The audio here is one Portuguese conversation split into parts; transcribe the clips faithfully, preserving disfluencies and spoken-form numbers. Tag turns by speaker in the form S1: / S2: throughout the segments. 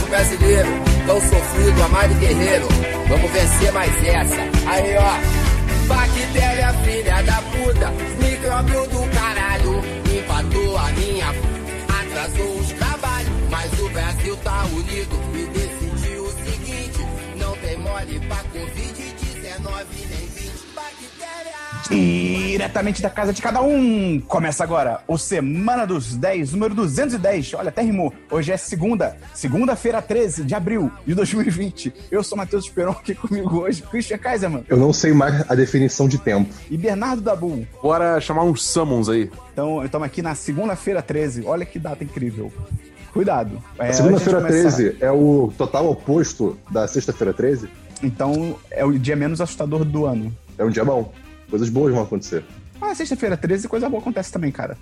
S1: brasileiro, tão sofrido, amado e guerreiro. Vamos vencer mais essa. Aí, ó. Bactéria, filha da puta, micróbio do caralho, empatou a minha, atrasou os trabalhos. Mas o Brasil tá unido e decidiu o seguinte: não tem mole pra covid dezenove nem vinte. Bactéria.
S2: Diretamente da casa de cada um, começa agora o Semana dos dez, número duzentos e dez. Olha, até rimou. Hoje é segunda, segunda-feira, treze de abril de dois mil e vinte. Eu sou Matheus Esperon, aqui comigo hoje, Christian Kaiserman.
S3: Eu não sei mais a definição de tempo.
S2: E Bernardo Dabu.
S4: Bora chamar uns summons aí.
S2: Então, estamos aqui na segunda-feira, treze. Olha que data incrível. Cuidado.
S3: É, a segunda-feira, treze é o total oposto da sexta-feira, treze?
S2: Então, é o dia menos assustador do ano.
S3: É um dia bom. Coisas boas vão acontecer.
S2: Ah, sexta-feira, treze, coisa boa acontece também, cara.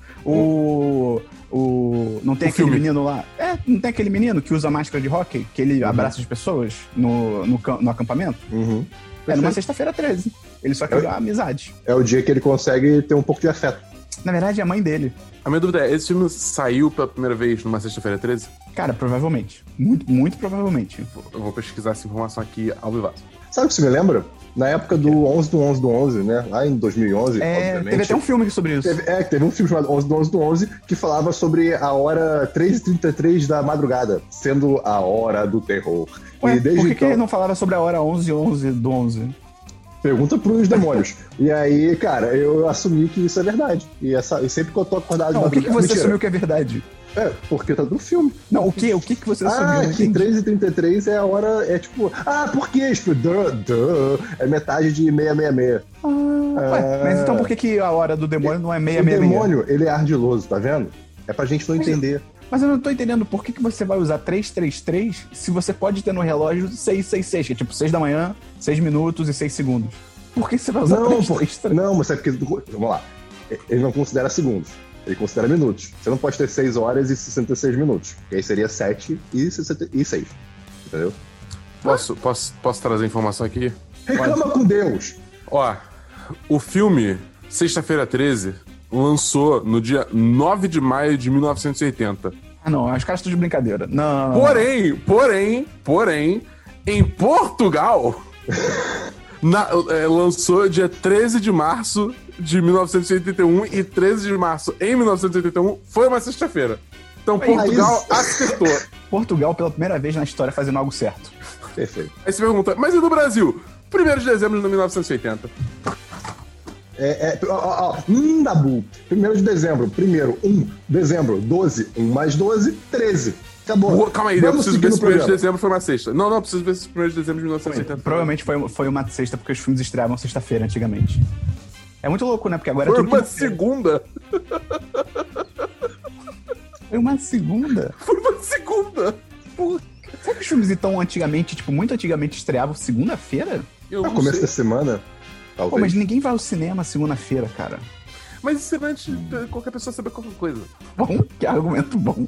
S2: O... o não tem
S4: o
S2: aquele
S4: filme.
S2: menino lá... É, não tem aquele menino que usa máscara de hóquei, que ele uhum. abraça as pessoas no, no, no acampamento?
S3: Uhum.
S2: É numa sexta-feira, treze. Ele só quer é, amizade.
S3: É o dia que ele consegue ter um pouco de afeto.
S2: Na verdade, é a mãe dele.
S4: A minha dúvida é, esse filme saiu pela primeira vez numa sexta-feira, treze?
S2: Cara, provavelmente. Muito, muito provavelmente.
S4: Eu vou pesquisar essa informação aqui ao vivo.
S3: Sabe o que você me lembra? Na época do onze do onze do onze, né? Lá em dois mil e onze,
S2: é,
S3: obviamente.
S2: Teve até um filme sobre isso.
S3: Teve, é, teve um filme chamado onze do onze do onze que falava sobre a hora três e trinta e três da madrugada, sendo a hora do terror.
S2: Ué,
S3: e desde
S2: por que,
S3: então...
S2: que ele não falava sobre a hora onze e onze do onze?
S3: Pergunta pros demônios. E aí, cara, eu assumi que isso é verdade. E, essa, e sempre que eu tô acordado
S2: não,
S3: de madrugada...
S2: O que, que você
S3: Mentira.
S2: assumiu que é verdade?
S3: É, porque tá no filme.
S2: Não, o que? O que, que você assumiu?
S3: Ah, que três e trinta e três é a hora... É tipo... Ah, por que isso? Duh, duh. É metade de seiscentos e sessenta e seis.
S2: Ah, ah, ué, mas então por que, que a hora do demônio não é seiscentos e sessenta e seis?
S3: O demônio, ele é ardiloso, tá vendo? É pra gente não entender.
S2: Mas eu não tô entendendo por que, que você vai usar trezentos e trinta e três se você pode ter no relógio seiscentos e sessenta e seis, que é tipo seis da manhã, seis minutos e seis segundos. Por que você vai usar
S3: não,
S2: trezentos e trinta e três?
S3: Não, mas é porque... Vamos lá. Ele não considera segundos. Ele considera minutos. Você não pode ter seis horas e sessenta e seis minutos. E aí seria sete e sessenta e seis. Entendeu?
S4: Posso, posso, posso trazer informação aqui?
S3: Reclama
S4: Pode.
S3: com Deus!
S4: Ó, o filme Sexta-feira, treze lançou no dia nove de maio de mil novecentos e oitenta.
S2: Ah, não. Os caras estão de brincadeira. Não, não, não.
S4: Porém, porém, porém, em Portugal... Na, é, lançou dia treze de março de mil novecentos e oitenta e um e treze de março em mil novecentos e oitenta e um foi uma sexta-feira. Então Portugal acertou.
S2: Portugal pela primeira vez na história fazendo algo certo.
S3: Perfeito.
S4: Aí você pergunta, mas e no Brasil? primeiro de dezembro de mil novecentos e oitenta.
S3: É, é, ó, ó, ó, hum, Dabu. primeiro de dezembro. Primeiro, um. Dezembro, doze. um mais doze, treze. Acabou.
S4: Boa, calma aí, eu preciso ver se o primeiro de
S3: programa.
S4: dezembro foi uma sexta. Não, não, eu preciso ver se o primeiro de dezembro de mil novecentos e oitenta.
S2: Provavelmente foi, foi uma sexta, porque os filmes estreavam sexta-feira antigamente. É muito louco, né? Porque agora
S4: foi
S2: é tudo
S4: uma
S2: que...
S4: segunda.
S2: Foi uma segunda?
S4: Foi uma segunda.
S2: Pô, será que os filmes então antigamente, tipo, muito antigamente estreavam segunda-feira?
S4: Eu
S3: No
S4: não
S3: começo
S4: sei.
S3: da semana, talvez.
S2: Pô, mas ninguém vai ao cinema segunda-feira, cara.
S4: Mas isso é antes de qualquer pessoa saber qualquer coisa.
S2: Bom, que argumento bom.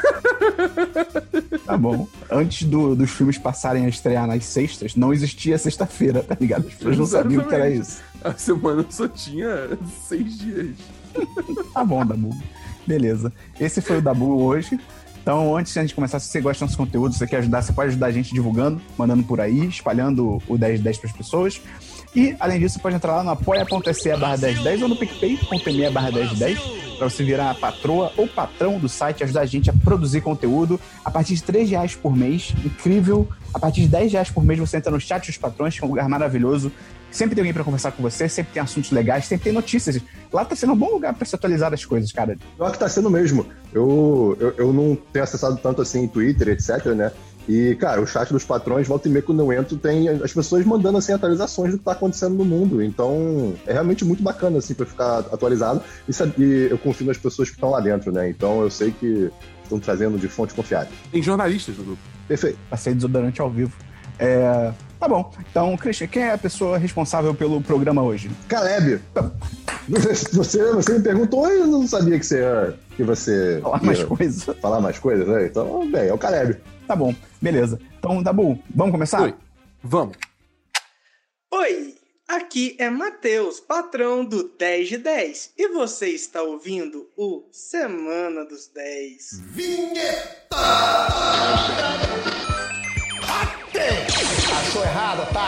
S2: Tá bom. Antes do, dos filmes passarem a estrear nas sextas, não existia sexta-feira, tá ligado? As pessoas não sabiam o que era isso.
S4: A semana só tinha seis dias.
S2: Tá bom, Dabu. Beleza. Esse foi o Dabu hoje. Então, antes de a gente começar, se você gosta do nosso conteúdo, se você quer ajudar, você pode ajudar a gente divulgando, mandando por aí, espalhando o dez dez pras pessoas. E, além disso, você pode entrar lá no apoia.se barra dez dez ou no picpay.me barra dez dez para você virar a patroa ou patrão do site e ajudar a gente a produzir conteúdo a partir de três reais por mês. Incrível! A partir de dez reais por mês você entra no chat dos patrões, que é um lugar maravilhoso. Sempre tem alguém pra conversar com você, sempre tem assuntos legais, sempre tem notícias. Lá tá sendo um bom lugar pra se atualizar das coisas, cara.
S3: Pior que tá sendo mesmo. Eu, eu, eu não tenho acessado tanto assim Twitter, etc, né? E, cara, o chat dos patrões, volta e meia, quando eu entro, tem as pessoas mandando, assim, atualizações do que tá acontecendo no mundo. Então, é realmente muito bacana, assim, pra ficar atualizado. E, sabe, e eu confio nas pessoas que estão lá dentro, né? Então, eu sei que estão trazendo de fonte confiável.
S4: Tem jornalistas no grupo.
S3: Perfeito.
S2: Passei desodorante ao vivo. É... Tá bom. Então, Christian, quem é a pessoa responsável pelo programa hoje?
S3: Caleb. Você, você me perguntou e eu não sabia que você ia... Que você
S2: falar
S3: ia
S2: mais coisas.
S3: Falar mais coisas, né? Então, bem, é o Caleb.
S2: Tá bom, beleza. Então, Dabu, vamos começar?
S4: Oi, vamos.
S5: Oi, aqui é Matheus, patrão do dez de dez. E você está ouvindo o Semana dos dez.
S6: Vinheta!
S1: tô errada, tá?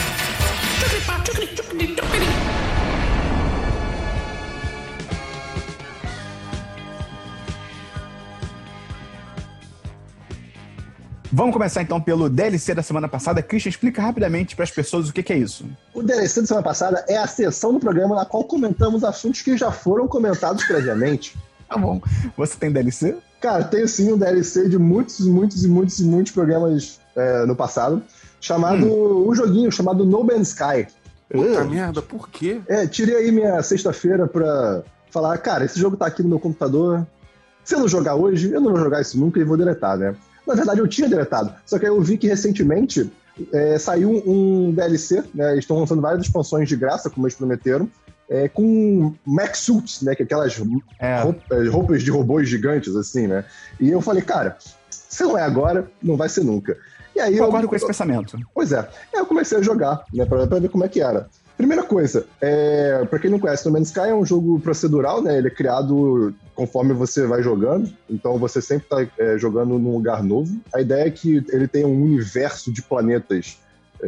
S2: Vamos começar então pelo D L C da semana passada. Christian, explica rapidamente para as pessoas o que, que é isso.
S3: O D L C da semana passada é a sessão do programa na qual comentamos assuntos que já foram comentados previamente.
S2: Tá bom. Você tem D L C?
S3: Cara, tenho sim um D L C de muitos, muitos e muitos e muitos programas é, no passado, chamado, hum. um joguinho chamado No Man's Sky.
S4: Puta uh. merda, por quê?
S3: É, tirei aí minha sexta-feira pra falar, cara, esse jogo tá aqui no meu computador, se eu não jogar hoje, eu não vou jogar isso nunca e vou deletar, né? Na verdade, eu tinha deletado, só que aí eu vi que recentemente é, saiu um D L C, né? Eles estão lançando várias expansões de graça, como eles prometeram, é, com mech suits, né? Que é aquelas
S2: é.
S3: roupas, roupas de robôs gigantes, assim, né? E eu falei, cara, se não é agora, não vai ser nunca. E aí
S2: Concordo
S3: eu,
S2: com esse pensamento.
S3: Pois é. Aí eu comecei a jogar, né? Pra, pra ver como é que era. Primeira coisa, é, pra quem não conhece, No Man's Sky é um jogo procedural, né? Ele é criado conforme você vai jogando, então você sempre tá é, jogando num lugar novo. A ideia é que ele tenha um universo de planetas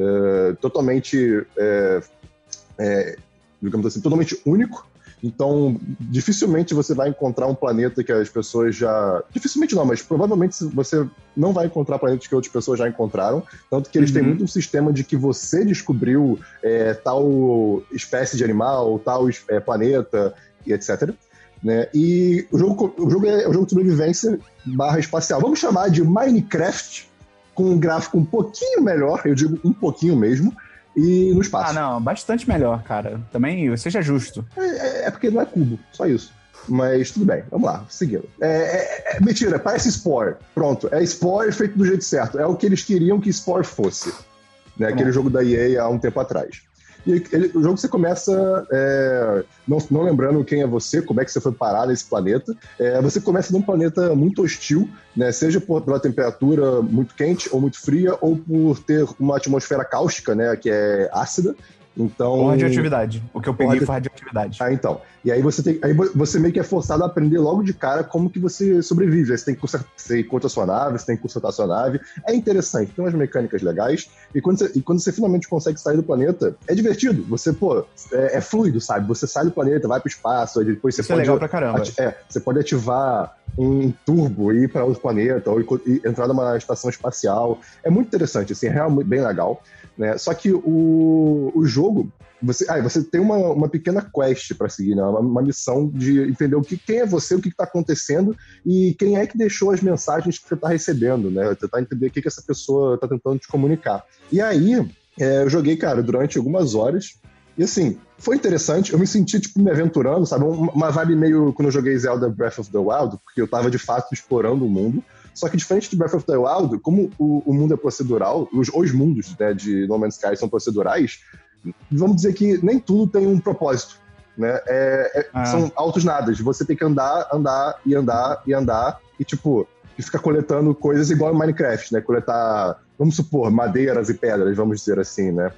S3: é, totalmente, é, é, digamos assim, totalmente único. Então, dificilmente você vai encontrar um planeta que as pessoas já... Dificilmente não, mas provavelmente você não vai encontrar planetas que outras pessoas já encontraram. Tanto que eles uhum. têm muito um sistema de que você descobriu é, tal espécie de animal, tal é, planeta, e etcétera. Né? E o jogo, o jogo é o jogo de sobrevivência barra espacial. Vamos chamar de Minecraft, com um gráfico um pouquinho melhor, eu digo um pouquinho mesmo, e no espaço.
S2: Ah, não, bastante melhor, cara. Também seja justo.
S3: É, é porque não é cubo, só isso. Mas tudo bem, vamos lá, seguindo. É, é, é, mentira, parece Spore. Pronto, é Spore feito do jeito certo. É o que eles queriam que Spore fosse. Né? Aquele jogo da E A há um tempo atrás. E ele, o jogo você começa é, não, não lembrando quem é você, como é que você foi parar nesse planeta. É, você começa num planeta muito hostil, né, seja por, pela temperatura muito quente ou muito fria, ou por ter uma atmosfera cáustica, né, que é ácida. Então,
S2: ou radioatividade. O que eu peguei foi radioatividade.
S3: Ah, então. E aí você, tem, aí você meio que é forçado a aprender logo de cara como que você sobrevive. Aí você tem que consertar, você encontra a sua nave, você tem que consertar a sua nave. É interessante, tem umas mecânicas legais. E quando você, e quando você finalmente consegue sair do planeta, é divertido. Você, pô, é, é fluido, sabe? Você sai do planeta, vai pro espaço, aí depois você
S2: Isso
S3: pode...
S2: é legal pra caramba.
S3: Ati- é, você pode ativar um turbo e ir para outro planeta, ou ir, entrar numa estação espacial. É muito interessante, assim, é realmente bem legal. Né? Só que o, o jogo... Você, ah, você tem uma, uma pequena quest para seguir, né? uma, uma missão de entender o que, quem é você, o que está acontecendo e quem é que deixou as mensagens que você está recebendo, né? Tentar entender o que, que essa pessoa está tentando te comunicar. E aí, é, eu joguei, cara, durante algumas horas e assim, foi interessante, eu me senti, tipo, me aventurando, sabe? Uma vibe meio quando eu joguei Zelda Breath of the Wild, porque eu estava de fato explorando o mundo. Só que diferente de Breath of the Wild, como o, o mundo é procedural, os, os mundos, né, de No Man's Sky são procedurais, vamos dizer que nem tudo tem um propósito, né? É, é, ah. São altos nadas. Você tem que andar, andar e andar e andar e, tipo, e ficar coletando coisas igual em Minecraft, né? Coletar, vamos supor, madeiras e pedras, vamos dizer assim, né?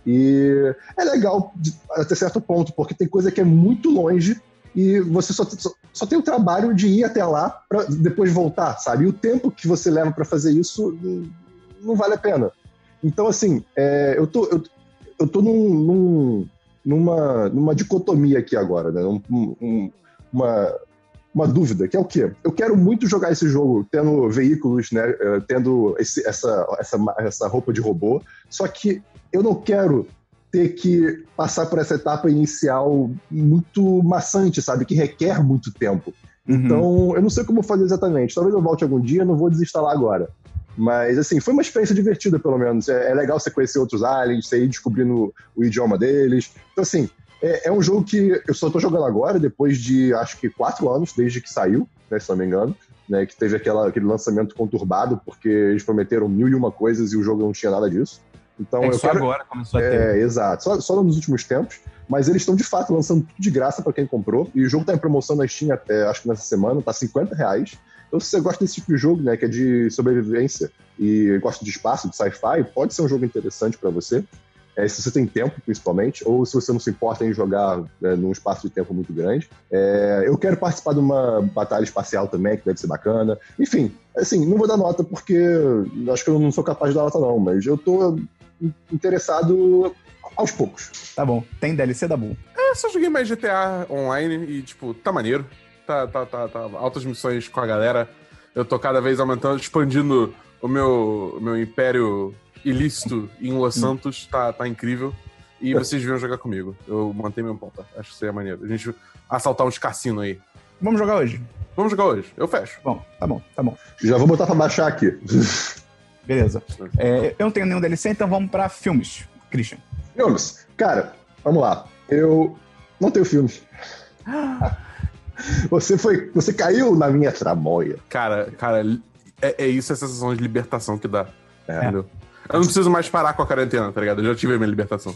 S3: E é legal de, até certo ponto, porque tem coisa que é muito longe e você só, só, só tem o trabalho de ir até lá pra depois voltar, sabe? E o tempo que você leva pra fazer isso não vale a pena. Então, assim, é, eu tô... Eu, Eu tô num, num, numa, numa dicotomia aqui agora, né? Um, um, uma, uma dúvida, que é o quê? Eu quero muito jogar esse jogo tendo veículos, né? Tendo esse, essa, essa, essa roupa de robô, só que eu não quero ter que passar por essa etapa inicial muito maçante, sabe? Que requer muito tempo. Uhum. Então, eu não sei como fazer exatamente. Talvez eu volte algum dia, não vou desinstalar agora. Mas, assim, foi uma experiência divertida, pelo menos. É, é legal você conhecer outros aliens, você ir descobrindo o idioma deles. Então, assim, é, é um jogo que eu só tô jogando agora, depois de, acho que, quatro anos, desde que saiu, né, se não me engano, né, que teve aquela, aquele lançamento conturbado, porque eles prometeram mil e uma coisas e o jogo não tinha nada disso. Então,
S2: é
S3: eu
S2: só
S3: quero...
S2: agora começou a ter.
S3: É, exato. Só, só nos últimos tempos. Mas eles estão, de fato, lançando tudo de graça para quem comprou. E o jogo tá em promoção na Steam, até, acho que nessa semana, tá cinquenta reais. Então, se você gosta desse tipo de jogo, né, que é de sobrevivência e gosta de espaço, de sci-fi, pode ser um jogo interessante para você. É, se você tem tempo, principalmente, ou se você não se importa em jogar, né, num espaço de tempo muito grande. É, eu quero participar de uma batalha espacial também, que deve ser bacana. Enfim, assim, não vou dar nota porque acho que eu não sou capaz de dar nota não, mas eu tô interessado aos poucos.
S2: Tá bom. Tem D L C da Bull?
S4: É, só joguei mais G T A online e, tipo, tá maneiro. Tá, tá, tá, tá. Altas missões com a galera. Eu tô cada vez aumentando, expandindo o meu, o meu império ilícito em Los Santos. Tá, tá incrível. E vocês deviam jogar comigo. Eu mantenho meu ponto. Acho que seria maneiro. A gente assaltar uns cassinos aí.
S2: Vamos jogar hoje?
S4: Vamos jogar hoje. Eu fecho.
S2: Bom, tá bom, tá bom.
S3: Já vou botar pra baixar aqui.
S2: Beleza. É, eu não tenho nenhum D L C, então vamos pra filmes. Christian.
S3: Filmes. Cara, vamos lá. Eu não tenho filmes. Você foi. Você caiu na minha tramóia.
S4: Cara, cara, é, é isso a sensação de libertação que dá.
S3: É.
S4: Entendeu? Eu não preciso mais parar com a quarentena, tá ligado? Eu já tive a minha libertação.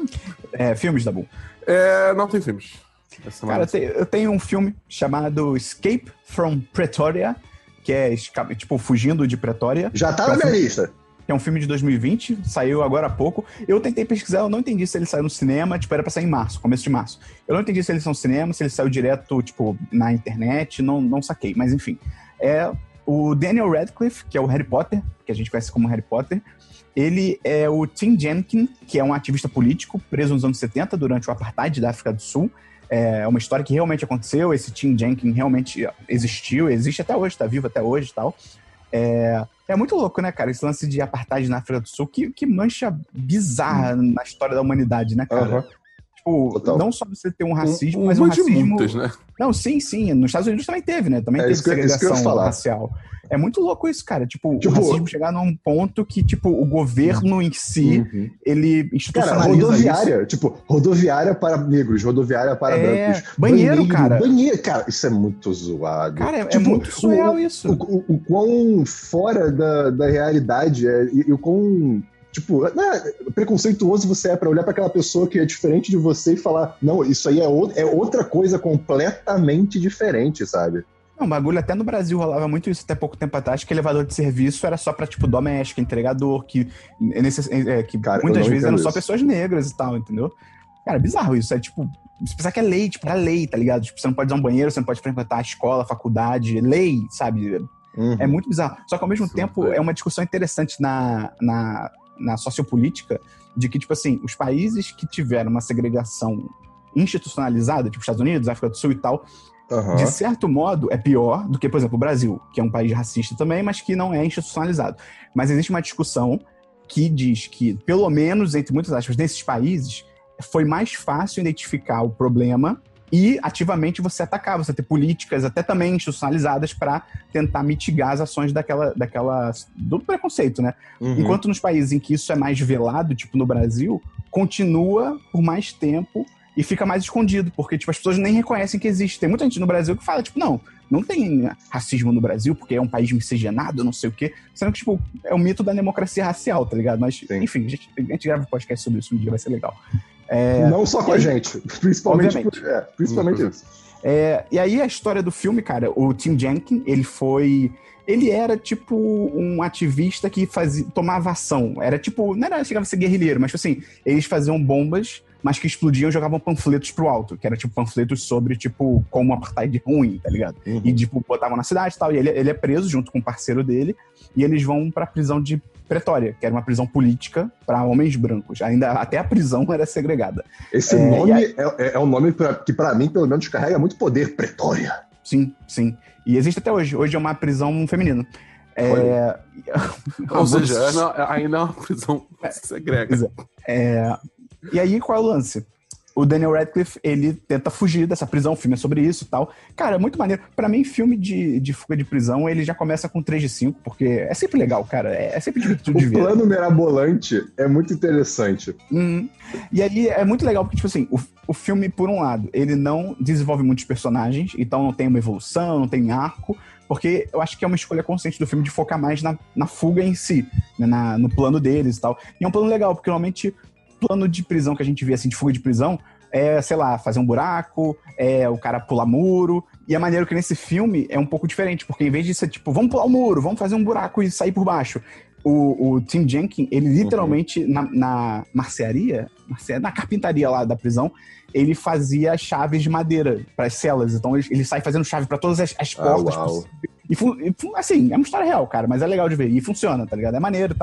S2: É, filmes da Bull.
S4: É, não tem filmes. Essa
S2: Cara, eu tenho, eu tenho um filme chamado Escape from Pretoria, que é esca- tipo Fugindo de Pretória.
S3: Já tá
S2: Que é
S3: na
S2: um
S3: minha
S2: filme-
S3: lista.
S2: que é um filme de dois mil e vinte, saiu agora há pouco. Eu tentei pesquisar, eu não entendi se ele saiu no cinema, tipo, era pra sair em março, começo de março. Eu não entendi se ele saiu no cinema, se ele saiu direto, tipo, na internet, não, não saquei, mas enfim. É o Daniel Radcliffe, que é o Harry Potter, que a gente conhece como Harry Potter. Ele é o Tim Jenkins, que é um ativista político preso nos anos setenta, durante o apartheid da África do Sul. É uma história que realmente aconteceu, esse Tim Jenkins realmente existiu, existe até hoje, tá vivo até hoje e tal. É, é muito louco, né, cara, esse lance de apartheid na África do Sul, que, que mancha bizarra hum. na história da humanidade, né, cara?
S3: Uhum.
S2: Tipo,
S3: Total.
S2: Não só você ter um racismo,
S4: um,
S2: mas um
S4: uma de
S2: racismo...
S4: muitas, né?
S2: Não, sim, sim, nos Estados Unidos também teve, né? Também
S3: É
S2: teve
S3: isso que eu- isso que eu ia
S2: segregação
S3: falar.
S2: racial. É muito louco isso, cara. Tipo,
S3: Tipo-
S2: o racismo chegar num ponto que, tipo, o governo em si,
S3: Uhum.
S2: ele
S3: Cara,
S2: institucionaliza
S3: rodoviária,
S2: isso.
S3: tipo, rodoviária para negros, rodoviária para
S2: É,
S3: brancos.
S2: banheiro, cara.
S3: Banheiro, cara, isso é muito zoado.
S2: Cara, é,
S3: Tipo,
S2: é muito surreal
S3: o,
S2: isso.
S3: O, o, o quão fora da, da realidade é, e, e o quão, tipo, né, preconceituoso você é pra olhar pra aquela pessoa que é diferente de você e falar, não, isso aí é, o, é outra coisa completamente diferente, sabe?
S2: Não, o bagulho até no Brasil rolava muito isso até pouco tempo atrás, que elevador de serviço era só pra, tipo, doméstico, entregador, que, nesse, é, que
S3: Cara, eu
S2: muitas
S3: não
S2: vezes eram
S3: entendo
S2: só
S3: isso.
S2: pessoas negras e tal, entendeu? Cara, é bizarro isso. É tipo, você pensar que é lei, tipo, é lei, tá ligado? Tipo, você não pode usar um banheiro, você não pode frequentar a escola, a faculdade, é lei, sabe?
S3: Uhum.
S2: É muito bizarro. Só que ao mesmo
S4: Sim,
S2: tempo
S4: é.
S2: é uma discussão interessante na, na, na sociopolítica de que, tipo assim, os países que tiveram uma segregação institucionalizada, tipo Estados Unidos, África do Sul e tal,
S3: Aham.
S2: de certo modo, é pior do que, por exemplo, o Brasil, que é um país racista também, mas que não é institucionalizado. Mas existe uma discussão que diz que, pelo menos, entre muitas aspas, nesses países, foi mais fácil identificar o problema e ativamente você atacar, você ter políticas até também institucionalizadas para tentar mitigar as ações daquela, daquela, do preconceito, né?
S3: Uhum.
S2: Enquanto nos países em que isso é mais velado, tipo no Brasil, continua por mais tempo e fica mais escondido, porque tipo, as pessoas nem reconhecem que existe. Tem muita gente no Brasil que fala, tipo, não, não tem racismo no Brasil, porque é um país miscigenado, não sei o quê. Sendo que, tipo, é o mito da democracia racial, tá ligado? Mas,
S3: Sim.
S2: enfim, a gente, a gente grava um podcast sobre isso um dia, vai ser legal. É,
S3: Não só com a
S2: aí-
S3: gente, principalmente,
S2: Obviamente.
S3: é, principalmente
S4: Uhum.
S3: isso.
S2: É, e aí a história do filme, cara, o Tim Jenkins, ele foi... Ele era, tipo, um ativista que fazia, tomava ação. Era, tipo, não era, chegava a ser guerrilheiro, mas, tipo assim, eles faziam bombas, mas que explodiam e jogavam panfletos pro alto, que era, tipo, panfletos sobre, tipo, como o apartheid é ruim, tá ligado?
S3: Uhum.
S2: E, tipo, botavam na cidade e tal, e ele, ele é preso junto com um parceiro dele, e eles vão pra prisão de Pretória, que era uma prisão política pra homens brancos. Ainda, até a prisão era segregada.
S3: Esse
S2: É,
S3: nome
S2: e aí-
S3: é, é, é um nome pra, que, pra mim, pelo menos, carrega muito poder. Pretória.
S2: Sim, sim. E existe até hoje. Hoje é uma prisão feminina. É...
S4: Ou seja, é não- ainda é uma prisão segrega.
S2: É, e aí, qual é o lance? O Daniel Radcliffe, ele tenta fugir dessa prisão, o filme é sobre isso e tal. Cara, é muito maneiro. Pra mim, filme de, de fuga de prisão, ele já começa com três de cinco, porque é sempre legal, cara. É, é sempre divertido de
S3: O
S2: ver.
S3: plano mirabolante é muito interessante.
S2: Uhum. E aí, é muito legal, porque, tipo assim, o, o filme, por um lado, ele não desenvolve muitos personagens, então não tem uma evolução, não tem arco, porque eu acho que é uma escolha consciente do filme de focar mais na, na fuga em si, né, na, no plano deles e tal. E é um plano legal, porque normalmente plano de prisão que a gente vê, assim, de fuga de prisão, é, sei lá, fazer um buraco, é o cara pular muro, e a maneira que nesse filme é um pouco diferente, porque em vez de ser tipo, vamos pular o muro, vamos fazer um buraco e sair por baixo, o, o Tim Jenkins, ele literalmente, uhum. na, na marcearia, marcearia, na carpintaria lá da prisão, ele fazia chaves de madeira para as celas, então ele, ele sai fazendo chave para todas as, as portas
S3: Ah, uau.
S2: possíveis. E, e, assim, é uma história real, cara, mas é legal de ver, e funciona, tá ligado? É maneiro e tal.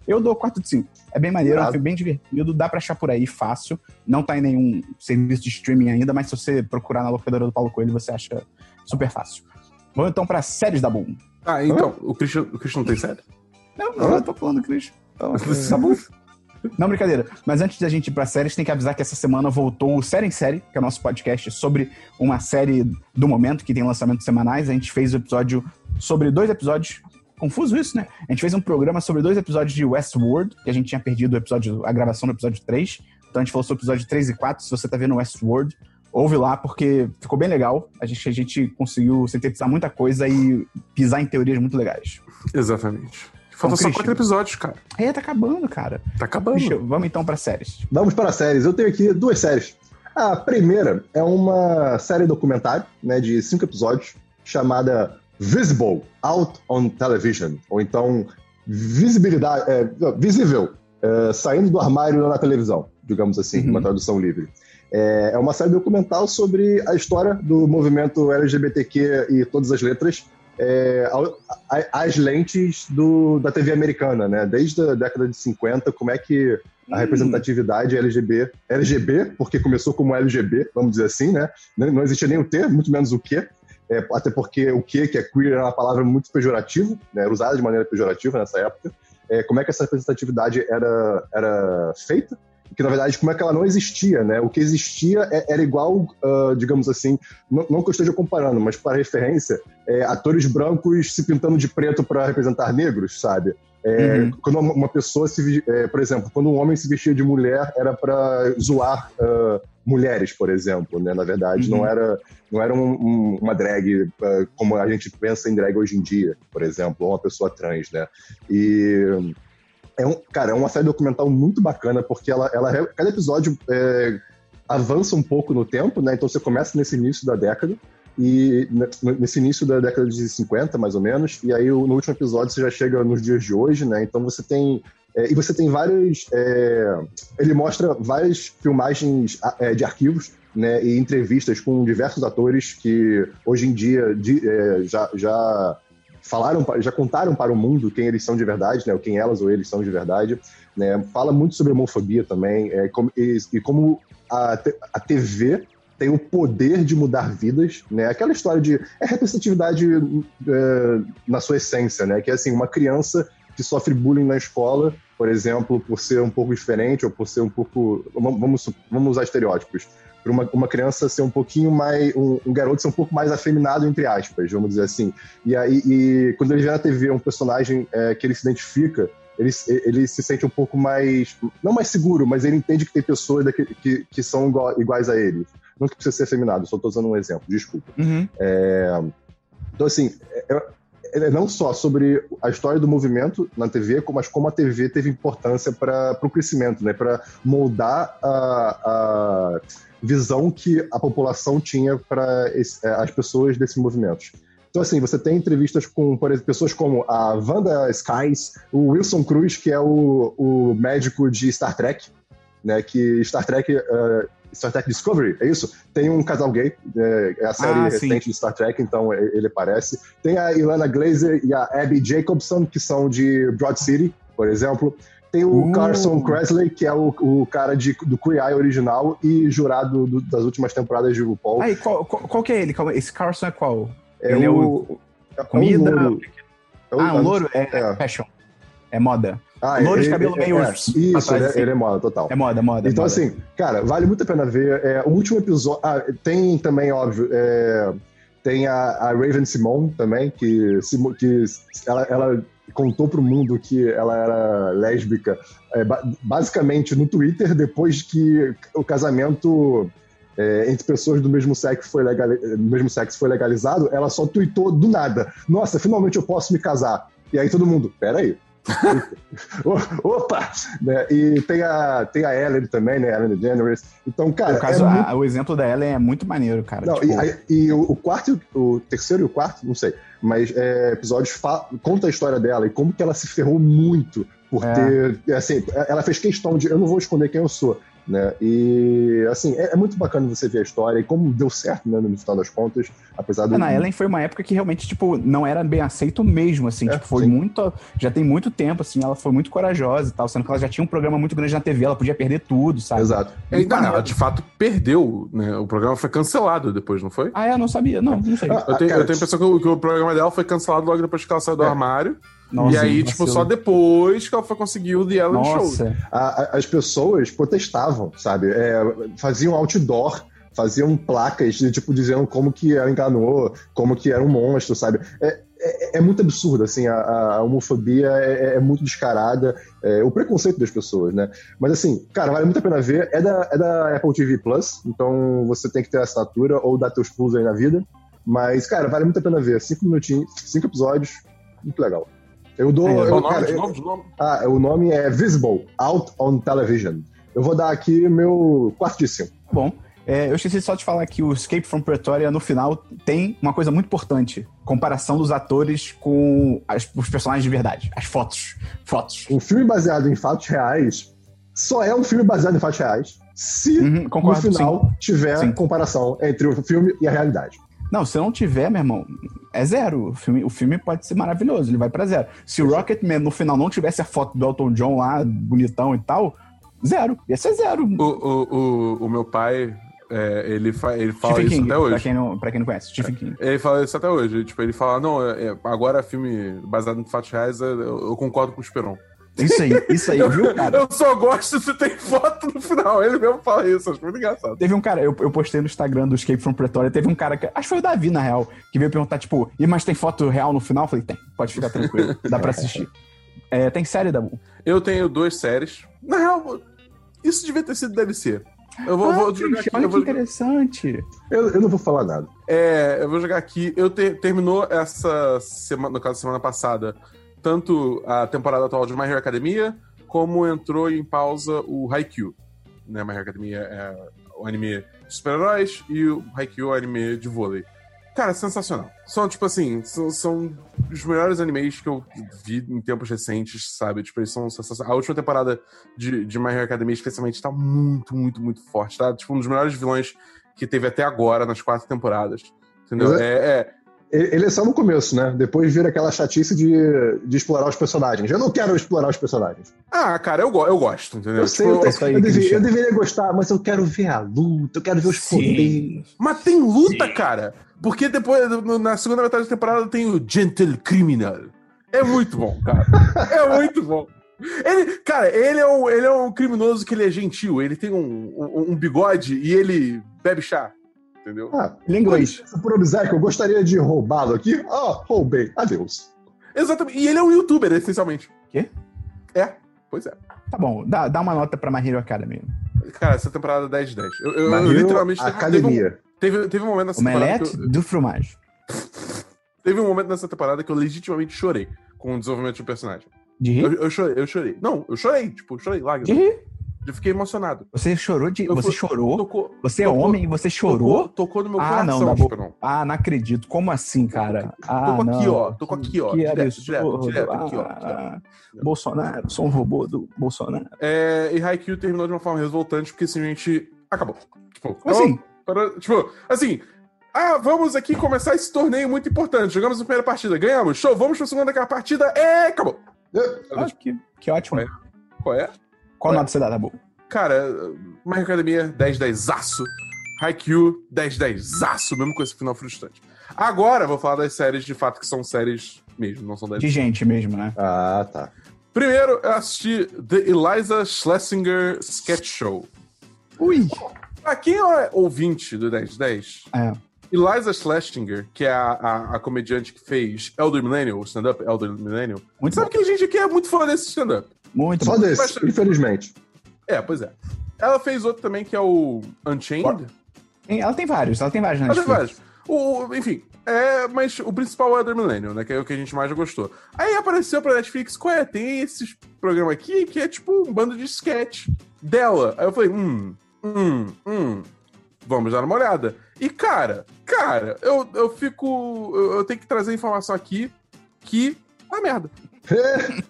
S2: Eu dou quatro de cinco. É bem maneiro, é um
S3: Claro.
S2: filme bem divertido, dá pra achar por aí fácil. Não tá em nenhum serviço de streaming ainda, mas se você procurar na locadora do Paulo Coelho, você acha super fácil. Vamos então pra séries da Boom.
S4: Ah, então, o Christian, o Christian não tem série?
S2: Não, não, eu tô falando, Cris. Então, tá bom. Não, brincadeira. Mas antes da gente ir pra séries, tem que avisar que essa semana voltou o Série em Série, que é o nosso podcast sobre uma série do momento, que tem lançamentos semanais. A gente fez o episódio sobre dois episódios. Confuso isso, né? A gente fez um programa sobre dois episódios de Westworld, que a gente tinha perdido o episódio, a gravação do episódio três. Então a gente falou sobre o episódio três e quatro. Se você tá vendo Westworld, ouve lá, porque ficou bem legal. A gente, a gente conseguiu sintetizar muita coisa e pisar em teorias muito legais.
S4: Exatamente. Faltam
S2: Então,
S4: só quatro episódios, cara.
S2: É, tá acabando, cara.
S4: Tá acabando.
S2: Christian, vamos então pra séries.
S3: Vamos para séries. Eu tenho aqui duas séries. A primeira é uma série documentário, né, de cinco episódios, chamada Visible Out on Television, ou então visibilidade, é, visível, é, saindo do armário na televisão, digamos assim,
S2: Uhum.
S3: uma tradução livre. É, é uma série documental sobre a história do movimento L G B T Q e todas as letras, é, ao- a- as lentes do, da T V americana, né? Desde a década de cinquenta, como é que a
S2: Hum.
S3: representatividade L G B, L G B, porque começou como L G B, vamos dizer assim, né? Não não existia nem o T, muito menos o Q, é, até porque o Q, que é queer, era uma palavra muito pejorativa, né? Era usada de maneira pejorativa nessa época. É, como é que essa representatividade era, era feita? Que, na verdade, como é que ela não existia, né? O que existia é- era igual, ah, digamos assim, não, não que eu esteja comparando, mas para referência, é, atores brancos se pintando de preto para representar negros, sabe? É,
S2: Uhum.
S3: Quando uma, uma pessoa se... vi- é, por exemplo, quando um homem se vestia de mulher, era para zoar ah, mulheres, por exemplo, né? Na verdade,
S2: Uhum.
S3: não era, não era um- um- uma drag ah, como a gente pensa em drag hoje em dia, por exemplo, ou uma pessoa trans, né? E... É um, cara, é uma série documental muito bacana, porque ela, ela cada episódio é, avança um pouco no tempo, né? Então você começa nesse início da década, e ne- nesse início da década de cinquenta, mais ou menos, e aí no último episódio você já chega nos dias de hoje, né? Então você tem... é, e você tem vários... é, ele mostra várias filmagens é, de arquivos, né? E entrevistas com diversos atores que hoje em dia de- é, já... já falaram, pa- já contaram para o mundo quem eles são de verdade, né? Ou quem elas ou eles são de verdade, né? Fala muito sobre homofobia também, é, como- e, e como a, te- a T V tem o poder de mudar vidas, né? Aquela história de é representatividade é, na sua essência, né? Que é assim, uma criança que sofre bullying na escola, por exemplo, por ser um pouco diferente ou por ser um pouco... Vamos, vamos usar estereótipos. Por uma, uma criança ser um pouquinho mais... Um, um garoto ser um pouco mais afeminado, entre aspas, vamos dizer assim. E aí, e quando ele vê na T V um personagem é, que ele se identifica, ele, ele se sente um pouco mais... Não mais seguro, mas ele entende que tem pessoas daqui, que, que são igual, iguais a ele. Não que precisa ser afeminado, só estou usando um exemplo, desculpa.
S2: Uhum.
S3: É, então, assim, é, é não só sobre a história do movimento na T V, mas como a T V teve importância para o crescimento, né? Para moldar a, a visão que a população tinha para as pessoas desses movimentos. Então, assim, você tem entrevistas com, por exemplo, pessoas como a Wanda Skies, o Wilson Cruz, que é o, o médico de Star Trek, né? Que Star Trek... Uh, Star Trek Discovery, é isso? Tem um casal gay, é, é a série
S2: Ah,
S3: recente
S2: sim.
S3: de Star Trek, então ele aparece. Tem a Ilana Glazer e a Abby Jacobson, que são de Broad City, por exemplo. Tem o
S2: Uh.
S3: Carson Kressley, que é o, o cara de, do Queer Eye original e jurado do, das últimas temporadas de RuPaul.
S2: Aí, qual, qual, qual que é ele? Qual- esse Carson é qual?
S3: é
S2: ele
S3: o,
S2: é o... Comida?
S3: É o louro. É o-
S2: Ah, um louro? É,
S3: é.
S2: fashion. É moda.
S3: Ah,
S2: louro de
S3: ele-
S2: cabelo
S3: é,
S2: meio...
S3: é,
S2: pra
S3: Isso,
S2: trás,
S3: ele,
S2: assim.
S3: ele é moda, total.
S2: É moda, moda.
S3: Então,
S2: moda.
S3: assim, cara, vale muito a pena ver. É, o último episódio. Ah, tem também, óbvio, é, tem a, a Raven Simone também, que, se- que ela, ela contou pro mundo que ela era lésbica, é, ba- basicamente no Twitter, depois que o casamento é, entre pessoas do mesmo sexo foi legal, do mesmo sexo foi legalizado, ela só tweetou do nada: nossa, finalmente eu posso me casar. E aí todo mundo, peraí. Opa! Né? E tem a, tem a Ellen também, né? Ellen DeGeneres. Então, cara.
S2: o, caso,
S3: é
S2: a-
S3: muito...
S2: o exemplo da Ellen é muito maneiro, cara.
S3: Não,
S2: tipo,
S3: e, aí- e o, o quarto, o terceiro e o quarto, não sei, mas é, episódios fa- conta a história dela e como que ela se ferrou muito por
S2: É.
S3: ter. Assim, ela fez questão de. Eu não vou esconder quem eu sou. né? E, assim, é, é muito bacana você ver a história e como deu certo, né, no final das contas, apesar do...
S2: Na Ellen foi uma época que realmente, tipo, não era bem aceito mesmo, assim,
S3: É,
S2: tipo, foi
S3: sim.
S2: muito... Já tem muito tempo, assim, ela foi muito corajosa e tal, sendo que ela já tinha um programa muito grande na T V, ela podia perder tudo, sabe?
S3: Exato.
S4: E, não, ela de fato perdeu, né? O programa foi cancelado depois, não foi?
S2: Ah, é? Não sabia. Não, não sei.
S3: Ah,
S4: Eu tenho,
S3: cara,
S4: eu tenho a impressão que o, que o programa dela foi cancelado logo depois que ela saiu do
S3: É.
S4: armário.
S2: Nossa,
S4: e aí,
S2: vacilo.
S4: tipo, só depois que ela foi conseguir o The Ellen Show.
S2: Nossa.
S3: A- a- as pessoas protestavam, sabe? É, faziam outdoor, faziam placas, de, tipo, dizendo como que ela enganou, como que era um monstro, sabe? É, é, é muito absurdo, assim, a, a homofobia é, é muito descarada, é, o preconceito das pessoas, né? Mas, assim, cara, vale muito a pena ver. É da, é da Apple T V Plus, então você tem que ter assinatura ou dar teus pulos aí na vida. Mas, cara, vale muito a pena ver. Cinco minutinhos, cinco episódios, muito legal. Eu dou.
S2: É,
S3: eu,
S4: Qual o nome?
S3: cara,
S4: De
S3: eu-
S4: novo, de novo?
S3: Ah, o nome é Visible, Out on Television. Eu vou dar aqui meu quatro de cinco.
S2: Tá bom. É, eu esqueci só de falar que o Escape from Pretoria, no final, tem uma coisa muito importante. Comparação dos atores com as- os personagens de verdade. As fotos. Fotos.
S3: Um filme baseado em fatos reais só é um filme baseado em fatos reais se
S2: Uhum, concordo,
S3: no final tiver
S2: Sim.
S3: comparação entre o filme e a realidade.
S2: Não, se não tiver, meu irmão, é zero. O filme, o filme pode ser maravilhoso, ele vai pra zero. Se o Rocketman no final não tivesse a foto do Elton John lá, bonitão e tal, zero. Ia ser zero.
S4: O, o, o, o meu pai, é, ele, fa, ele fala
S2: Stephen
S4: isso
S2: King,
S4: até hoje.
S2: Pra quem, não, pra quem não conhece, Stephen King.
S4: Ele fala isso até hoje. Tipo, ele fala, não, é, é, agora filme baseado em fatos reais, eu, eu concordo com o Esperon.
S2: Isso aí, isso aí, viu, cara?
S4: Eu só gosto se tem foto no final. Ele mesmo fala isso, acho muito engraçado.
S2: Teve um cara, eu, eu postei no Instagram do Escape from Pretoria, teve um cara, que, acho que foi o Davi, na real, que veio perguntar, tipo, e mas tem foto real no final? Eu falei, tem, pode ficar tranquilo, dá pra assistir. É, tem série, Dabu?
S4: Eu tenho duas séries. Na real, isso devia ter sido D L C. Eu vou,
S2: Ah,
S4: vou
S2: gente,
S4: jogar aqui.
S2: olha
S4: Eu
S2: que
S4: vou,
S2: interessante.
S3: Eu, eu não vou falar nada.
S4: é, eu vou jogar aqui. Eu te- terminou essa semana, no caso, semana passada, tanto a temporada atual de My Hero Academia, como entrou em pausa o Haikyuu. Né? My Hero Academia é o anime de super-heróis e o Haikyuu é o anime de vôlei. Cara, sensacional. São, tipo assim, são, são os melhores animes que eu vi em tempos recentes, sabe? Tipo, eles são sensacionais. A última temporada de, de My Hero Academia, especialmente, tá muito, muito, muito forte, tá? Tipo, um dos melhores vilões que teve até agora, nas quatro temporadas. Entendeu?
S3: Mas
S4: É, é,
S3: Ele ele é só no começo, né? Depois vira aquela chatice de, de explorar os personagens. Eu não quero explorar os personagens.
S4: Ah, cara, eu, go- eu gosto, entendeu?
S3: Eu sei,
S4: Tipo,
S3: eu, tenho-
S2: isso aí,
S3: eu deveria,
S2: Christian.
S3: eu deveria gostar, mas eu quero ver a luta, eu quero ver os poderes.
S4: Mas tem luta, cara. Porque depois, no- na segunda metade da temporada, tem o Gentle Criminal. É muito bom, cara. É muito bom. Ele, cara, ele é, um, ele é um criminoso que ele é gentil. Ele tem um, um, um bigode e ele bebe chá. Entendeu?
S3: Ah,
S2: Ele é inglês.
S3: por obséquio, eu gostaria de roubá-lo aqui. Ah, roubei. Adeus.
S4: Exatamente. E ele é um youtuber, essencialmente.
S2: Quê?
S4: É, pois é.
S2: Tá bom, dá, dá uma nota pra My Hero Academy.
S4: Cara, essa temporada é dez de dez. Eu, eu,
S3: My
S4: eu
S3: Hero
S4: literalmente teve-
S3: Academia.
S4: Teve, um, teve, teve um momento nessa temporada.
S2: Omelete
S4: Que eu,
S2: do fromage.
S4: teve um momento nessa temporada que eu legitimamente chorei com o desenvolvimento do personagem.
S2: De rir?
S4: Eu, eu chorei, eu chorei. Não, eu chorei, tipo, chorei,
S2: De
S4: lágrimas.
S2: rir?
S4: Eu fiquei emocionado.
S2: Você chorou de.
S4: Eu
S2: Você
S4: fui-
S2: chorou?
S4: Tocou,
S2: Você é
S4: tocou-
S2: homem e você chorou?
S4: Tocou, tocou no meu
S2: Ah,
S4: coração,
S2: não, Dabu.
S4: Esperon.
S2: Ah, não acredito. Como assim, cara? Ah,
S4: Tô com
S2: não.
S4: aqui, ó. Tô com aqui, ó.
S2: Que
S4: Direto,
S2: absurdo.
S4: direto, direto, aqui, ó.
S2: Ah, Bolsonaro, sou um robô do Bolsonaro.
S4: É, e Haikyuu terminou de uma forma revoltante porque simplesmente acabou. Tipo,
S2: Como assim?
S4: parou- tipo, assim. Ah, vamos aqui começar esse torneio muito importante. Jogamos a primeira partida, ganhamos. Show, vamos pra segunda partida. É, acabou.
S3: É,
S2: Ah, que, que ótimo.
S4: Ué. Qual é?
S2: Qual
S4: Ué.
S2: nota você dá, Dabu?
S4: Cara, My Hero Academia, dez dez aço. Haikyuu, dez dez aço, mesmo com esse final frustrante. Agora, vou falar das séries de fato que são séries mesmo, não são dez.
S2: De gente mesmo, né?
S3: Ah, tá.
S4: Primeiro, eu assisti The Eliza Schlesinger Sketch Show.
S2: Ui!
S4: Pra quem é ouvinte do dez dez,
S2: É.
S4: Eliza Schlesinger, que é a, a, a comediante que fez Elder Millennial, o stand-up Elder Millennial,
S2: Muito
S4: sabe
S2: bom.
S4: que a gente aqui é muito fã desse stand-up.
S2: Muito
S3: Só
S2: bom.
S3: desse,
S4: Bastante.
S3: infelizmente.
S4: É, pois é. Ela fez outro também que é o Unchained.
S2: Tem- Ela tem vários, ela tem vários na
S4: Ela fez
S2: Netflix.
S4: vários. O, o- enfim, é, mas o principal é o Elder Millennial, né? Que é o que a gente mais gostou. Aí apareceu pra Netflix, qual é? Tem esses programas aqui que é tipo um bando de sketch dela. Aí eu falei, hum, hum, hum, vamos dar uma olhada. E cara, cara, eu, eu fico. Eu, eu tenho que trazer informação aqui que. Ah, merda.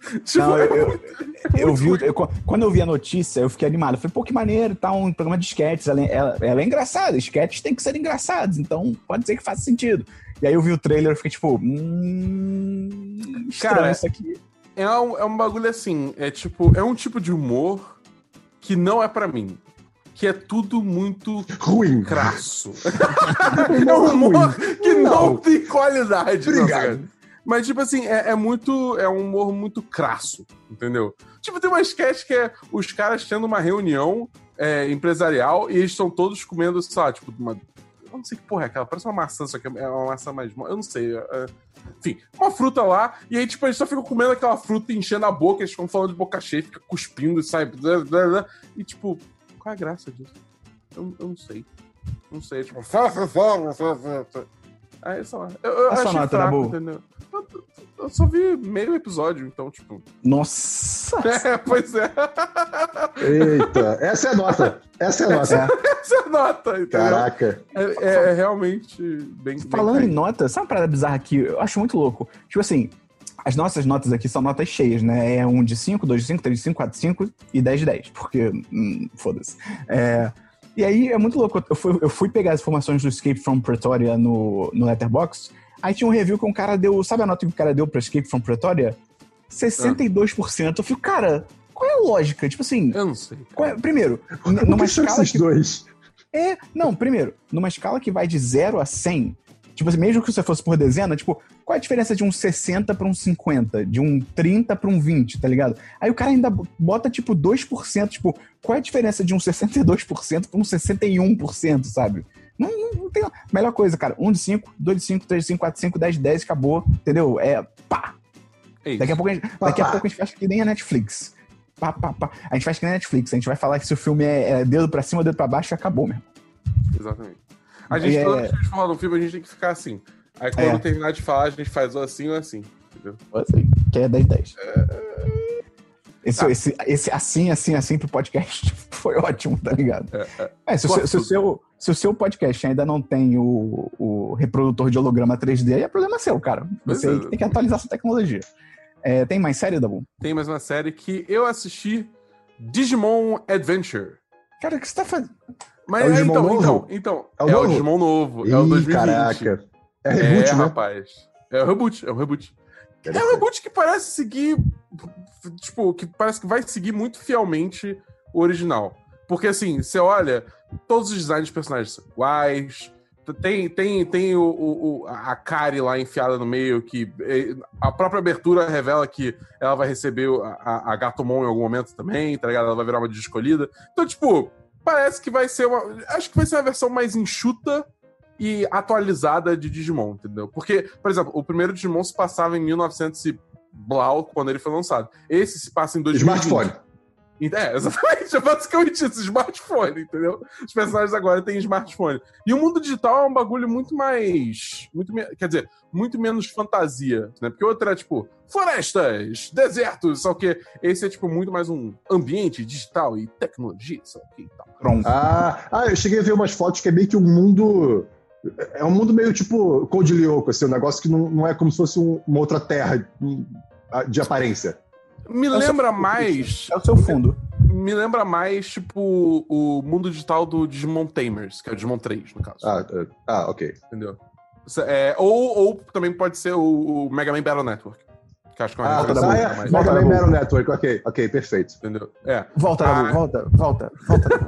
S4: Tipo,
S2: Não, eu, eu, eu vi, eu, quando eu vi a notícia, eu fiquei animado. Eu falei, pô, que maneiro, tá um programa de sketches. Ela, ela, ela é engraçada, sketches tem que ser engraçados, então pode ser que faça sentido. E aí eu vi o trailer e fiquei tipo, hum. Estranho
S4: cara,
S2: isso aqui.
S4: É um, é um bagulho assim, é tipo, é um tipo de humor que não é pra mim. Que é tudo muito
S3: ruim,
S4: crasso. É um humor que não, não tem qualidade.
S3: Obrigado.
S4: Nossa, mas, tipo assim, é, é muito. É um humor muito crasso, entendeu? Tipo, tem uma sketch que é os caras tendo uma reunião é, empresarial e eles estão todos comendo, sei lá, tipo, uma. Eu não sei que porra é aquela, parece uma maçã, só que é uma maçã mais. Eu não sei. É, enfim, uma fruta lá, e aí, tipo, eles só ficam comendo aquela fruta e enchendo a boca, eles ficam falando de boca cheia, fica cuspindo e sai. E, tipo, qual é a graça disso? Eu, eu não sei. Não sei, tipo. Aí, sei lá. Eu, eu
S2: a
S4: achei
S2: nota,
S4: fraco,
S2: Dabu?
S4: entendeu? Eu, eu só vi meio episódio, então, tipo.
S2: Nossa!
S4: É, pois é.
S3: Eita, essa é a nota. Essa é a nota.
S4: Essa é a nota, entendeu?
S3: Caraca.
S4: É, é, é realmente bem.
S2: Falando
S4: bem
S2: em nota, sabe uma parada bizarra aqui? Eu acho muito louco. Tipo assim, as nossas notas aqui são notas cheias, né? É um de cinco, dois de cinco, três de cinco, quatro de cinco e dez de dez. Porque, hum, foda-se. É. E aí é muito louco. Eu fui, eu fui pegar as informações do Escape from Pretoria no, no Letterboxd. Aí tinha um review que um cara deu. Sabe a nota que o cara deu pra Escape from Pretoria? sessenta e dois por cento. Eu fico, cara, qual é a lógica? Tipo assim.
S4: Eu não sei.
S2: Qual é, primeiro, n- numa
S3: que são
S2: escala.
S3: esses
S2: Que,
S3: dois?
S2: é, não, primeiro, numa escala que vai de zero a cem. Tipo assim, mesmo que você fosse por dezena, tipo, qual é a diferença de um sessenta pra um cinquenta? De um trinta pra um vinte, tá ligado? Aí o cara ainda bota, tipo, dois por cento. Tipo, qual é a diferença de um sessenta e dois por cento pra um sessenta e um por cento, sabe? Não, não, não tem... Melhor coisa, cara. um de cinco, dois de cinco, três de cinco, quatro de cinco, dez de dez, acabou. Entendeu? É pá!
S4: É
S2: Daqui a pouco a gente,
S3: Pá,
S2: daqui a
S3: pá.
S2: pouco a gente faz que nem a Netflix. Pá, pá, pá. A gente faz que nem a Netflix. A gente vai falar que se o filme é, é dedo pra cima, dedo pra baixo, acabou mesmo.
S4: Exatamente. A gente,
S2: É.
S4: toda vez que a gente fala no filme, a gente tem que ficar assim. Aí quando
S2: É.
S4: terminar de falar, a gente faz ou assim ou assim. Entendeu?
S2: Assim, que é dez de dez. Esse,
S4: Tá.
S2: esse, esse assim, assim, assim pro podcast foi ótimo, tá ligado?
S4: É, é.
S2: É, se, o seu, se, o seu, se o seu podcast ainda não tem o, o reprodutor de holograma três D, aí é problema seu, cara. Você
S4: Pois é.
S2: que tem que atualizar essa tecnologia. É, tem mais série, Dabu?
S4: Tem mais uma série que eu assisti, Digimon Adventure.
S2: Cara, o que você tá fazendo?
S4: Mas
S3: É o
S4: é,
S3: Digimon
S4: então,
S3: novo?
S4: então, então,
S3: É o
S4: é o
S3: novo?
S4: Digimon novo,
S3: Ih,
S4: é o dois mil e vinte.
S3: caraca. É reboot,
S4: é,
S3: né?
S4: rapaz. É o reboot, é o reboot. É um reboot que parece seguir. Tipo, que parece que vai seguir muito fielmente o original. Porque, assim, você olha, todos os designs de personagens são iguais. Tem, tem, tem o, o, a Kari lá enfiada no meio, que a própria abertura revela que ela vai receber a, a Gatomon em algum momento também, tá ligado? Ela vai virar uma escolhida. Então, tipo, parece que vai ser uma. Acho que vai ser uma versão mais enxuta e atualizada de Digimon, entendeu? Porque, por exemplo, o primeiro Digimon se passava em mil e novecentos e blau, quando ele foi lançado. Esse se passa em dois mil e vinte.
S3: Smartphone.
S4: É, exatamente, é basicamente isso, smartphone, entendeu? Os personagens agora têm smartphone. E o mundo digital é um bagulho muito mais... Muito me... Quer dizer, muito menos fantasia, né? Porque o outro era, tipo, florestas, desertos, só que esse é, tipo, muito mais um ambiente digital e tecnologia, só que e tal.
S2: Pronto.
S3: Ah, ah, eu cheguei a ver umas fotos que é meio que um mundo... É um mundo meio tipo Code Lyoko, assim, um negócio que não, não é como se fosse um- uma outra terra um, de aparência.
S4: Me
S2: É o seu
S4: lembra
S2: fundo,
S4: mais...
S2: É o seu fundo.
S4: Me lembra mais, tipo, o mundo digital do Digimon Tamers, que é o Digimon três, no caso.
S3: Ah, ah, ah, ok.
S4: Entendeu? É, ou, ou também pode ser o, o Mega Man Battle Network. Que acho que é uma
S3: Ah,
S4: referência
S3: tá,
S2: bom,
S3: é,
S4: mais,
S3: Mega
S2: Volta,
S3: Man
S2: Dabu.
S3: Battle Network, ok, ok, perfeito.
S4: entendeu? É.
S2: Volta,
S4: Ah.
S2: Dabu, volta, volta, volta. Dabu.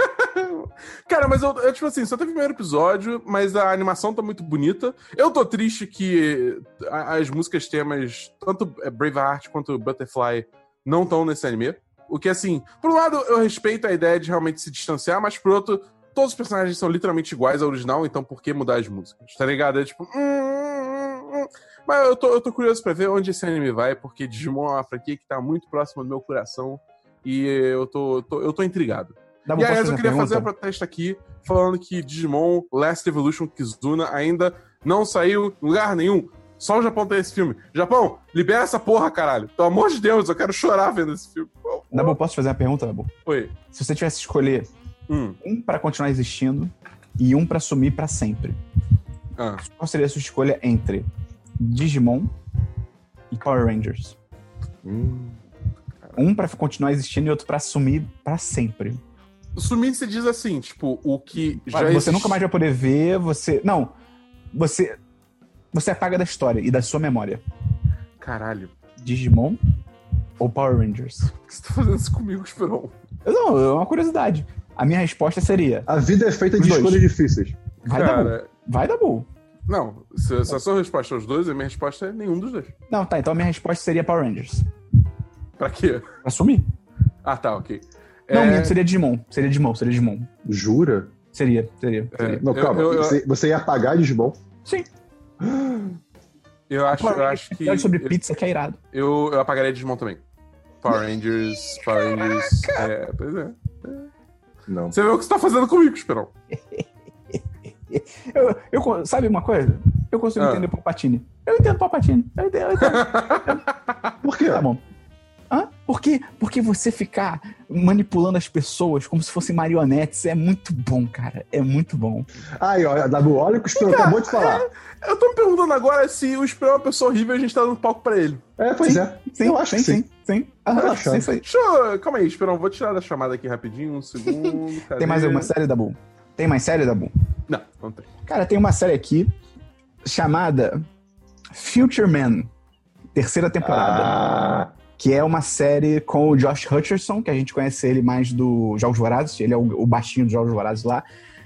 S4: Cara, mas eu, eu, tipo assim, só teve o primeiro episódio, mas a animação tá muito bonita. Eu tô triste que a- as músicas temas, tanto Braveheart quanto Butterfly, não estão nesse anime. O que, assim, por um lado, eu respeito a ideia de realmente se distanciar, mas por outro, todos os personagens são literalmente iguais ao original, então por que mudar as músicas? Tá ligado? É tipo. Hum, hum, hum. Mas eu tô, eu tô curioso pra ver onde esse anime vai, porque Digimon é uma franquia que tá muito próxima do meu coração e eu tô, tô- eu tô intrigado.
S2: Dabu,
S4: E
S2: posso
S4: aliás, eu
S2: fazer
S4: queria
S2: uma
S4: fazer um
S2: pergunta?
S4: protesto aqui, falando que Digimon Last Evolution Kizuna ainda não saiu em lugar nenhum. Só o Japão tem esse filme. Japão, libera essa porra, caralho. Pelo amor de Deus, eu quero chorar vendo esse filme.
S2: Dabu, posso te fazer uma pergunta, Dabu?
S4: Oi.
S2: Se você tivesse que escolher
S4: Hum.
S2: um pra continuar existindo e um pra sumir pra sempre,
S4: Ah.
S2: qual seria a sua escolha entre Digimon e Power Rangers?
S3: Hum.
S2: Um pra continuar existindo e outro pra sumir pra sempre.
S4: Sumir se diz assim, tipo, o que já
S2: Você
S4: existe...
S2: nunca mais vai poder ver, você... Não, você... Você apaga da história e da sua memória.
S4: Caralho.
S2: Digimon ou Power Rangers?
S4: Por que você tá fazendo isso comigo, Esperon?
S2: Não, é uma curiosidade. A minha resposta seria...
S3: A vida é feita de
S2: Os dois.
S3: escolhas difíceis.
S2: Vai
S4: Cara...
S2: dar bom. Vai dar bom.
S4: Não, se, se a sua resposta é os dois, a minha resposta é nenhum dos dois.
S2: Não, tá, então a minha resposta seria Power Rangers.
S4: Pra quê?
S2: Pra sumir.
S4: Ah, tá, ok.
S2: Não,
S4: É...
S2: minto, seria Digimon. Seria Digimon, seria Digimon.
S3: Jura?
S2: Seria, seria. seria.
S4: É.
S3: Não,
S4: Eu-
S3: calma.
S4: eu- eu-
S3: Você, você ia apagar Digimon?
S2: Sim.
S4: Eu acho,
S2: Power
S4: eu
S2: Rangers,
S4: acho que...
S2: episódio sobre
S4: eu,
S2: pizza que é irado.
S4: eu, eu apagaria Digimon também. Power Rangers, Power Rangers... É, pois é.
S3: Não.
S4: Você vê o que você tá fazendo comigo, Esperon.
S2: Eu, eu, sabe uma coisa? Eu consigo
S4: Ah.
S2: entender o Palpatine. Eu entendo o Palpatine. Eu entendo, eu entendo.
S3: Por quê?
S2: Tá bom. Hã? Por quê? Porque você ficar manipulando as pessoas como se fossem marionetes é muito bom, cara. É muito bom.
S3: Aí, ó, Dabu, olha o que o Esperon acabou de falar.
S4: Eu tô me perguntando agora se o Esperon é uma pessoa horrível e a gente tá dando palco pra ele.
S3: É, pois
S2: Sim,
S3: é.
S2: Sim,
S3: eu acho
S2: sim,
S3: que sim.
S2: sim. sim. Aham,
S3: Relaxando.
S2: sim, sim.
S4: Deixa eu... Calma aí, Esperon, vou tirar da chamada aqui rapidinho, um segundo. Cadê?
S2: Tem mais alguma série, Dabu? Tem mais série, Dabu?
S4: Não, não tem.
S2: Cara, tem uma série aqui chamada Future Man, terceira temporada.
S3: Ah,
S2: Que é uma série com o Josh Hutcherson, que a gente conhece ele mais do Jogos Vorazes, ele é o, o baixinho dos Jogos Vorazes lá.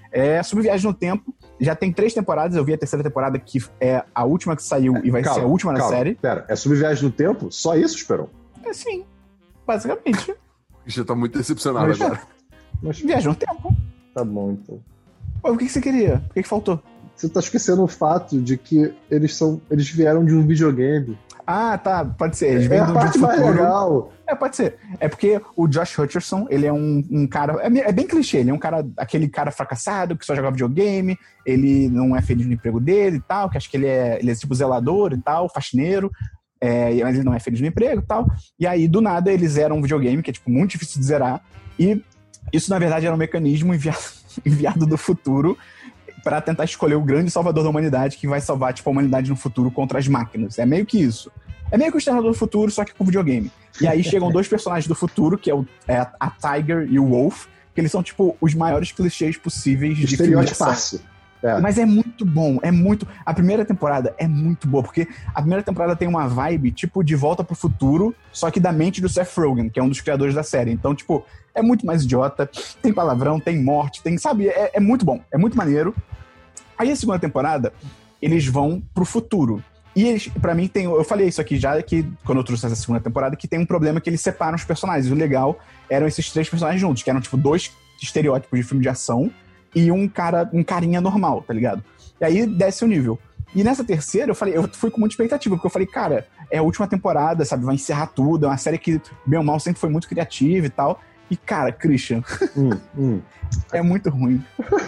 S2: É sobre viagem no tempo, já tem três temporadas, eu vi a terceira temporada, que é a última que saiu e vai
S3: calma,
S2: ser a última
S3: calma.
S2: da série.
S3: Pera, é sobre viagem no tempo? Só isso, Esperon?
S2: É sim, basicamente.
S4: Já tá muito decepcionado
S3: Mas-
S4: agora.
S3: Mas
S2: Viagem no tempo.
S3: tá bom, então.
S2: Pô, o que, que você queria? O que, que faltou?
S3: Você tá esquecendo o fato de que eles são. Eles vieram de um videogame.
S2: Ah, tá, pode ser. Eles
S3: É
S2: vêm
S3: a
S2: do
S3: parte
S2: do
S3: mais
S2: futuro.
S3: legal.
S2: É, pode ser. É porque o Josh Hutcherson, ele é um, um cara... É, me- é bem clichê, ele é um cara... Aquele cara fracassado, que só joga videogame, ele não é feliz no emprego dele e tal, que acho que ele é, ele é tipo zelador e tal, faxineiro, é, mas ele não é feliz no emprego e tal. E aí, do nada, eles zeram um videogame, que é, tipo, muito difícil de zerar, e isso, na verdade, era um mecanismo enviado, enviado do futuro para tentar escolher o grande salvador da humanidade que vai salvar, tipo, a humanidade no futuro contra as máquinas. É meio que isso. É meio que o Exterminador do Futuro, só que com videogame. E aí chegam dois personagens do futuro, que é, o, é a, a Tiger e o Wolf, que eles são, tipo, os maiores clichês possíveis de filme de ação.
S3: Estereotipaço. É.
S2: Mas é muito bom, é muito... A primeira temporada é muito boa, porque a primeira temporada tem uma vibe, tipo, de Volta pro Futuro, só que da mente do Seth Rogen, que é um dos criadores da série. Então, tipo, é muito mais idiota, tem palavrão, tem morte, tem... Sabe, é, é muito bom, é muito maneiro. Aí a segunda temporada, eles vão pro futuro. E eles, pra mim, tem... Eu falei isso aqui já, que quando eu trouxe essa segunda temporada, que tem um problema que eles separam os personagens. O legal eram esses três personagens juntos, que eram, tipo, dois estereótipos de filme de ação e um cara, um carinha normal, tá ligado? E aí desce o nível. E nessa terceira, eu falei, eu fui com muita expectativa, porque eu falei, cara, é a última temporada, sabe? Vai encerrar tudo, é uma série que, bem ou mal, sempre foi muito criativa e tal. E, cara, Christian,
S3: Hum, hum.
S2: é muito ruim.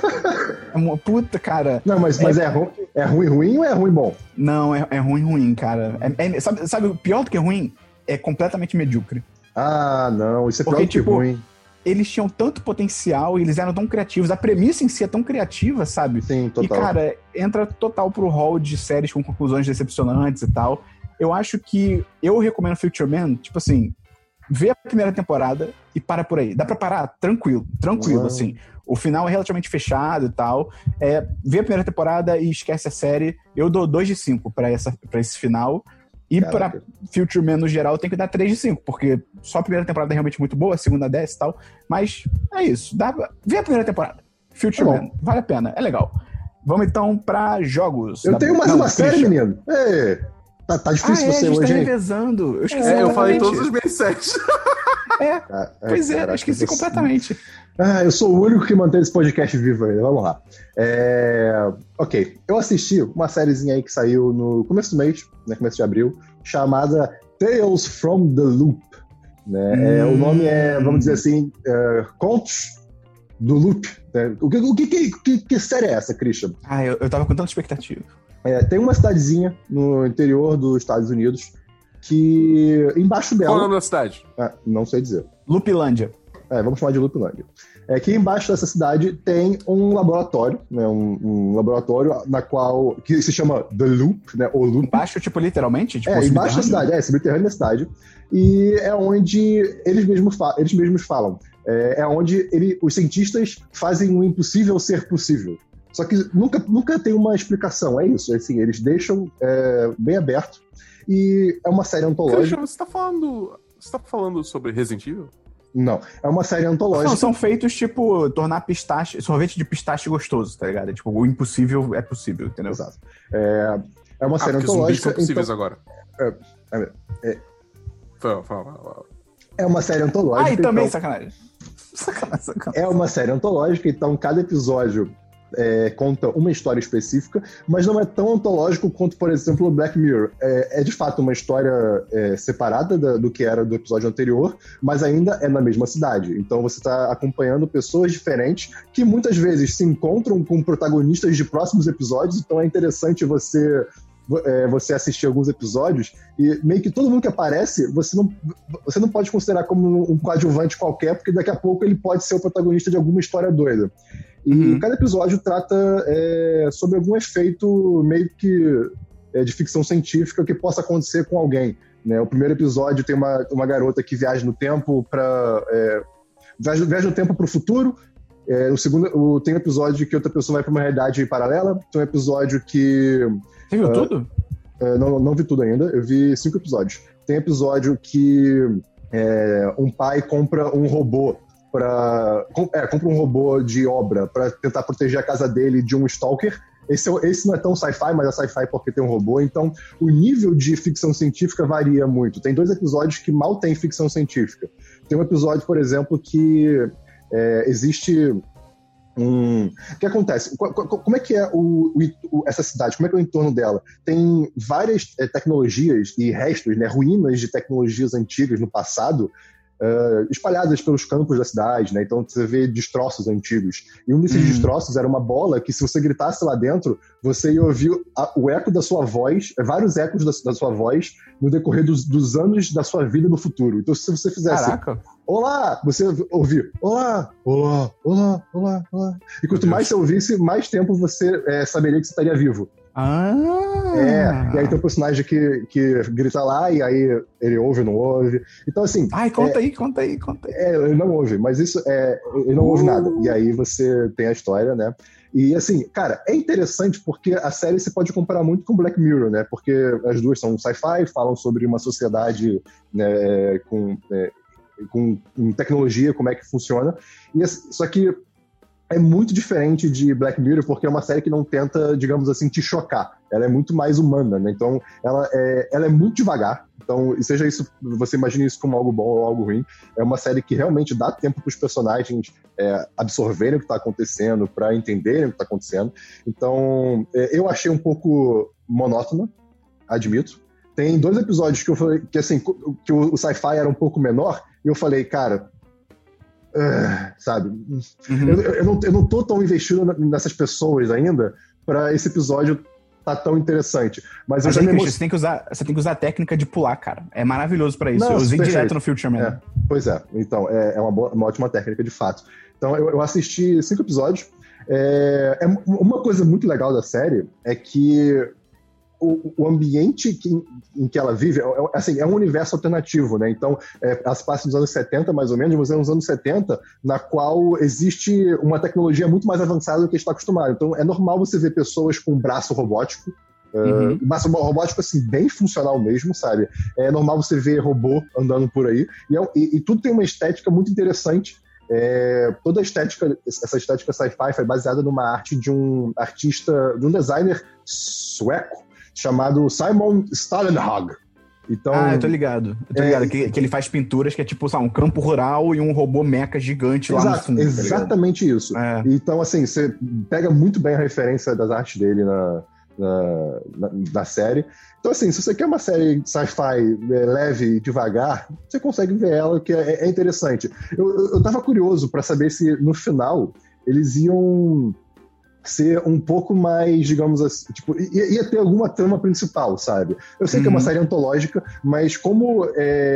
S2: É uma puta, cara.
S3: Não, mas, mas é, ru... é ruim, ruim ou é ruim bom?
S2: Não, é, é ruim, ruim, cara. É, é- sabe, sabe, o pior do que ruim? É completamente medíocre.
S3: Ah, não, isso é pior
S2: Porque,
S3: do que
S2: tipo,
S3: ruim.
S2: Eles tinham tanto potencial e eles eram tão criativos. A premissa em si é tão criativa, sabe?
S3: Sim,
S2: E,
S3: total.
S2: cara, entra total pro hall de séries com conclusões decepcionantes e tal. Eu acho que eu recomendo Future Man, tipo assim, vê a primeira temporada e para por aí. Dá pra parar tranquilo, tranquilo,
S3: Uau.
S2: assim. O final é relativamente fechado e tal. É, vê a primeira temporada e esquece a série. Eu dou dois de cinco pra, essa, pra esse final. E
S3: Caraca.
S2: pra Future Man, no geral, tem que dar três de cinco, porque só a primeira temporada é realmente muito boa, a segunda desce e tal. Mas é isso. Dá, vê a primeira temporada. Future
S3: Tá bom.
S2: Man. Vale a pena. É legal. Vamos então pra jogos.
S3: Eu
S2: Da-
S3: tenho mais
S2: Não,
S3: uma série,
S2: Christian.
S3: menino. Ei, tá, tá
S2: Ah,
S3: difícil
S2: é,
S3: você
S2: a gente
S3: hoje,
S2: tá
S3: hein?
S2: revezando. Eu esqueci
S4: É, eu falei
S2: completamente.
S4: todas as minhas séries.
S2: É,
S3: Ah, ai,
S2: pois é,
S3: caraca,
S2: eu esqueci
S3: você-
S2: completamente.
S3: Ah, eu sou o único que mantém esse podcast vivo aí. Vamos lá. É, Ok, eu assisti uma sériezinha aí que saiu no começo do mês, né, começo de abril, chamada Tales from the Loop. Né? É,
S2: Hum.
S3: o nome é, vamos dizer assim, é, Contos do Loop. Né? O, que, o que, que, que, que série é essa, Christian?
S2: Ah, eu, eu tava com tanta expectativa.
S3: É, tem uma cidadezinha no interior dos Estados Unidos que embaixo
S4: Qual é o
S3: dela...
S4: nome da cidade?
S3: Ah, não sei dizer.
S2: Lupilândia.
S3: É, vamos chamar de Looplandia. é que embaixo dessa cidade tem um laboratório, né, um, um laboratório na qual, que se chama The Loop, né, o Loop.
S2: Embaixo, tipo, literalmente? Tipo,
S3: é, embaixo da cidade, é, subterrâneo da cidade, e é onde eles mesmos, fa- eles mesmos falam, é, é onde ele, os cientistas fazem o impossível ser possível. Só que nunca, nunca tem uma explicação, é isso, assim, eles deixam é, bem aberto, e é uma série antológica.
S4: Christian, você tá falando, você tá falando sobre Resident Evil?
S3: Não, é uma série antológica.
S2: Não, são feitos, tipo, tornar pistache, sorvete de pistache gostoso, tá ligado? É, tipo, o impossível é possível, entendeu?
S3: Exato. É, é uma
S4: Ah,
S3: série
S4: porque zumbis
S3: antológica.
S4: são possíveis
S3: então,
S4: agora.
S3: é, é, é,
S4: Fala, fala, fala.
S3: é uma série antológica.
S2: Ah, e também,
S3: então,
S2: sacanagem. Sacanagem, sacanagem.
S3: é uma série antológica, então cada episódio é, conta uma história específica, mas não é tão antológico quanto, por exemplo, o Black Mirror. É, é de fato uma história é, separada da, do que era do episódio anterior, mas ainda é na mesma cidade. Então você está acompanhando pessoas diferentes que muitas vezes se encontram com protagonistas de próximos episódios, então é interessante você... É, você assistir alguns episódios e meio que todo mundo que aparece, você não, você não pode considerar como um coadjuvante qualquer, porque daqui a pouco ele pode ser o protagonista de alguma história doida. E
S2: Uhum.
S3: cada episódio trata é, sobre algum efeito meio que é, de ficção científica que possa acontecer com alguém. Né? O primeiro episódio tem uma, uma garota que viaja no tempo para é, viaja, viaja no tempo para o futuro. É, o segundo, o, tem um episódio que outra pessoa vai para uma realidade paralela. Tem um episódio que
S2: Você viu
S3: uh,
S2: tudo?
S3: uh, não, não vi tudo ainda. Eu vi cinco episódios. Tem episódio que é, um pai compra um robô para é, compra um robô de obra para tentar proteger a casa dele de um stalker. Esse, esse não é tão sci-fi, mas é sci-fi porque tem um robô. Então, o nível de ficção científica varia muito. Tem dois episódios que mal tem ficção científica. Tem um episódio, por exemplo, que é, existe um... O que acontece? Como é que é o, o, essa cidade? Como é que é o entorno dela? Tem várias é, tecnologias e restos, né, ruínas de tecnologias antigas no passado, Uh, espalhadas pelos campos da cidade, né? Então você vê destroços antigos. E um desses hum. destroços era uma bola que, se você gritasse lá dentro, você ia ouvir a, o eco da sua voz, vários ecos da, da sua voz, no decorrer dos, dos anos da sua vida no futuro. Então, se você fizesse...
S2: Caraca!
S3: Olá! Você ouvir Olá! Olá! Olá! Olá! Olá! E quanto mais você ouvisse, mais tempo você é, saberia que você estaria vivo.
S2: Ah!
S3: É, e aí tem um personagem que, que grita lá, e aí ele ouve ou não ouve. Então, assim...
S2: Ai, conta
S3: é,
S2: aí, conta aí, conta aí.
S3: É, ele não ouve, mas isso é... Ele não uh. ouve nada. E aí você tem a história, né? E, assim, cara, é interessante porque a série você pode comparar muito com Black Mirror, né? Porque as duas são sci-fi, falam sobre uma sociedade, né, com, é, com, com tecnologia, como é que funciona. E, só que é muito diferente de Black Mirror, porque é uma série que não tenta, digamos assim, te chocar. Ela é muito mais humana, né? Então, ela é, ela é muito devagar. Então, e seja isso, você imagine isso como algo bom ou algo ruim, é uma série que realmente dá tempo para os personagens é, absorverem o que está acontecendo, para entenderem o que está acontecendo. Então, é, eu achei um pouco monótona, admito. Tem dois episódios que eu falei que, assim, que o, o sci-fi era um pouco menor, e eu falei, cara... Uh, sabe? Uhum. Eu, eu, não, eu não tô tão investido nessas pessoas ainda para esse episódio tá tão interessante. Mas,
S2: Mas
S3: eu já
S2: aí,
S3: me
S2: você, tem que usar, você tem que usar a técnica de pular, cara. É maravilhoso pra isso.
S3: Não,
S2: eu usei
S3: perfeito.
S2: direto no Future Man.
S3: É, pois é. Então, é, é uma, boa, uma ótima técnica, de fato. Então, eu, eu assisti cinco episódios. É, é, uma coisa muito legal da série é que o, o ambiente que, em que ela vive, é, assim, é um universo alternativo, né? Então, é, ela se passa nos anos setenta, mais ou menos, mas é nos anos setenta, na qual existe uma tecnologia muito mais avançada do que a gente está acostumado. Então, é normal você ver pessoas com braço robótico, uhum. uh, braço robótico, assim, bem funcional mesmo, sabe? É normal você ver robô andando por aí, e, é, e, e tudo tem uma estética muito interessante. É, toda a estética, essa estética sci-fi foi baseada numa arte de um artista, de um designer sueco, chamado Simon Stalenhag. Então,
S2: ah, eu tô ligado. Eu tô é, ligado. Que, que ele faz pinturas que é tipo, sabe, um campo rural e um robô mecha gigante
S3: exato,
S2: lá no fundo.
S3: Exatamente
S2: tá
S3: isso.
S2: É.
S3: Então, assim, você pega muito bem a referência das artes dele na, na, na, na série. Então, assim, se você quer uma série sci-fi é, leve e devagar, você consegue ver ela, que é, é interessante. Eu, eu, eu tava curioso pra saber se, no final, eles iam... ser um pouco mais, digamos assim, tipo, ia, ia ter alguma trama principal, sabe? Eu sei uhum. que é uma série antológica, mas como é,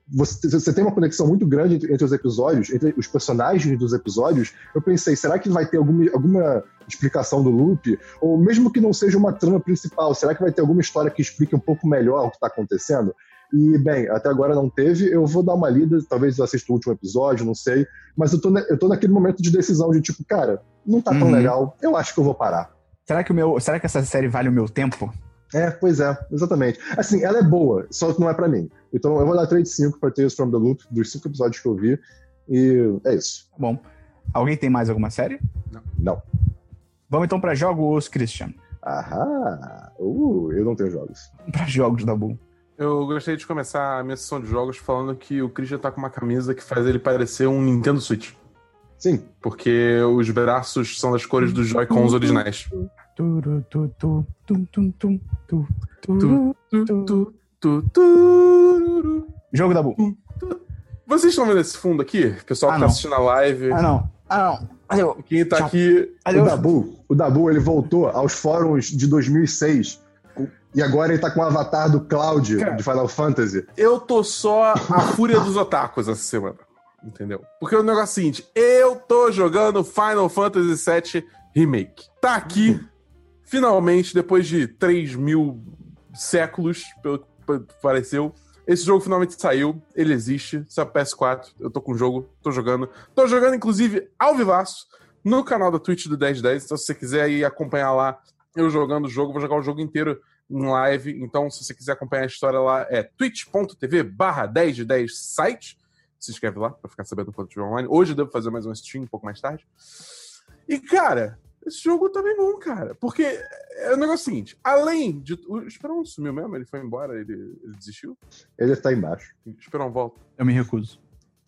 S3: você, você tem uma conexão muito grande entre, entre os episódios, entre os personagens dos episódios. Eu pensei, será que vai ter alguma, alguma explicação do loop? Ou mesmo que não seja uma trama principal, será que vai ter alguma história que explique um pouco melhor o que está acontecendo? E, bem, até agora não teve. Eu vou dar uma lida, talvez eu assista o último episódio, não sei. Mas eu tô, eu tô naquele momento de decisão de tipo, cara, não tá tão
S2: Uhum.
S3: legal, eu acho que eu vou parar.
S2: Será que, o meu, será que essa série vale o meu tempo?
S3: É, pois é, exatamente. Assim, ela é boa, só que não é pra mim. Então eu vou dar três de cinco pra Tales from the Loop, dos cinco episódios que eu vi. E é isso.
S2: Tá bom. Alguém tem mais alguma série?
S3: Não.
S2: Vamos então pra jogos, Christian.
S3: Ahá! Uh, eu não tenho jogos.
S2: Pra jogos da Bull.
S4: Eu gostaria de começar a minha sessão de jogos falando que o Christian tá com uma camisa que faz ele parecer um Nintendo Switch.
S3: Sim.
S4: Porque os braços são das cores dos Joy-Cons originais.
S2: Turu, tu, tu, tum, tum, tum, tu,
S4: Tu,
S2: turu,
S4: tu,
S2: tu.
S4: tu, tu, tururu.
S2: Jogo da Bull.
S4: Vocês estão vendo esse fundo aqui? O pessoal
S2: Ah,
S4: que tá
S2: não.
S4: assistindo a live.
S2: Ah, não. Ah, não. Valeu.
S4: Quem tá
S2: Tchau.
S4: aqui.
S3: O
S2: Valeu.
S3: Dabu, o Dabu, ele voltou aos fóruns de dois mil e seis. E agora ele tá com o avatar do Cloud,
S4: Cara.
S3: de Final Fantasy.
S4: Eu tô só a fúria dos otakus essa semana. Entendeu? Porque o negócio é o seguinte: eu tô jogando Final Fantasy sete Remake. Tá aqui, finalmente, depois de três mil séculos, pelo que pareceu. Esse jogo finalmente saiu, ele existe, saiu pra P S quatro, eu tô com o jogo, tô jogando. Tô jogando, inclusive, ao vivaço, no canal da Twitch do dez dez, então se você quiser ir acompanhar lá eu jogando o jogo, vou jogar o jogo inteiro em live, então se você quiser acompanhar a história lá, é twitch.tv barra dez de dez site, se inscreve lá pra ficar sabendo quando estiver online. Hoje eu devo fazer mais um stream um pouco mais tarde. E, cara, esse jogo tá bem bom, cara. Porque é o negócio seguinte, além de... O Esperão sumiu mesmo? Ele foi embora? Ele, ele desistiu?
S3: Ele tá embaixo.
S4: Esperão, volta.
S2: Eu me recuso.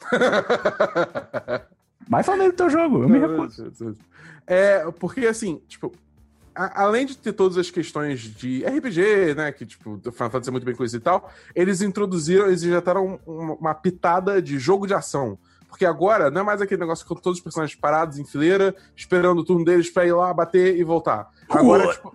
S2: Vai falando do teu jogo, eu me recuso.
S4: É, porque assim, tipo, a- além de ter todas as questões de R P G, né, que, tipo, o Final Fantasy é muito bem conhecido e tal, eles introduziram, eles injetaram uma, uma pitada de jogo de ação. Porque agora não é mais aquele negócio com todos os personagens parados em fileira, esperando o turno deles pra ir lá, bater e voltar. Agora, tipo,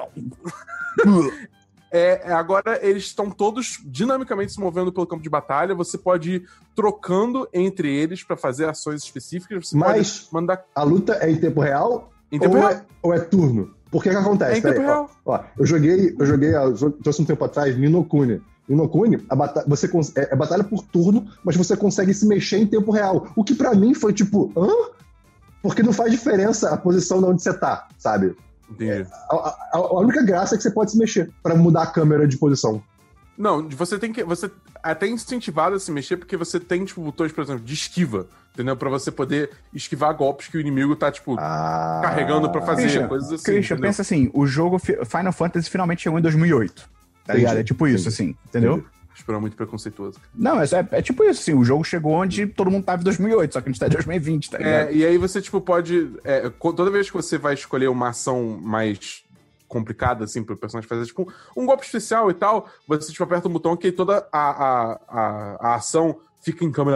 S4: é, é, agora eles estão todos dinamicamente se movendo pelo campo de batalha. Você pode ir trocando entre eles pra fazer ações específicas. Você
S3: Mas-
S4: pode mandar
S3: A luta é em tempo real?
S4: em tempo
S3: ou,
S4: real.
S3: É, ou é turno? Porque que acontece?
S4: É em
S3: Peraí,
S4: tempo
S3: ó,
S4: real.
S3: ó, eu joguei, eu joguei, ó, eu trouxe um tempo atrás, Ni Kuni. Ni Kuni, a bata- você cons- é, é batalha por turno, mas você consegue se mexer em tempo real. O que pra mim foi tipo, hã? Porque não faz diferença a posição de onde você tá, sabe?
S4: Entendi.
S3: A, a- a única graça é que você pode se mexer pra mudar a câmera de posição.
S4: Não, você tem que. Você é até incentivado a se mexer porque você tem, tipo, botões, por exemplo, de esquiva. Entendeu? Pra você poder esquivar golpes que o inimigo tá, tipo,
S3: Ah,
S4: carregando pra fazer,
S2: Christian,
S4: coisas assim.
S2: Christian,
S4: entendeu?
S2: pensa assim, o jogo Fi- Final Fantasy finalmente chegou em dois mil e oito. Tá
S3: Entendi,
S2: ligado? É tipo isso,
S3: entendi.
S2: assim, entendeu?
S3: Entendi.
S4: Esperou muito preconceituoso.
S2: Não, é, é, é tipo isso, assim, o jogo chegou onde todo mundo tava em dois mil e oito, só que a gente tá em dois mil e vinte, tá ligado?
S4: É, e aí você, tipo, pode. é, co- toda vez que você vai escolher uma ação mais complicada, assim, pro personagem fazer, tipo, um golpe especial e tal, você, tipo, aperta um botão que toda a, a, a, a ação fica em câmera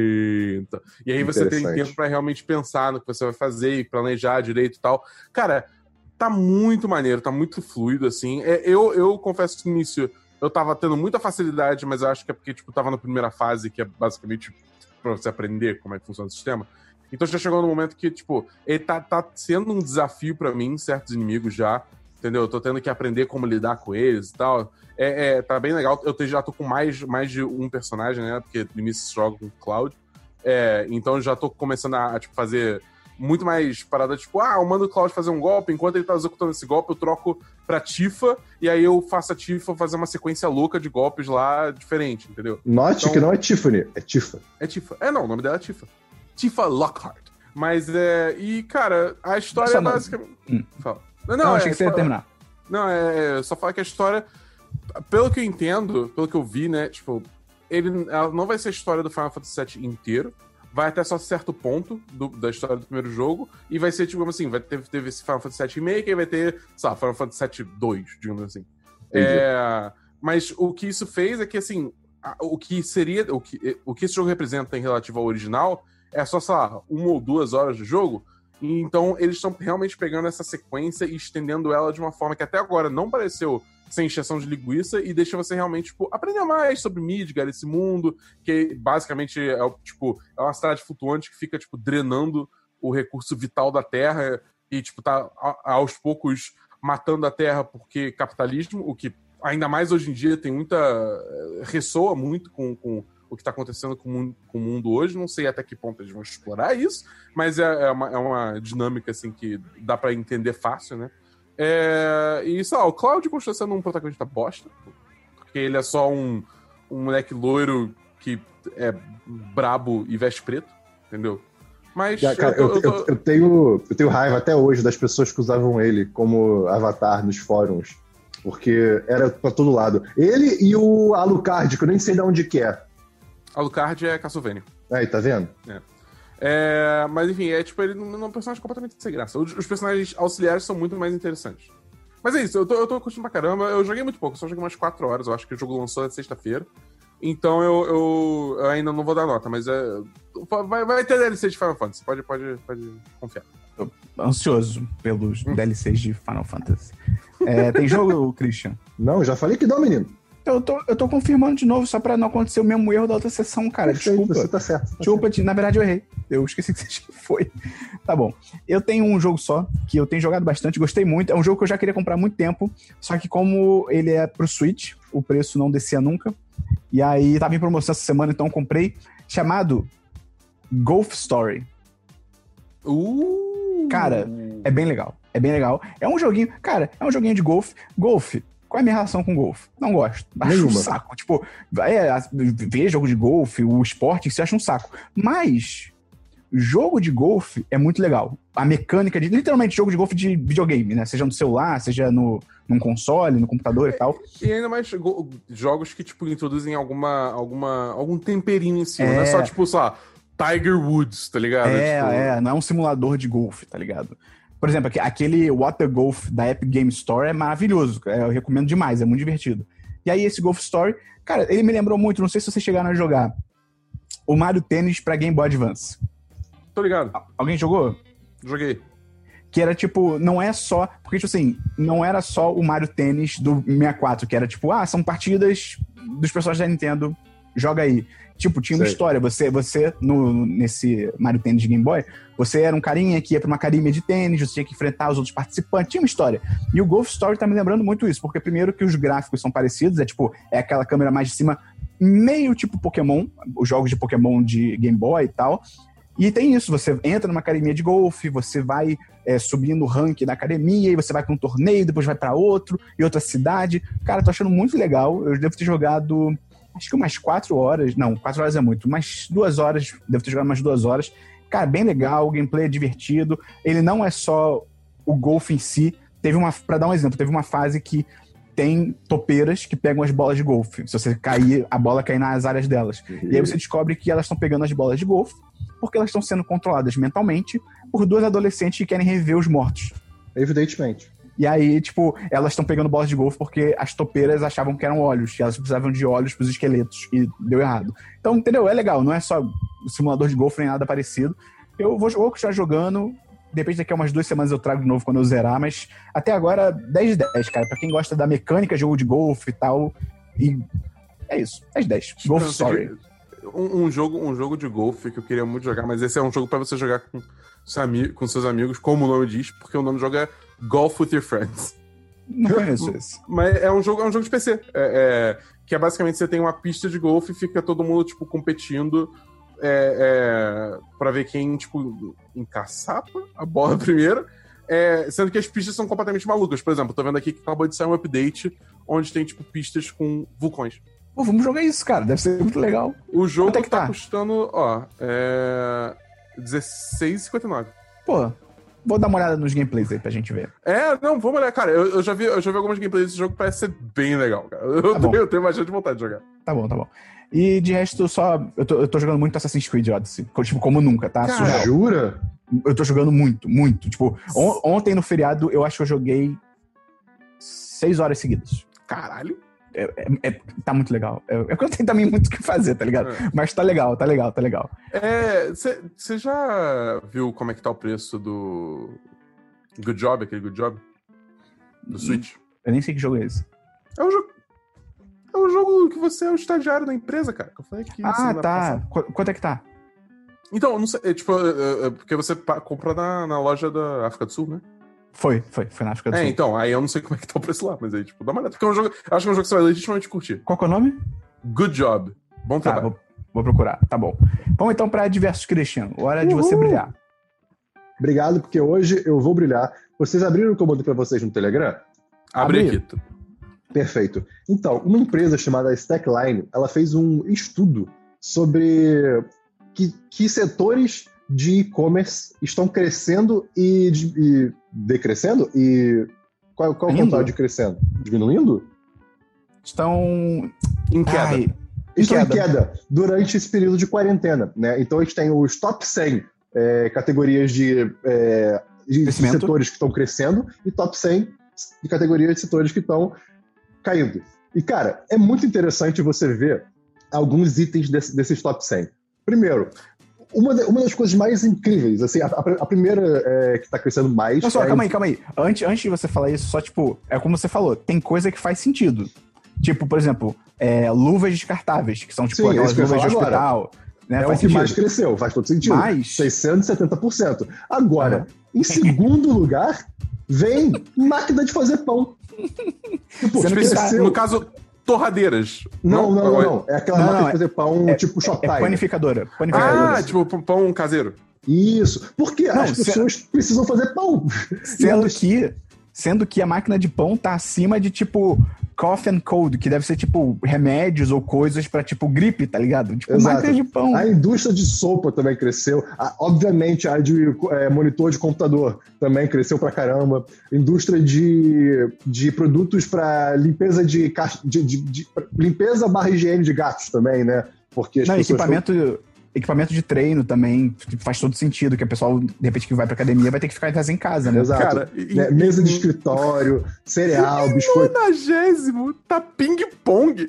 S4: lenta. E aí você tem
S3: Interessante.
S4: tempo pra realmente pensar no que você vai fazer e planejar direito e tal. Cara, tá muito maneiro, tá muito fluido, assim. É, eu, eu confesso que no início eu tava tendo muita facilidade, mas eu acho que é porque, tipo, tava na primeira fase, que é basicamente pra você aprender como é que funciona o sistema. Então já chegou no momento que, tipo, ele tá, tá sendo um desafio pra mim, certos inimigos já, entendeu? Eu tô tendo que aprender como lidar com eles e tal. É, é, tá bem legal. Eu te- já tô com mais, mais de um personagem, né? Porque no início você joga com o Cloud. É, então eu já tô começando a, a, tipo, fazer muito mais parada, tipo, ah, eu mando o Cloud fazer um golpe, enquanto ele tá executando esse golpe, eu troco pra Tifa, e aí eu faço a Tifa fazer uma sequência louca de golpes lá diferente, entendeu?
S3: Note
S4: Então-
S3: que não é Tiffany, é Tifa.
S4: É Tifa. É, não, o nome dela é Tifa. Tifa Lockhart. Mas é. E, cara, a história
S2: Essa
S4: é
S2: não-
S4: basicamente.
S2: Hum.
S4: Fala. Não,
S2: Não,
S4: não,
S2: achei
S4: é,
S2: que você ia
S4: só-
S2: terminar.
S4: Não, é, é só falar que a história, pelo que eu entendo, pelo que eu vi, né, tipo, ele, ela não vai ser a história do Final Fantasy sete inteiro, vai até só certo ponto do- da história do primeiro jogo, e vai ser, tipo, assim, vai ter, teve esse Final Fantasy sete Remake, e vai ter, sei lá, Final Fantasy sete dois, digamos assim.
S3: Entendi.
S4: É, mas o que isso fez é que, assim, a- o que seria, o que, o que esse jogo representa em relativo ao original é só, sei lá, uma ou duas horas de jogo. E então eles estão realmente pegando essa sequência e estendendo ela de uma forma que até agora não pareceu sem encheção de linguiça e deixa você realmente, tipo, aprender mais sobre Midgar, esse mundo, que basicamente é, tipo, é uma cidade flutuante que fica, tipo, drenando o recurso vital da Terra e, tipo, tá a, aos poucos matando a Terra porque capitalismo, o que ainda mais hoje em dia tem muita... ressoa muito com... com o que está acontecendo com o, mundo, com o mundo hoje. Não sei até que ponto eles vão explorar isso, mas é, é, uma, é uma dinâmica assim, que dá para entender fácil, né? É, e sei lá, o Cloud continua sendo um protagonista bosta, porque ele é só um, um moleque loiro que é brabo e veste preto, entendeu? Mas
S3: cara, cara, eu, eu, eu, eu, tenho, eu tenho raiva até hoje das pessoas que usavam ele como avatar nos fóruns, porque era pra todo lado. Ele e o Alucard, que eu nem sei de onde que é.
S4: Alucard é Castlevania.
S3: Aí, tá vendo?
S4: É. É, mas enfim, é tipo, ele não é um personagem completamente sem graça. Os, os personagens auxiliares são muito mais interessantes. Mas é isso, eu tô, eu tô curtindo pra caramba. Eu joguei muito pouco, só joguei umas quatro horas. Eu acho que o jogo lançou na sexta-feira. Então eu, eu, eu ainda não vou dar nota, mas é, vai, vai ter D L C de Final Fantasy. Pode, pode, pode confiar.
S2: Tô ansioso pelos D L Cs de Final Fantasy. É, tem jogo, Christian?
S3: Não, já falei que não, menino.
S2: Eu tô, eu tô confirmando de novo, só pra não acontecer o mesmo erro da outra sessão, cara.
S3: Perfeito,
S2: desculpa.
S3: Você tá certo. Tá
S2: desculpa,
S3: certo.
S2: Na verdade eu errei. Eu esqueci que foi. Tá bom. Eu tenho um jogo só, que eu tenho jogado bastante, gostei muito. É um jogo que eu já queria comprar há muito tempo, só que como ele é pro Switch, o preço não descia nunca. E aí tava em promoção essa semana, então eu comprei. Chamado Golf Story.
S4: Uh!
S2: Cara, é bem legal. É bem legal. É um joguinho... Cara, é um joguinho de golfe. Golfe. Qual é a minha relação com golfe? Não gosto. Acho
S3: Nenhuma.
S2: um saco. Tipo, é, ver jogo de golfe, o esporte em si, acho um saco. Mas, jogo de golfe é muito legal. A mecânica de... Literalmente, jogo de golfe de videogame, né? Seja no celular, seja no, num console, no computador e tal.
S4: E ainda mais go- jogos que, tipo, introduzem alguma, alguma, algum temperinho em cima.
S2: É.
S4: Não é só, tipo, sei lá, Tiger Woods, tá ligado?
S2: É,
S4: tipo...
S2: é. Não é um simulador de golfe, tá ligado? Por exemplo, aquele Water Golf da Epic Game Store é maravilhoso. Eu recomendo demais, é muito divertido. E aí esse Golf Story, cara, ele me lembrou muito, não sei se vocês chegaram a jogar, o Mario Tennis pra Game Boy Advance.
S4: Tô ligado.
S2: Alguém jogou?
S4: Joguei.
S2: Que era tipo, não é só... Porque, tipo assim, não era só o Mario Tennis do sessenta e quatro, que era tipo, ah, são partidas dos personagens da Nintendo, joga aí. Tipo, tinha uma
S3: Sei.
S2: história. Você, você no, nesse Mario Tennis de Game Boy, você era um carinha que ia pra uma academia de tênis, você tinha que enfrentar os outros participantes. Tinha uma história. E o Golf Story tá me lembrando muito isso, porque primeiro que os gráficos são parecidos, é tipo, é aquela câmera mais de cima, meio tipo Pokémon, os jogos de Pokémon de Game Boy e tal. E tem isso, você entra numa academia de golfe, você vai é, subindo o ranking da academia, e você vai pra um torneio, depois vai pra outro, e outra cidade. Cara, tô achando muito legal. Eu devo ter jogado... Acho que umas quatro horas, não, quatro horas é muito, umas duas horas, devo ter jogado umas duas horas. Cara, bem legal, o gameplay é divertido. Ele não é só o golfe em si. Teve uma, pra dar um exemplo, teve uma fase que tem topeiras que pegam as bolas de golfe. Se você cair, a bola cai nas áreas delas. E aí você descobre que elas estão pegando as bolas de golfe porque elas estão sendo controladas mentalmente por duas adolescentes que querem reviver os mortos.
S3: Evidentemente.
S2: E aí, tipo, elas estão pegando bolas de golfe porque as topeiras achavam que eram olhos, e elas precisavam de olhos pros esqueletos, e deu errado. Então, entendeu? É legal, não é só o simulador de golfe nem nada parecido. Eu vou, vou continuar jogando, de repente daqui a umas duas semanas eu trago de novo quando eu zerar, mas até agora, dez de dez, cara. Pra quem gosta da mecânica, jogo de golfe e tal, e é isso, dez de dez. Golf Story.
S4: Um, um, jogo, um jogo de golfe que eu queria muito jogar, mas esse é um jogo pra você jogar com, seu ami- com seus amigos, como o nome diz, porque o nome do jogo é Golf with Your Friends.
S2: Não conheço esse.
S4: Mas é um jogo, é um jogo de P C. É, é, que é basicamente você tem uma pista de golfe e fica todo mundo, tipo, competindo é, é, pra ver quem, tipo, encaçapa a bola primeiro. É, sendo que as pistas são completamente malucas. Por exemplo, tô vendo aqui que acabou de sair um update onde tem, tipo, pistas com vulcões.
S2: Pô, vamos jogar isso, cara. Deve ser muito legal.
S4: O jogo
S2: Quanto é que
S4: tá,
S2: tá?
S4: custando, ó, é... dezesseis reais e cinquenta e nove centavos.
S2: Pô, vou dar uma olhada nos gameplays aí pra gente ver.
S4: É, não, vamos olhar. Cara, eu, eu, já vi, eu já vi algumas gameplays desse jogo, parece ser bem legal, cara. Eu,
S2: Tá bom.
S4: tenho, eu tenho bastante vontade de jogar.
S2: Tá bom, tá bom. E de resto, só. Eu tô, eu tô jogando muito Assassin's Creed Odyssey. Tipo, como nunca, tá?
S4: Cara,
S2: Surreal.
S3: Jura?
S2: Eu tô jogando muito, muito. Tipo, on- ontem no feriado, eu acho que eu joguei seis horas seguidas.
S4: Caralho.
S2: É, é- é- tá muito legal. É, é porque eu tenho também muito o que fazer, tá ligado?
S4: É.
S2: Mas tá legal, tá legal, tá legal.
S4: É, você já viu como é que tá o preço do Good Job, aquele Good Job? Do Switch?
S2: Eu nem sei que jogo é esse.
S4: É um jogo. É um jogo que você é o estagiário da empresa, cara. Que eu falei que
S2: Ah,
S4: semana
S2: tá.
S4: passada.
S2: Qu- Quanto é que tá?
S4: Então, não sei. É, tipo, é, é, porque você pa- compra na, na loja da África do Sul, né?
S2: Foi, foi. Foi na África do
S4: É,
S2: Sul.
S4: então, aí eu não sei como é que tá o preço lá, mas aí, tipo, dá uma olhada. Porque é um jogo. Eu acho que é um jogo que você vai legitimamente curtir.
S2: Qual que é o nome?
S4: Good job. Bom
S2: Tá,
S4: trabalho.
S2: vou, vou procurar. Tá bom. Vamos então pra Diversos Cristiano. Hora de você
S3: Uhul.
S2: brilhar.
S3: Obrigado, porque hoje eu vou brilhar. Vocês abriram o que eu mandei pra vocês no Telegram?
S4: Abre
S2: Abri.
S4: aqui.
S3: Perfeito. Então, uma empresa chamada Stackline, ela fez um estudo sobre que, que setores de e-commerce estão crescendo e, de- e decrescendo? E qual, qual é o
S2: Indo.
S3: contrário de crescendo? Diminuindo?
S2: Estão...
S4: Em queda.
S2: Ai, em
S3: Estão em
S2: queda.
S3: queda durante esse período de quarentena, né? Então a gente tem os top cem é, categorias de, é, de
S2: Crescimento.
S3: setores que estão crescendo e top cem de categorias de setores que estão caindo. E, cara, é muito interessante você ver alguns itens desse- desses top cem. Primeiro, uma, da- uma das coisas mais incríveis, assim, a, a- a primeira é, que está crescendo mais...
S2: Não, só,
S3: é
S2: calma aí, calma aí. Antes, antes de você falar isso, só tipo, é como você falou, tem coisa que faz sentido. Tipo, por exemplo, é, luvas descartáveis, que são tipo
S3: Sim,
S2: aquelas
S3: isso que eu ia
S2: luvas de
S3: falar
S2: hospital. Né,
S3: É o
S2: faz
S3: que
S2: sentido.
S3: mais cresceu, faz todo sentido.
S2: Mas-
S3: seiscentos e setenta por cento. Agora,
S2: Aham.
S3: em segundo lugar, vem máquina de fazer pão. Tipo,
S2: Sendo que
S3: cresceu.
S4: No caso, torradeiras.
S3: Não, não, não, não. É aquela
S2: Não,
S3: máquina
S2: não,
S3: de fazer pão
S2: é-
S3: tipo
S2: É
S3: Shoptime.
S2: panificadora. Panificadora.
S4: Ah, tipo, p- pão caseiro.
S3: Isso. Porque
S2: Não,
S3: as
S2: se-
S3: pessoas precisam fazer pão.
S2: Sendo
S3: E elas-
S2: que, sendo que a máquina de pão tá acima de, tipo, cough and cold, que deve ser, tipo, remédios ou coisas pra, tipo, gripe, tá ligado? Tipo,
S3: Exato.
S2: máquina de pão.
S3: A indústria de sopa também cresceu. A- obviamente, a de é, monitor de computador também cresceu pra caramba. Indústria de, de produtos para limpeza de, caixa- de, de- de- limpeza barra higiene de gatos também, né? Porque as
S2: Não,
S3: pessoas
S2: equipamento, equipamento de treino também tipo, faz todo sentido, que a pessoa, de repente, que vai pra academia vai ter que ficar em casa, né?
S3: Exato.
S4: Cara, e-
S3: Né,
S4: e-
S3: mesa de
S4: e-
S3: escritório, cereal, biscoito.
S4: Nonagésimo, tá ping-pong.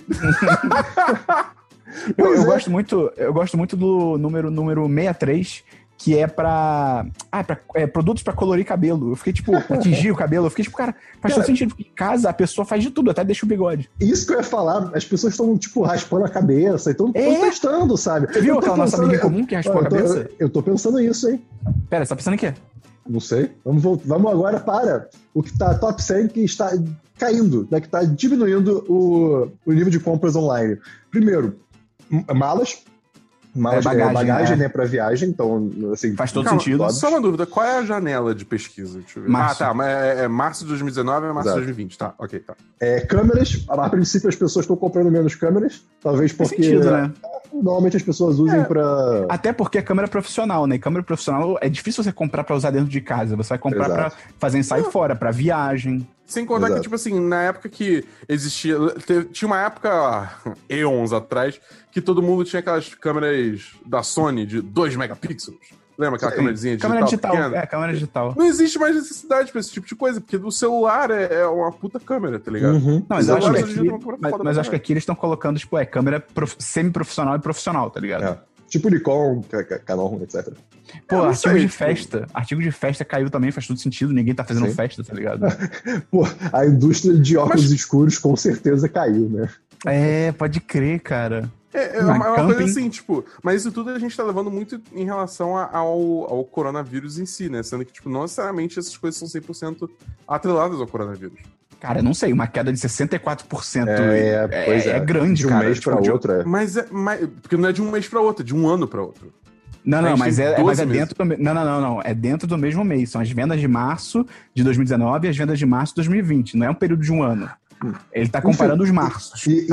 S2: Eu,
S3: Pois
S2: eu
S3: é.
S2: gosto muito, eu gosto muito do número, número sessenta e três, que é pra, ah, pra é, produtos pra colorir cabelo. Eu fiquei, tipo, pra tingir o cabelo. Eu fiquei, tipo, cara, faz
S3: Cara,
S2: todo sentido. Porque em casa a pessoa faz de tudo, até deixa o bigode.
S3: Isso que eu ia falar, as pessoas estão, tipo, raspando a cabeça e estão
S2: É.
S3: testando, sabe?
S2: Você viu
S3: Eu tô
S2: aquela nossa
S3: pensando-
S2: amiga em comum que raspou
S3: eu
S2: a
S3: tô-
S2: cabeça?
S3: Eu, eu tô pensando nisso, hein?
S2: Pera, você tá pensando em quê?
S3: Não sei. Vamos, voltar, vamos agora para o que está top cem, que está caindo, né? Que está diminuindo o, o nível de compras online. Primeiro, m- malas. Malas,
S2: É, bagagem,
S3: é, bagagem
S2: né?
S3: né, para viagem. Então, assim,
S2: Faz todo
S4: Calma,
S2: sentido.
S4: Só uma dúvida, qual é a janela de pesquisa? Deixa eu ver.
S2: Março.
S4: Ah, tá, mas é, é março de dois mil e dezenove ou é março
S3: Exato.
S4: de dois mil e vinte? Tá, ok, tá.
S3: É, câmeras. A, a princípio, as pessoas estão comprando menos câmeras. Talvez
S2: Faz
S3: porque
S2: sentido, né?
S3: normalmente as pessoas usem
S4: É.
S3: para...
S2: Até porque é câmera profissional, né? E câmera profissional é difícil você comprar pra usar dentro de casa. Você vai comprar
S3: Exato.
S2: pra fazer ensaio fora, pra viagem.
S4: Sem contar
S3: Exato.
S4: que, tipo assim, na época que existia. teve- tinha uma época, eons atrás, que todo mundo tinha aquelas câmeras da Sony de dois megapixels. Lembra aquela
S3: Sim.
S4: câmerazinha digital?
S2: Câmera digital.
S4: pequena?
S2: É, câmera digital.
S4: Não existe mais necessidade pra esse tipo de coisa, porque o celular é, é uma puta câmera, tá ligado?
S3: Uhum.
S2: Não, mas eu acho que
S4: Agora, hoje em dia,
S2: aqui,
S4: tem uma câmera
S2: mas,
S4: foda
S2: mas
S4: pra
S2: eu acho que aqui eles estão colocando, tipo, é câmera prof- semi-profissional e profissional, tá ligado?
S3: É. Tipo Nikon, Ca- Ca- Canon, etcétera.
S2: Pô,
S4: Eu não
S2: artigo
S4: sei,
S2: de
S4: tipo-
S2: festa. Artigo de festa caiu também, faz todo sentido. Ninguém tá fazendo
S3: Sim.
S2: festa, tá ligado?
S3: Pô, a indústria de óculos
S4: Mas-
S3: escuros com certeza caiu, né?
S2: É, pode crer, cara.
S4: É, é
S2: Na
S4: uma, é uma
S2: camping.
S4: coisa assim, tipo, mas isso tudo a gente tá levando muito em relação a- ao, ao coronavírus em si, né? Sendo que, tipo, não necessariamente essas coisas são cem por cento atreladas ao coronavírus.
S2: Cara, eu não sei, uma queda de sessenta e quatro por cento
S3: É,
S2: é,
S3: pois é.
S2: é grande,
S3: De um
S2: cara.
S3: mês
S2: Tipo,
S3: pra
S2: de-
S3: outro, é.
S4: Mas é. Mas, porque não é de um mês pra outro, é de um ano pra outro.
S2: Não,
S4: A
S2: não,
S4: gente
S2: mas
S4: tem
S2: é, é- mas é
S4: doze
S2: dentro do. me- Não, não, não, não. É dentro do mesmo mês. São as vendas de março de dois mil e dezenove e as vendas de março de dois mil e vinte. Não é um período de um ano. Ele tá comparando os marços.
S3: E, e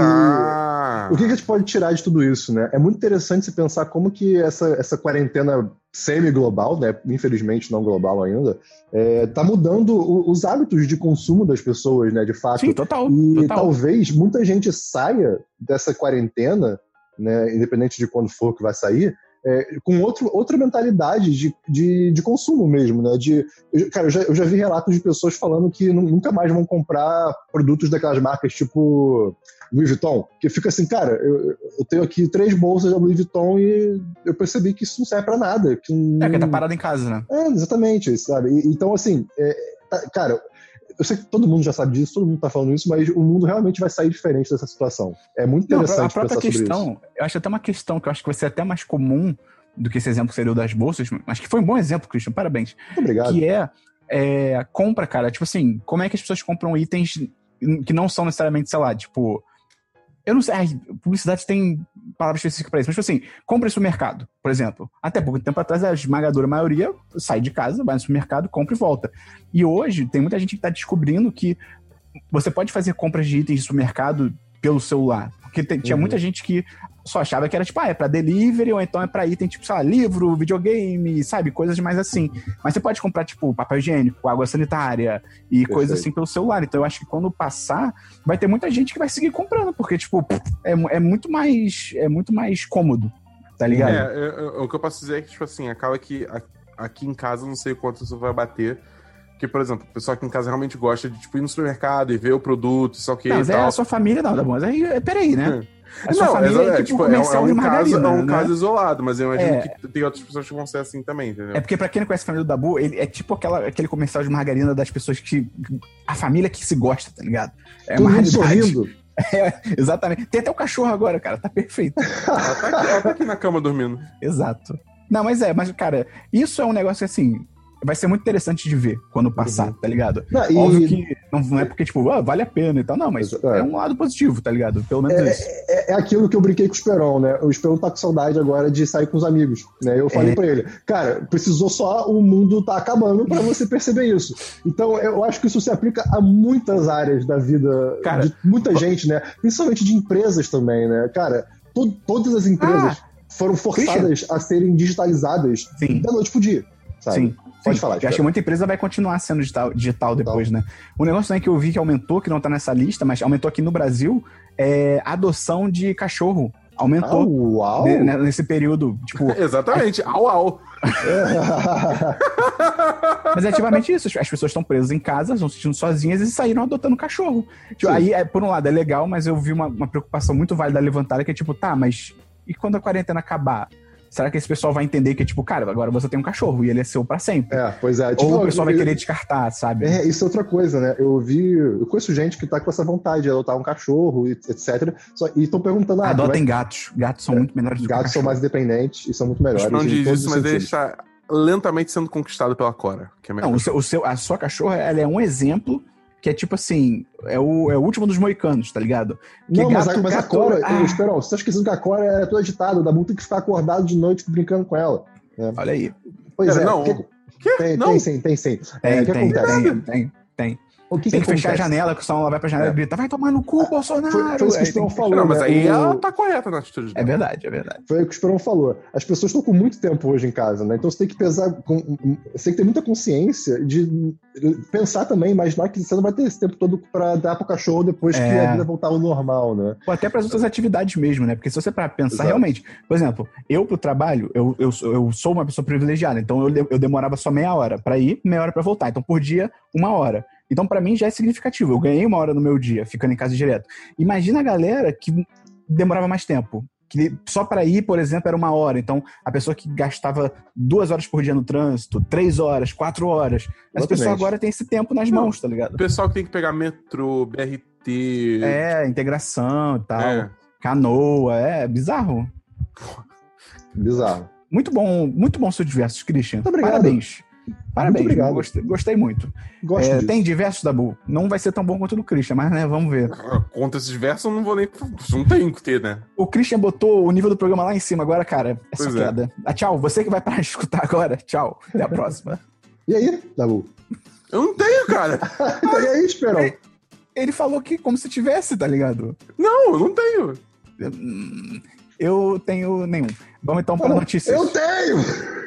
S4: Tá.
S3: o que, que a gente pode tirar de tudo isso, né? É muito interessante se pensar como que essa, essa quarentena semi-global, né? Infelizmente não global ainda, é, tá mudando o- os hábitos de consumo das pessoas, né? De fato.
S2: Sim, total.
S3: E
S2: total.
S3: talvez muita gente saia dessa quarentena, né, independente de quando for que vai sair, é, com outro, outra mentalidade de, de, de consumo mesmo, né? De, eu- cara, eu já, eu já vi relatos de pessoas falando que nu- nunca mais vão comprar produtos daquelas marcas tipo Louis Vuitton, que fica assim, cara, eu, eu tenho aqui três bolsas da Louis Vuitton e eu percebi que isso não serve pra nada. Que
S2: É, porque tá
S3: não-
S2: parado em casa, né?
S3: é, exatamente, sabe? E- então, assim, é, tá- cara, eu sei que todo mundo já sabe disso, todo mundo tá falando isso, mas o mundo realmente vai sair diferente dessa situação. É muito interessante
S2: Não, a própria
S3: pensar
S2: questão,
S3: sobre isso.
S2: Eu acho até uma questão que eu acho que vai ser até mais comum do que esse exemplo que você deu das bolsas, mas que foi um bom exemplo, Christian, parabéns.
S3: Muito obrigado.
S2: Que é, é compra, cara, tipo assim, como é que as pessoas compram itens que não são necessariamente, sei lá, tipo... Eu não sei, ai, publicidade tem palavras específicas pra isso, mas tipo assim, compra em supermercado, por exemplo. Até pouco tempo atrás, a esmagadora maioria sai de casa, vai no supermercado, compra e volta. E hoje, tem muita gente que tá descobrindo que você pode fazer compras de itens de supermercado pelo celular. Porque tem, tinha
S3: Uhum.
S2: muita gente que só achava que era, tipo, ah, é pra delivery, ou então é pra item, tipo, sei lá, livro, videogame, sabe? Coisas mais assim. Mas você pode comprar, tipo, papel higiênico, água sanitária e
S3: Perfeito.
S2: coisas assim pelo celular. Então eu acho que quando passar, vai ter muita gente que vai seguir comprando, porque, tipo, é, é muito mais é muito mais cômodo, tá ligado?
S4: É, eu- eu- o que eu posso dizer é que, tipo assim, acaba que a- aqui em casa eu não sei quanto isso vai bater. Porque, por exemplo, o pessoal aqui em casa realmente gosta de, tipo, ir no supermercado e ver o produto, só que
S2: Não,
S4: e
S2: mas é
S4: tal.
S2: a sua família, não, tá bom. Mas aí, é, peraí, né? A sua
S4: Não,
S2: família
S4: é,
S2: é,
S4: é,
S2: tipo
S4: tipo, é, um-
S2: comercial
S4: é
S2: de
S4: um caso,
S2: margarina,
S4: é um
S2: né?
S4: caso isolado, mas eu imagino
S2: É.
S4: que tem outras pessoas que vão ser assim também, entendeu?
S2: É porque pra quem não conhece a família do Dabu, ele é tipo aquela, aquele comercial de margarina das pessoas que... A família que se gosta, tá ligado? É
S3: Todo
S2: uma
S3: mundo
S2: raridade.
S3: sorrindo.
S2: É, exatamente. Tem até o cachorro agora, cara. Tá perfeito.
S4: Ela tá aqui, ela tá aqui na cama dormindo.
S2: Exato. Não, mas é, mas, cara, isso é um negócio que, assim, vai ser muito interessante de ver quando passar, tá ligado?
S3: Não, e-
S2: Óbvio que não, não é porque, tipo, ah, vale a pena e tal, não, mas
S3: É.
S2: é um lado positivo, tá ligado? Pelo menos isso.
S3: É, é aquilo que eu brinquei com o Esperon, né? O Esperon tá com saudade agora de sair com os amigos, né? Eu falei
S2: É.
S3: pra ele, cara, precisou só o mundo tá acabando pra você perceber isso. Então, eu acho que isso se aplica a muitas áreas da vida
S2: Cara,
S3: de muita gente, né? Principalmente de empresas também, né? Cara, to- todas as empresas foram forçadas a serem digitalizadas
S2: Sim.
S3: da noite pro dia, sabe?
S2: Sim.
S3: Pode
S2: Sim.
S3: falar,
S2: Eu acho que
S3: Esperon.
S2: muita empresa vai continuar sendo digital, digital depois, né? O negócio também que eu vi que aumentou, que não tá nessa lista, mas aumentou aqui no Brasil, é a adoção de cachorro.
S3: Ah,
S2: Aumentou
S3: uau!
S2: né, né, nesse período, tipo...
S4: Exatamente, au au.
S2: Mas é ativamente isso. As pessoas estão presas em casa, estão se sentindo sozinhas e saíram adotando cachorro. Tipo,
S3: Sim.
S2: aí, é, por um lado, é legal, mas eu vi uma, uma preocupação muito válida levantada, que é tipo, tá, mas e quando a quarentena acabar? Será que esse pessoal vai entender que, tipo, cara, agora você tem um cachorro e ele é seu pra sempre?
S3: É, pois é. Tipo,
S2: Ou o pessoal vai
S3: eu-
S2: querer descartar, sabe?
S3: É, isso é outra coisa, né? Eu vi. Eu conheço gente que tá com essa vontade de adotar um cachorro, e etcétera. Só, e estão perguntando, ah,
S2: Adotem
S3: como
S2: gatos. Gatos são muito melhores
S3: é
S2: do
S3: que
S2: que
S3: gatos são
S2: cachorro.
S3: mais independentes e são muito
S4: O
S3: melhores.
S4: Esperão
S3: em
S4: diz
S3: todos
S4: isso,
S3: os
S4: mas ele
S3: sentidos.
S4: está lentamente sendo conquistado pela Cora. Que é
S2: Não,
S4: melhor.
S2: o seu, o seu- a sua cachorra, ela é um exemplo que é tipo assim, é o, é o último dos moicanos, tá ligado? Que
S3: Não, mas, a,
S2: gato-
S3: mas a
S2: gato-
S3: Cora,
S2: ah.
S3: Esperão, você tá esquecendo que a Cora é toda agitada, dá muito que ficar acordado de noite brincando com ela. né?
S2: Olha aí.
S3: Pois
S4: Pera,
S3: é.
S4: não.
S3: porque-
S4: Quê?
S3: Tem,
S4: Não.
S3: tem sim, tem sim.
S2: Tem,
S3: É, o que
S2: tem,
S3: acontece?
S2: tem, tem, tem.
S3: O que
S2: Tem que,
S3: que
S2: fechar a
S3: acontece?
S2: janela, que senão ela vai pra janela
S3: É.
S2: e grita, vai tomar no cu, Bolsonaro!
S3: Foi, foi isso que o
S2: Aí
S3: Esperão
S2: tem que-
S3: falou.
S4: Não, mas
S3: né?
S4: aí
S3: O-
S4: ela tá correta na atitude
S2: É
S4: dela.
S2: verdade, é verdade.
S3: Foi o que o Esperão falou. As pessoas estão com muito tempo hoje em casa, né? Então você tem que pesar. Com, você tem que ter muita consciência de pensar também, imaginar que você não vai ter esse tempo todo pra dar pro cachorro depois que
S2: É.
S3: a vida voltar ao normal, né?
S2: Ou até para as outras atividades mesmo, né? Porque se você para pensar
S3: Exato.
S2: realmente, por exemplo, eu pro trabalho, eu, eu, sou- eu sou uma pessoa privilegiada, então eu, de- eu demorava só meia hora para ir, meia hora para voltar. Então por dia, uma hora. Então pra mim já é significativo. Eu ganhei uma hora no meu dia, ficando em casa direto. Imagina a galera que demorava mais tempo. Que só para ir, por exemplo, era uma hora. Então, a pessoa que gastava duas horas por dia no trânsito, três horas, quatro horas. Essa pessoa
S3: Exatamente.
S2: agora tem esse tempo nas
S4: Não.
S2: mãos, tá ligado?
S4: O pessoal que tem que pegar metrô, B R T.
S2: É, integração e tal.
S4: É.
S2: Canoa, é bizarro.
S3: Bizarro.
S2: Muito bom, muito bom seu diversos, Christian.
S3: Muito obrigado.
S2: Parabéns. Parabéns,
S3: Muito obrigado.
S2: Gostei, gostei muito.
S3: Gosto
S2: É,
S3: disso.
S2: tem diversos, Dabu. Não vai ser tão bom quanto o do Christian, mas né, vamos ver.
S4: Contra esses versos eu não vou nem. Não tem que ter, né?
S2: O Christian botou o nível do programa lá em cima agora, cara. Essa
S4: Pois é.
S2: queda. Ah, tchau, você que vai parar de escutar agora. Tchau. Até a próxima.
S3: E aí, Dabu?
S4: Eu não tenho, cara.
S3: Então, e aí, Esperão?
S2: Ele falou que como se tivesse, tá ligado?
S4: Não, eu não tenho.
S2: Hum, Eu tenho nenhum. Vamos então para notícias.
S3: Eu tenho!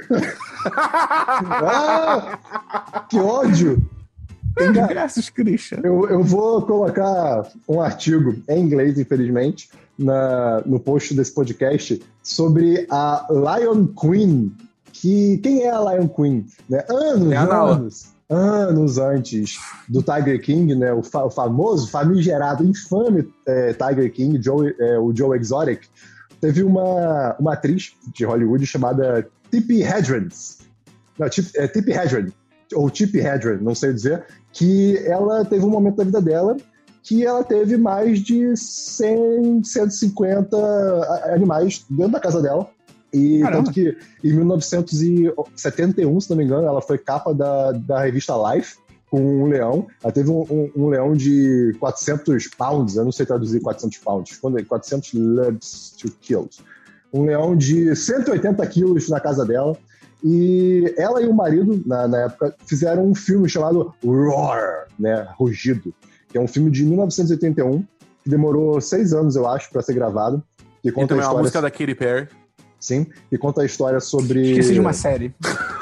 S3: Ah, que ódio!
S2: Tem diversos, Christian.
S3: Eu, eu vou colocar um artigo em inglês, infelizmente, na, no post desse podcast sobre a Lion Queen. Que, quem é a Lion Queen? Né? Anos,
S4: É a Nala.
S3: anos, anos antes do Tiger King, né? o, fa- o famoso, famigerado, infame é, Tiger King, Joe, é, o Joe Exotic, teve uma, uma atriz de Hollywood chamada Tippi Hedren. Não, Tip, é, Tippi Hedren. ou Tippi Hedren, não sei dizer, que ela teve um momento da vida dela que ela teve mais de cem, cento e cinquenta animais dentro da casa dela. E
S2: Caramba.
S3: Tanto que em mil novecentos e setenta e um, se não me engano, ela foi capa da, da revista Life com um leão. Ela teve um, um, um leão de quatrocentos pounds, eu não sei traduzir quatrocentos pounds, quatrocentos libs to kilos. Um leão de cento e oitenta quilos na casa dela. E ela e o marido, na, na época, fizeram um filme chamado Roar, né, Rugido, que é um filme de mil novecentos e oitenta e um, que demorou seis anos, eu acho, para ser gravado. Que conta
S4: e também
S3: a história...
S4: uma música da Katy Perry.
S3: Sim, e conta a história sobre...
S2: Esqueci de uma série.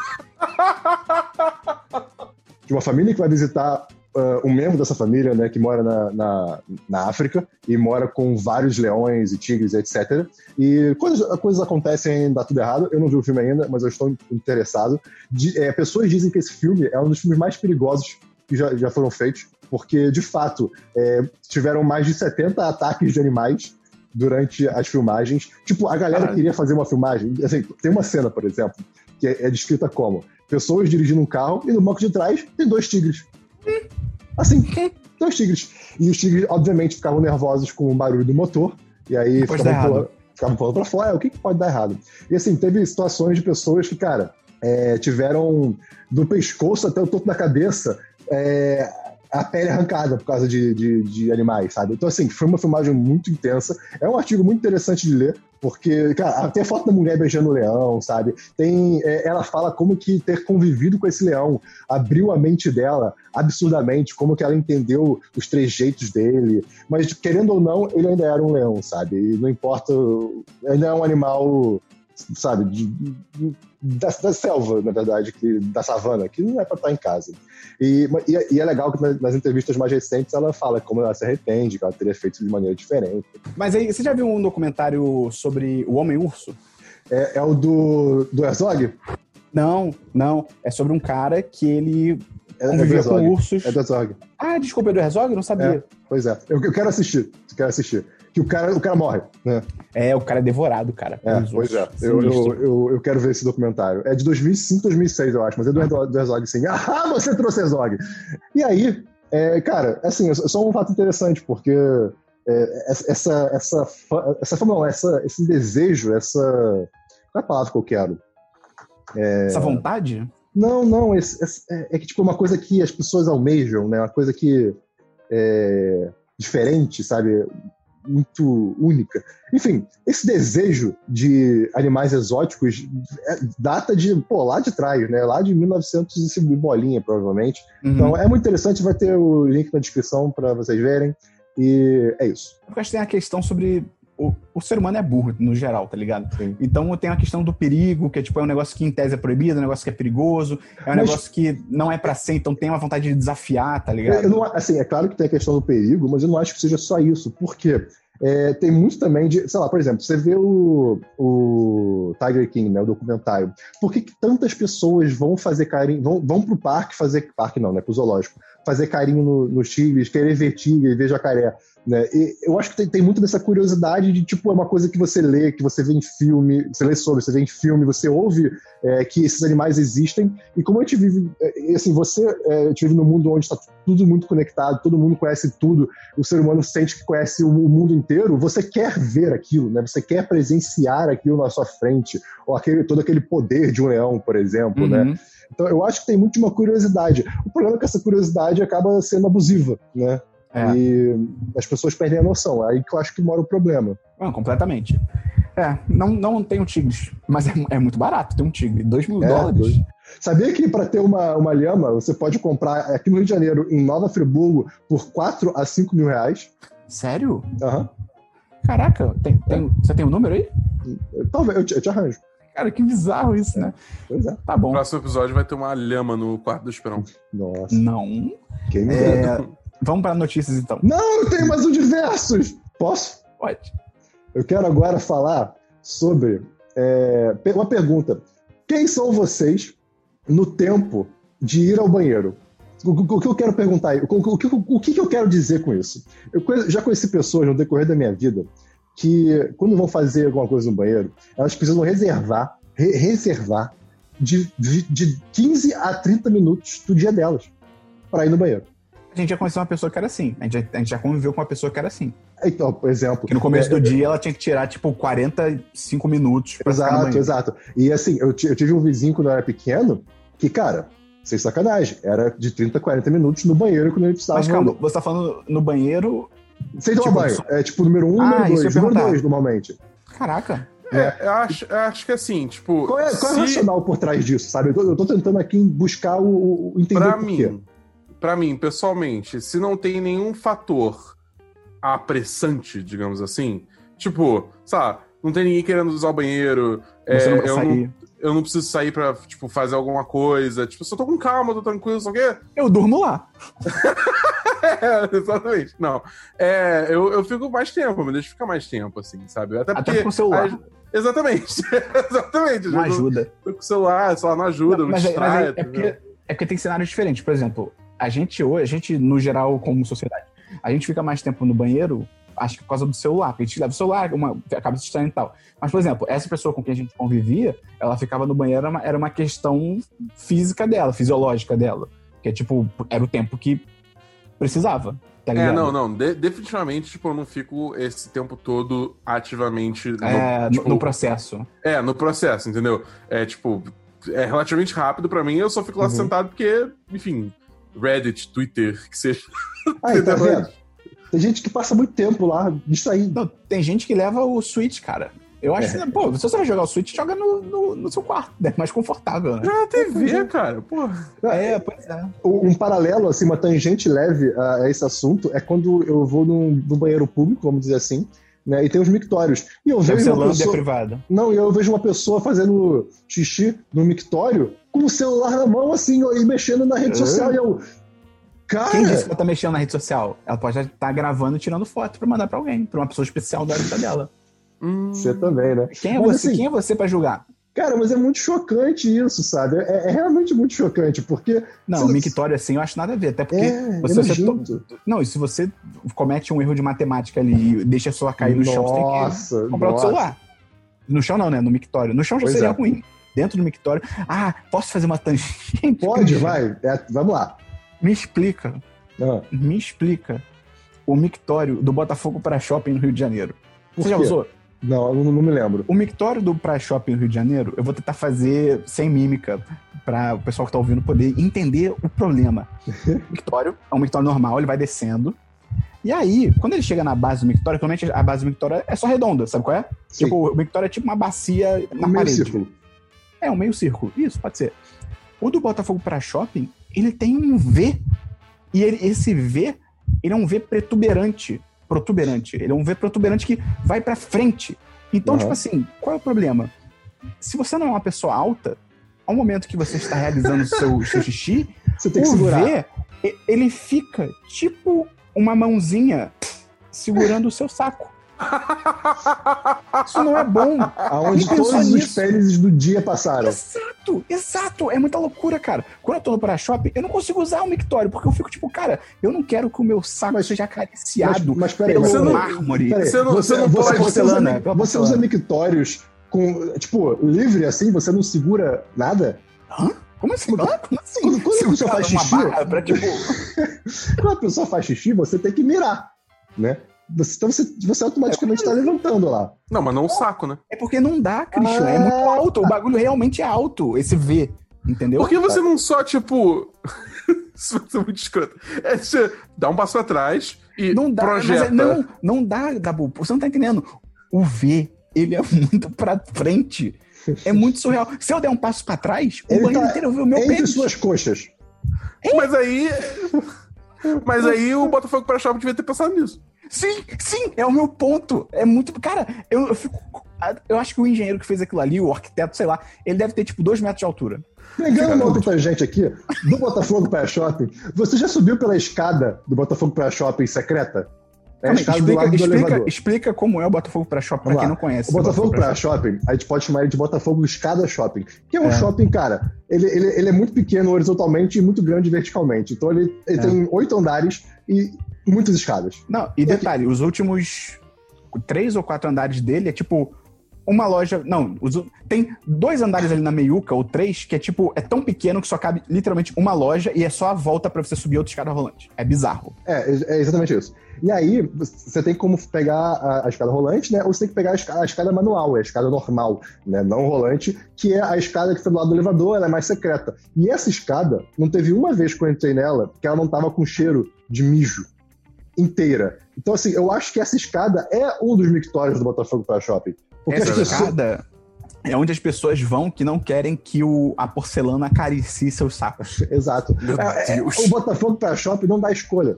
S3: De uma família que vai visitar uh, um membro dessa família, né, que mora na, na, na África e mora com vários leões e tigres, etcétera. E coisas, coisas acontecem, dá tudo errado. Eu não vi o filme ainda, mas eu estou interessado. De, é, pessoas dizem que esse filme é um dos filmes mais perigosos que já, já foram feitos, porque, de fato, é, tiveram mais de setenta ataques de animais durante as filmagens. Tipo, a galera ah, queria fazer uma filmagem... Assim, tem uma cena, por exemplo, que é, é descrita como pessoas dirigindo um carro e no banco de trás tem dois tigres. Assim, dois tigres. E os tigres, obviamente, ficavam nervosos com o barulho do motor, e aí ficavam pulando, ficavam pulando pra fora. O que, que pode dar errado? E assim, teve situações de pessoas que, cara, é, tiveram do pescoço até o topo da cabeça... É, a pele arrancada por causa de, de, de animais, sabe? Então, assim, foi uma filmagem muito intensa. É um artigo muito interessante de ler, porque, cara, tem a foto da mulher beijando o leão, sabe? Tem, é, ela fala como que ter convivido com esse leão abriu a mente dela absurdamente, como que ela entendeu os trejeitos dele. Mas, querendo ou não, ele ainda era um leão, sabe? E não importa, ainda é um animal... sabe, de, de, da, da selva, na verdade, que, da savana, que não é pra estar em casa. E, e, e é legal que nas, nas entrevistas mais recentes ela fala como ela se arrepende, que ela teria feito de maneira diferente.
S2: Mas aí, você já viu um documentário sobre o Homem-Urso?
S3: É, é o do, do Herzog?
S2: Não, não. É sobre um cara que ele
S3: é,
S2: convivia
S3: é
S2: com ursos.
S3: É do Herzog.
S2: Ah, desculpa, é do Herzog? Eu não sabia.
S3: É, pois é. Eu, eu quero assistir. Eu quero assistir. Que o cara, o cara morre, né?
S2: É, o cara é devorado, cara.
S3: É, pois é. Eu, eu, eu, eu quero ver esse documentário. É de dois mil e cinco, dois mil e seis, eu acho, mas é do, do Herzog, sim. Ah, você trouxe Herzog! E aí, é, cara, assim, é só um fato interessante, porque é, essa, essa, essa fama, não, essa, esse desejo, essa... Qual é a palavra que eu quero? É...
S2: Essa vontade?
S3: Não, não, esse, esse, é, é que tipo uma coisa que as pessoas almejam, né? Uma coisa que é diferente, sabe? Muito única. Enfim, esse desejo de animais exóticos data de, pô, lá de trás, né? Lá de mil e novecentos e bolinha, provavelmente. Uhum. Então é muito interessante, vai ter o link na descrição para vocês verem. E é isso.
S2: Eu acho que tem a questão sobre... O, o ser humano é burro, no geral, tá ligado?
S3: Sim.
S2: Então tem a questão do perigo, que é, tipo, é um negócio que em tese é proibido, é um negócio que é perigoso, é um mas... negócio que não é pra ser, então tem uma vontade de desafiar, tá ligado?
S3: Eu não, assim, é claro que tem a questão do perigo, mas eu não acho que seja só isso. Por quê? É, tem muito também de, sei lá, por exemplo, você vê o, o Tiger King, né, o documentário. Por que, que tantas pessoas vão fazer carinho, vão, vão pro parque fazer, parque não, né, pro zoológico, fazer carinho no, nos tigres, querer ver tigre, ver jacaré, né? E eu acho que tem, tem muito dessa curiosidade de, tipo, é uma coisa que você lê, que você vê em filme, você lê sobre, você vê em filme, você ouve é, que esses animais existem, e como a gente vive, é, assim, você é, a gente vive num mundo onde está tudo muito conectado, todo mundo conhece tudo, o ser humano sente que conhece o, o mundo inteiro, você quer ver aquilo, né? Você quer presenciar aquilo na sua frente, ou aquele, todo aquele poder de um leão, por exemplo,
S2: uhum.
S3: né? Então eu acho que tem muito de uma curiosidade. O problema é que essa curiosidade acaba sendo abusiva, né? É. E as pessoas perdem a noção. É aí que eu acho que mora o problema.
S2: Não, completamente. É, não, não tenho tigres, mas é, é muito barato ter um tigre. Dois mil é, dólares. Dois.
S3: Sabia que para ter uma, uma lhama, você pode comprar aqui no Rio de Janeiro, em Nova Friburgo, por quatro a cinco mil reais?
S2: Sério?
S3: Aham. Uhum.
S2: Caraca, tem, tem, é. você tem um número aí?
S3: Talvez, eu te, eu te arranjo.
S2: Cara, que bizarro isso,
S3: é.
S2: né?
S3: Pois é.
S2: Tá bom.
S4: No próximo episódio vai ter uma lhama no quarto do Esperão.
S3: Nossa.
S2: Não.
S3: Quem me
S2: é... Vamos para notícias, então.
S3: Não, eu tenho mais um diversos. Posso?
S2: Pode.
S3: Eu quero agora falar sobre é, uma pergunta. Quem são vocês no tempo de ir ao banheiro? O, o, o que eu quero perguntar aí? O, o, o, o que eu quero dizer com isso? Eu já conheci pessoas no decorrer da minha vida que, quando vão fazer alguma coisa no banheiro, elas precisam reservar, re, reservar de, de quinze a trinta minutos do dia delas pra ir no banheiro.
S2: A gente já conheceu uma pessoa que era assim. A gente, já, a gente já conviveu com uma pessoa que era assim.
S3: Então, por exemplo...
S2: Que no começo
S3: é,
S2: do dia ela tinha que tirar, tipo, quarenta e cinco minutos pra ficar no
S3: Exato,
S2: banheiro.
S3: exato. E assim, eu, eu tive um vizinho quando eu era pequeno que, cara, sem sacanagem, era de trinta a quarenta minutos no banheiro quando ele precisava...
S2: Mas calma, você tá falando no banheiro...
S3: Sem tomar
S2: tipo,
S3: banho.
S2: só-
S3: É tipo número um,
S2: Ah,
S3: número
S2: isso
S3: dois.
S2: eu ia
S3: Número
S2: perguntar.
S3: dois, normalmente.
S2: Caraca.
S4: É, eu acho, eu acho que assim, tipo.
S3: Qual é, qual é o
S4: se-
S3: racional por trás disso, sabe? Eu tô, eu tô tentando aqui buscar o, o entender
S4: Pra
S3: o porquê.
S4: mim, pra mim, pessoalmente, se não tem nenhum fator apressante, digamos assim, tipo, sabe, não tem ninguém querendo usar o banheiro,
S2: Você
S4: é,
S2: não vai
S4: eu,
S2: sair.
S4: não, eu não preciso sair pra, tipo, fazer alguma coisa, tipo, se eu tô com calma, tô tranquilo, só que...
S2: Eu durmo lá.
S4: É, exatamente, não. É, eu, eu fico mais tempo, me deixa ficar mais tempo, assim, sabe? Até porque...
S2: Até com o celular.
S4: a- Exatamente, exatamente.
S2: Não
S4: eu tô-
S2: ajuda.
S4: Tô com o celular, o celular não ajuda,
S2: Não,
S4: me
S2: mas, é- mas
S4: distrai,
S2: é, é,
S4: entendeu?
S2: porque, é porque tem cenários diferentes. Por exemplo, a gente hoje, a gente, no geral, como sociedade, a gente fica mais tempo no banheiro, acho que por causa do celular, porque a gente leva o celular, uma, acaba se distraindo e tal. Mas, por exemplo, essa pessoa com quem a gente convivia, ela ficava no banheiro, era uma, era uma questão física dela, fisiológica dela. Que é tipo, era o tempo que precisava. Tá
S4: É,
S2: ligado?
S4: não, não. de- definitivamente, tipo, eu não fico esse tempo todo ativamente no,
S2: É, no-
S4: tipo,
S2: no processo.
S4: É, no processo, entendeu? É, tipo, é relativamente rápido pra mim, eu só fico lá
S3: Uhum.
S4: sentado porque, enfim, Reddit, Twitter, que seja.
S3: Aí, tá
S4: Entendeu?
S3: vendo? Tem gente que passa muito tempo lá distraído.
S2: Não, tem gente que leva o Switch, cara. Eu acho
S3: É.
S2: que, pô, se você vai jogar o Switch, joga no, no, no seu quarto, é mais confortável, né?
S4: Já a T V, cara, porra.
S2: É, pois é.
S3: Um paralelo, assim, uma tangente leve a, a esse assunto é quando eu vou num, num banheiro público, vamos dizer assim, né, e tem os mictórios. E eu
S2: Deve
S3: vejo
S2: ser
S3: uma
S2: lâmpada
S3: pessoa...
S2: privada.
S3: Não, e eu vejo uma pessoa fazendo xixi no mictório com o celular na mão, assim, e mexendo na rede
S2: É.
S3: social. E eu... Cara...
S2: Quem disse que ela tá mexendo na rede social? Ela pode estar gravando e tirando foto pra mandar pra alguém, pra uma pessoa especial da vida dela.
S4: Hum,
S3: Você também, né?
S2: Quem é,
S3: Mas,
S2: você,
S3: assim,
S2: quem é você pra julgar?
S3: Cara, mas é muito chocante isso, sabe? É, é realmente muito chocante, porque...
S2: Não,
S3: se-
S2: o mictório assim eu acho nada a ver, até porque
S3: É,
S2: você,
S3: é
S2: você
S3: nojento.
S2: to- Não, e se você comete um erro de matemática ali e deixa a sua cair no chão, você tem
S3: Nossa,
S2: que comprar
S3: nossa.
S2: outro celular. No chão não, né? No mictório. No chão já
S3: Pois
S2: seria
S3: é.
S2: ruim. Dentro do mictório... Ah, posso fazer uma tangente?
S3: Pode, vai. É, vamos lá.
S2: Me explica.
S3: Ah,
S2: Me explica o mictório do Botafogo para Shopping no Rio de Janeiro.
S3: por
S2: Você já
S3: quê?
S2: usou?
S3: Não, não, não me lembro.
S2: O mictório do Praia Shopping no Rio de Janeiro, eu vou tentar fazer sem mímica, para o pessoal que tá ouvindo poder entender o problema. O mictório é um mictório normal, ele vai descendo. E aí, quando ele chega na base do mictório, normalmente a base do mictório é só redonda, sabe qual é?
S3: Sim.
S2: Tipo, o mictório é tipo uma bacia na
S3: Um meio
S2: parede.
S3: círculo.
S2: É, um meio círculo. Isso, pode ser. O do Botafogo para Shopping, ele tem um V. E ele- esse V, ele é um V protuberante. Protuberante. Ele é um V protuberante que vai pra frente. Então,
S3: Uhum.
S2: tipo assim, qual é o problema? Se você não é uma pessoa alta, ao momento que você está realizando o seu, seu xixi,
S3: Você tem que
S2: o
S3: segurar.
S2: V, e- ele fica tipo uma mãozinha segurando o seu saco. Isso não é bom.
S3: Aonde
S2: Quem pensou
S3: todos os
S2: nisso?
S3: pênis do dia passaram.
S2: Exato, exato. É muita loucura, cara. Quando eu tô no para-shopping, eu não consigo usar o mictório, porque eu fico tipo, cara, eu não quero que o meu saco
S3: Mas-
S2: seja acariciado
S3: Mas, mas peraí,
S2: pelo
S4: você não-
S2: mármore.
S3: peraí,
S4: você não-
S3: você,
S4: você não
S3: você,
S4: pode-
S3: você usa,
S2: porcelana,
S3: mic-
S2: pela
S3: você
S2: porcelana.
S3: usa mictórios com, tipo, livre assim? Você não segura nada?
S2: Hã? Como assim? Hã? Como assim?
S3: Quando- quando a
S2: Se o
S3: pessoa
S2: cara
S3: faz
S2: dá uma
S3: xixi-
S2: barra pra, tipo...
S3: Quando a pessoa faz xixi, você tem que mirar, né? Você- Então você, você automaticamente está levantando lá.
S4: Não, mas não o saco, né?
S2: É porque não dá, Christian. É muito
S3: Ah,
S2: alto. O bagulho realmente é alto, esse V. Entendeu?
S4: Por que você não só, tipo. Isso vai ser muito escroto. É você dá um passo atrás e
S2: Não dá, mas
S4: projeta.
S2: é- não, não dá, Dabu. Você não tá entendendo. O V, ele é muito pra frente. É muito surreal. Se eu der um passo pra trás, o
S3: Ele
S2: banheiro
S3: tá
S2: inteiro vê o meu
S3: Entre
S2: pênis.
S3: suas coxas.
S4: Mas aí. Mas aí o Botafogo para Shopping devia ter pensado nisso.
S2: Sim, sim, é o meu ponto. É muito. Cara, eu, eu fico. Eu acho que o engenheiro que fez aquilo ali, o arquiteto, sei lá, ele deve ter tipo dois metros de altura.
S3: Pegando uma outra tangente aqui, do Botafogo para Shopping, você já subiu pela escada do Botafogo para Shopping secreta? É a
S2: Calma aí,
S3: escada do
S2: explica,
S3: lado do
S2: explica,
S3: elevador.
S2: explica como é o Botafogo para Shopping, pra
S3: Vamos
S2: quem
S3: lá.
S2: não conhece.
S3: O Botafogo
S2: pra
S3: para Shopping, a gente pode chamar ele de Botafogo Escada Shopping, que é um shopping, cara, ele, ele, ele é muito pequeno horizontalmente e muito grande verticalmente. Então ele, ele
S2: É.
S3: tem oito andares e muitas escadas.
S2: Não, e detalhe, os últimos três ou quatro andares dele é tipo uma loja... Não, os- tem dois andares ali na meiuca, ou três, que é tipo, é tão pequeno que só cabe literalmente uma loja e é só a volta pra você subir outra escada rolante. É bizarro.
S3: É, é exatamente isso. E aí, você tem como pegar a, a escada rolante, né? Ou você tem que pegar a escada, a escada manual, a escada normal, né? Não rolante, que é a escada que fica do lado do elevador, ela é mais secreta. E essa escada, não teve uma vez que eu entrei nela que ela não tava com cheiro de mijo inteira. Então, assim, eu acho que essa escada é um dos mictórios do Botafogo para Shopping. Porque
S2: Essa
S3: as pessoas...
S2: escada é onde as pessoas vão que não querem que o, a porcelana acaricie seus sacos.
S3: Exato.
S4: Meu
S3: É, é,
S4: Deus.
S3: o Botafogo para Shopping não dá escolha.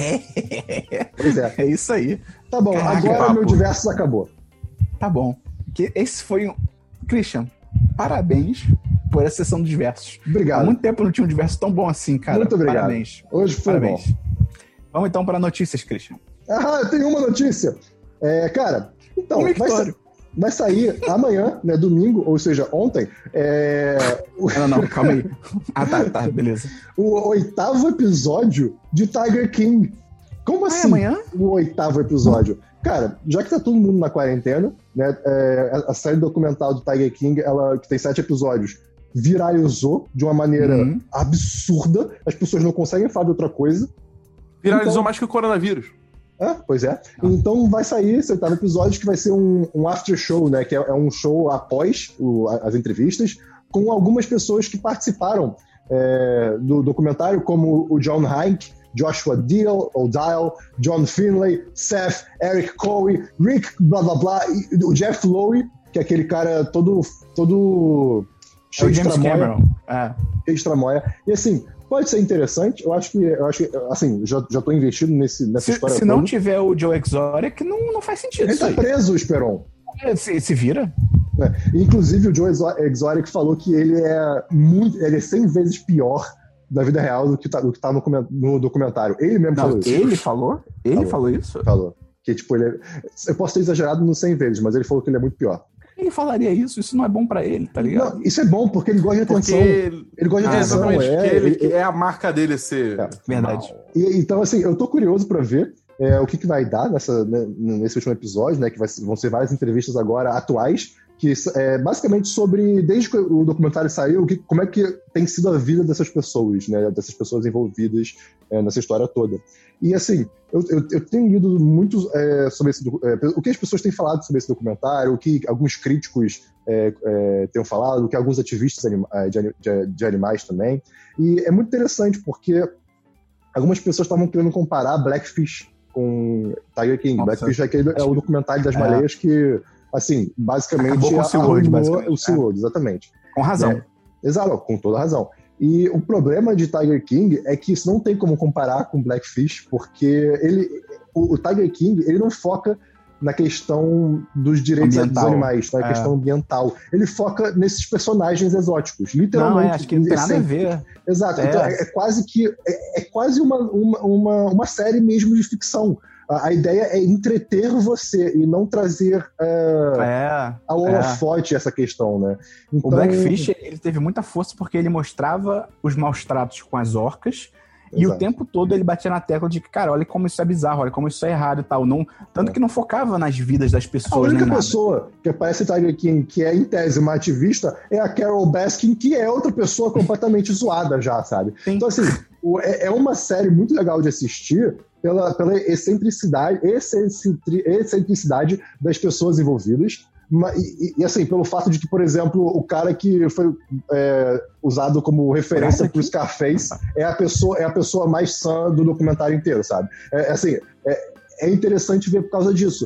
S3: Pois é.
S2: É isso aí.
S3: Tá bom,
S2: Caraca,
S3: agora
S4: papo.
S3: meu Diversos acabou.
S2: Tá bom. Que esse foi um... Christian, parabéns por essa sessão dos versos. Há
S3: Obrigado.
S2: muito tempo não tinha um diverso tão bom assim, cara.
S3: Muito obrigado.
S2: Parabéns.
S3: Hoje foi
S2: Parabéns.
S3: bom.
S2: Vamos então para notícias, Christian.
S3: Ah, eu tenho uma notícia. É, cara, então,
S2: Um
S3: vai, sa-
S2: mictório.
S3: vai sair amanhã, né, domingo, ou seja, ontem, é, o,
S2: Não, não, calma aí. Ah, tá, tá, beleza.
S3: o oitavo episódio de Tiger King. Como
S2: Ah, é
S3: assim?
S2: amanhã?
S3: O oitavo episódio. Cara, já que tá todo mundo na quarentena, né, é, a, a série documental do Tiger King, ela, que tem sete episódios, viralizou de uma maneira
S2: Uhum.
S3: absurda. As pessoas não conseguem falar de outra coisa.
S4: Viralizou
S3: Então-
S4: mais que o coronavírus.
S3: É, pois é. Então vai sair esse oitavo episódio que vai ser um, um after show, né? Que é, é um show após o- a- as entrevistas, com algumas pessoas que participaram é, do documentário, como o John Heinck, Joshua Deal, O'Dial, John Finlay, Seth, Eric Coe, Rick, blá blá blá, e o Jeff Lowe, que é aquele cara todo, todo
S2: É
S3: cheio
S2: o
S3: de
S2: James
S3: tramóia.
S2: Cameron. É.
S3: cheio de tramóia. E assim, pode ser interessante. Eu acho que, eu acho que assim, já, já tô investido nesse, nessa
S2: Se,
S3: história
S2: se não
S3: toda.
S2: tiver o Joe Exotic, não, não faz sentido
S3: Ele
S2: isso
S3: tá
S2: aí.
S3: preso, o Esperon.
S2: Se, se vira.
S3: Né? Inclusive, o Joe Exo- Exotic falou que ele é muito, ele é cem vezes pior na vida real do que tá, do que tá no, comen- no documentário. Ele mesmo
S2: Não,
S3: falou isso.
S2: ele falou? Ele
S3: Falou.
S2: falou isso?
S3: Falou. Que, tipo, ele é... Eu posso ter exagerado no cem vezes, mas ele falou que ele é muito pior.
S2: Ele falaria isso? Isso não é bom pra ele, tá ligado?
S3: Não, isso é bom, porque ele gosta de
S4: Porque
S3: atenção.
S4: ele...
S3: Ele gosta de
S4: É,
S3: atenção,
S4: exatamente.
S3: é.
S4: porque ele,
S3: ele-
S4: é a marca dele ser...
S3: É.
S2: Verdade.
S3: E, então, assim, eu tô curioso pra ver é, o que, que vai dar nessa, né, nesse último episódio, né? Que vai, vão ser várias entrevistas agora atuais, que é basicamente sobre, desde que o documentário saiu, que, como é que tem sido a vida dessas pessoas, né? Dessas pessoas envolvidas é, nessa história toda. E, assim, eu, eu, eu tenho lido muito é, sobre esse, do- é, o que as pessoas têm falado sobre esse documentário, o que alguns críticos é, é, tenham falado, o que alguns ativistas anima, de, ani- de, de animais também. E é muito interessante, porque algumas pessoas estavam querendo comparar Blackfish com Tiger King.
S2: Nossa.
S3: Blackfish é, aquele, é o documentário das
S2: É.
S3: baleias que, assim, basicamente
S2: Acabou com o SeaWorld,
S3: arrumou
S2: basicamente.
S3: o SeaWorld, exatamente.
S2: Com razão.
S3: É. Exato, com toda razão. E o problema de Tiger King é que isso não tem como comparar com Blackfish, porque ele, o, o Tiger King ele não foca na questão dos direitos
S2: Ambiental.
S3: dos animais, na
S2: É.
S3: questão ambiental. Ele foca nesses personagens exóticos,
S2: Não,
S3: literalmente.
S2: é, acho que não tem nada a
S3: Esse-
S2: ver.
S3: Exato.
S2: É.
S3: Então é, é quase que é, é quase uma, uma, uma, uma série mesmo de ficção. A, a ideia é entreter você e não trazer é,
S2: É.
S3: ao
S2: é.
S3: holofote essa questão, né? Então,
S2: O Blackfish, ele teve muita força porque ele mostrava os maus tratos com as orcas e o
S3: Exato.
S2: tempo todo ele batia na tecla de que, cara, olha como isso é bizarro, olha como isso é errado e tal. Não, tanto
S3: É.
S2: que não focava nas vidas das
S3: A
S2: pessoas,
S3: única
S2: nem nada.
S3: pessoa que aparece em Tiger King que é, em tese, uma ativista é a Carol Baskin, que é outra pessoa completamente zoada já, sabe?
S2: Sim.
S3: Então, assim, o- é, é uma série muito legal de assistir pela, pela excentricidade, excentri- excentricidade das pessoas envolvidas. Ma- E, e- e, assim, pelo fato de que, por exemplo, o cara que foi é, usado como referência
S2: Olha
S3: pro Scarface é a, pessoa, é a pessoa mais sã do documentário inteiro, sabe? É, é assim, é, é interessante ver por causa disso.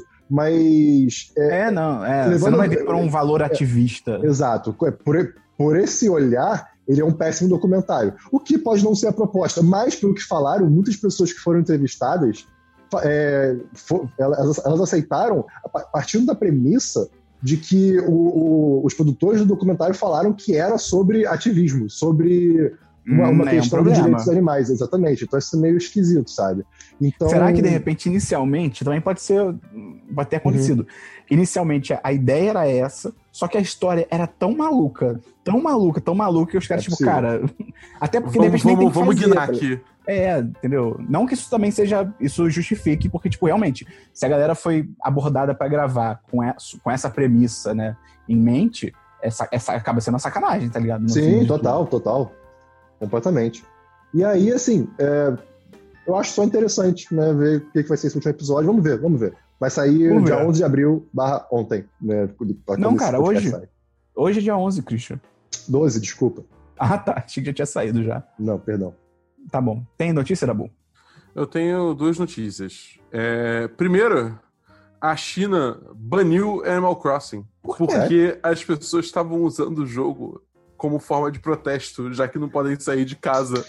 S3: Mas é,
S2: É, não, é, você
S3: Levando-
S2: não vai ver por um valor ativista.
S3: exato. Por, por esse olhar, ele é um péssimo documentário. O que pode não ser a proposta, mas pelo que falaram, muitas pessoas que foram entrevistadas, fa- é, fo- elas, elas aceitaram a pa- partindo da premissa de que o- o- os produtores do documentário falaram que era sobre ativismo, sobre uma,
S2: Hum,
S3: uma
S2: é um
S3: questão de
S2: problema.
S3: direitos dos animais, exatamente. Então isso é meio esquisito, sabe? Então,
S2: Será que, de repente, inicialmente, também pode ser pode ter acontecido. Uhum. Inicialmente, a ideia era essa, só que a história era tão maluca, tão maluca, tão maluca, que os caras, é tipo, cara... Até porque,
S4: vamos,
S2: de repente, nem
S4: vamos,
S2: tem que fazer,
S4: vamos guinar aqui.
S2: É, entendeu? Não que isso também seja... Isso justifique, porque, tipo, realmente, se a galera foi abordada pra gravar com essa, com essa premissa, né, em mente, essa, essa acaba sendo uma sacanagem, tá ligado? No
S3: Sim, total, total. Completamente. E aí, assim, é, eu acho só interessante, né, ver o que vai ser esse último episódio. Vamos ver, vamos ver. Vai sair vamos dia ver. onze de abril, barra ontem, né?
S2: Não, cara, hoje. Sai. Hoje é dia onze, Christian.
S3: doze, desculpa.
S2: Ah, tá. Achei que já tinha saído já.
S3: Não, perdão.
S2: Tá bom. Tem notícia, Dabu?
S4: Eu tenho duas notícias. É, primeiro, a China baniu Animal Crossing. Por porque as pessoas estavam usando o jogo como forma de protesto, já que não podem sair de casa.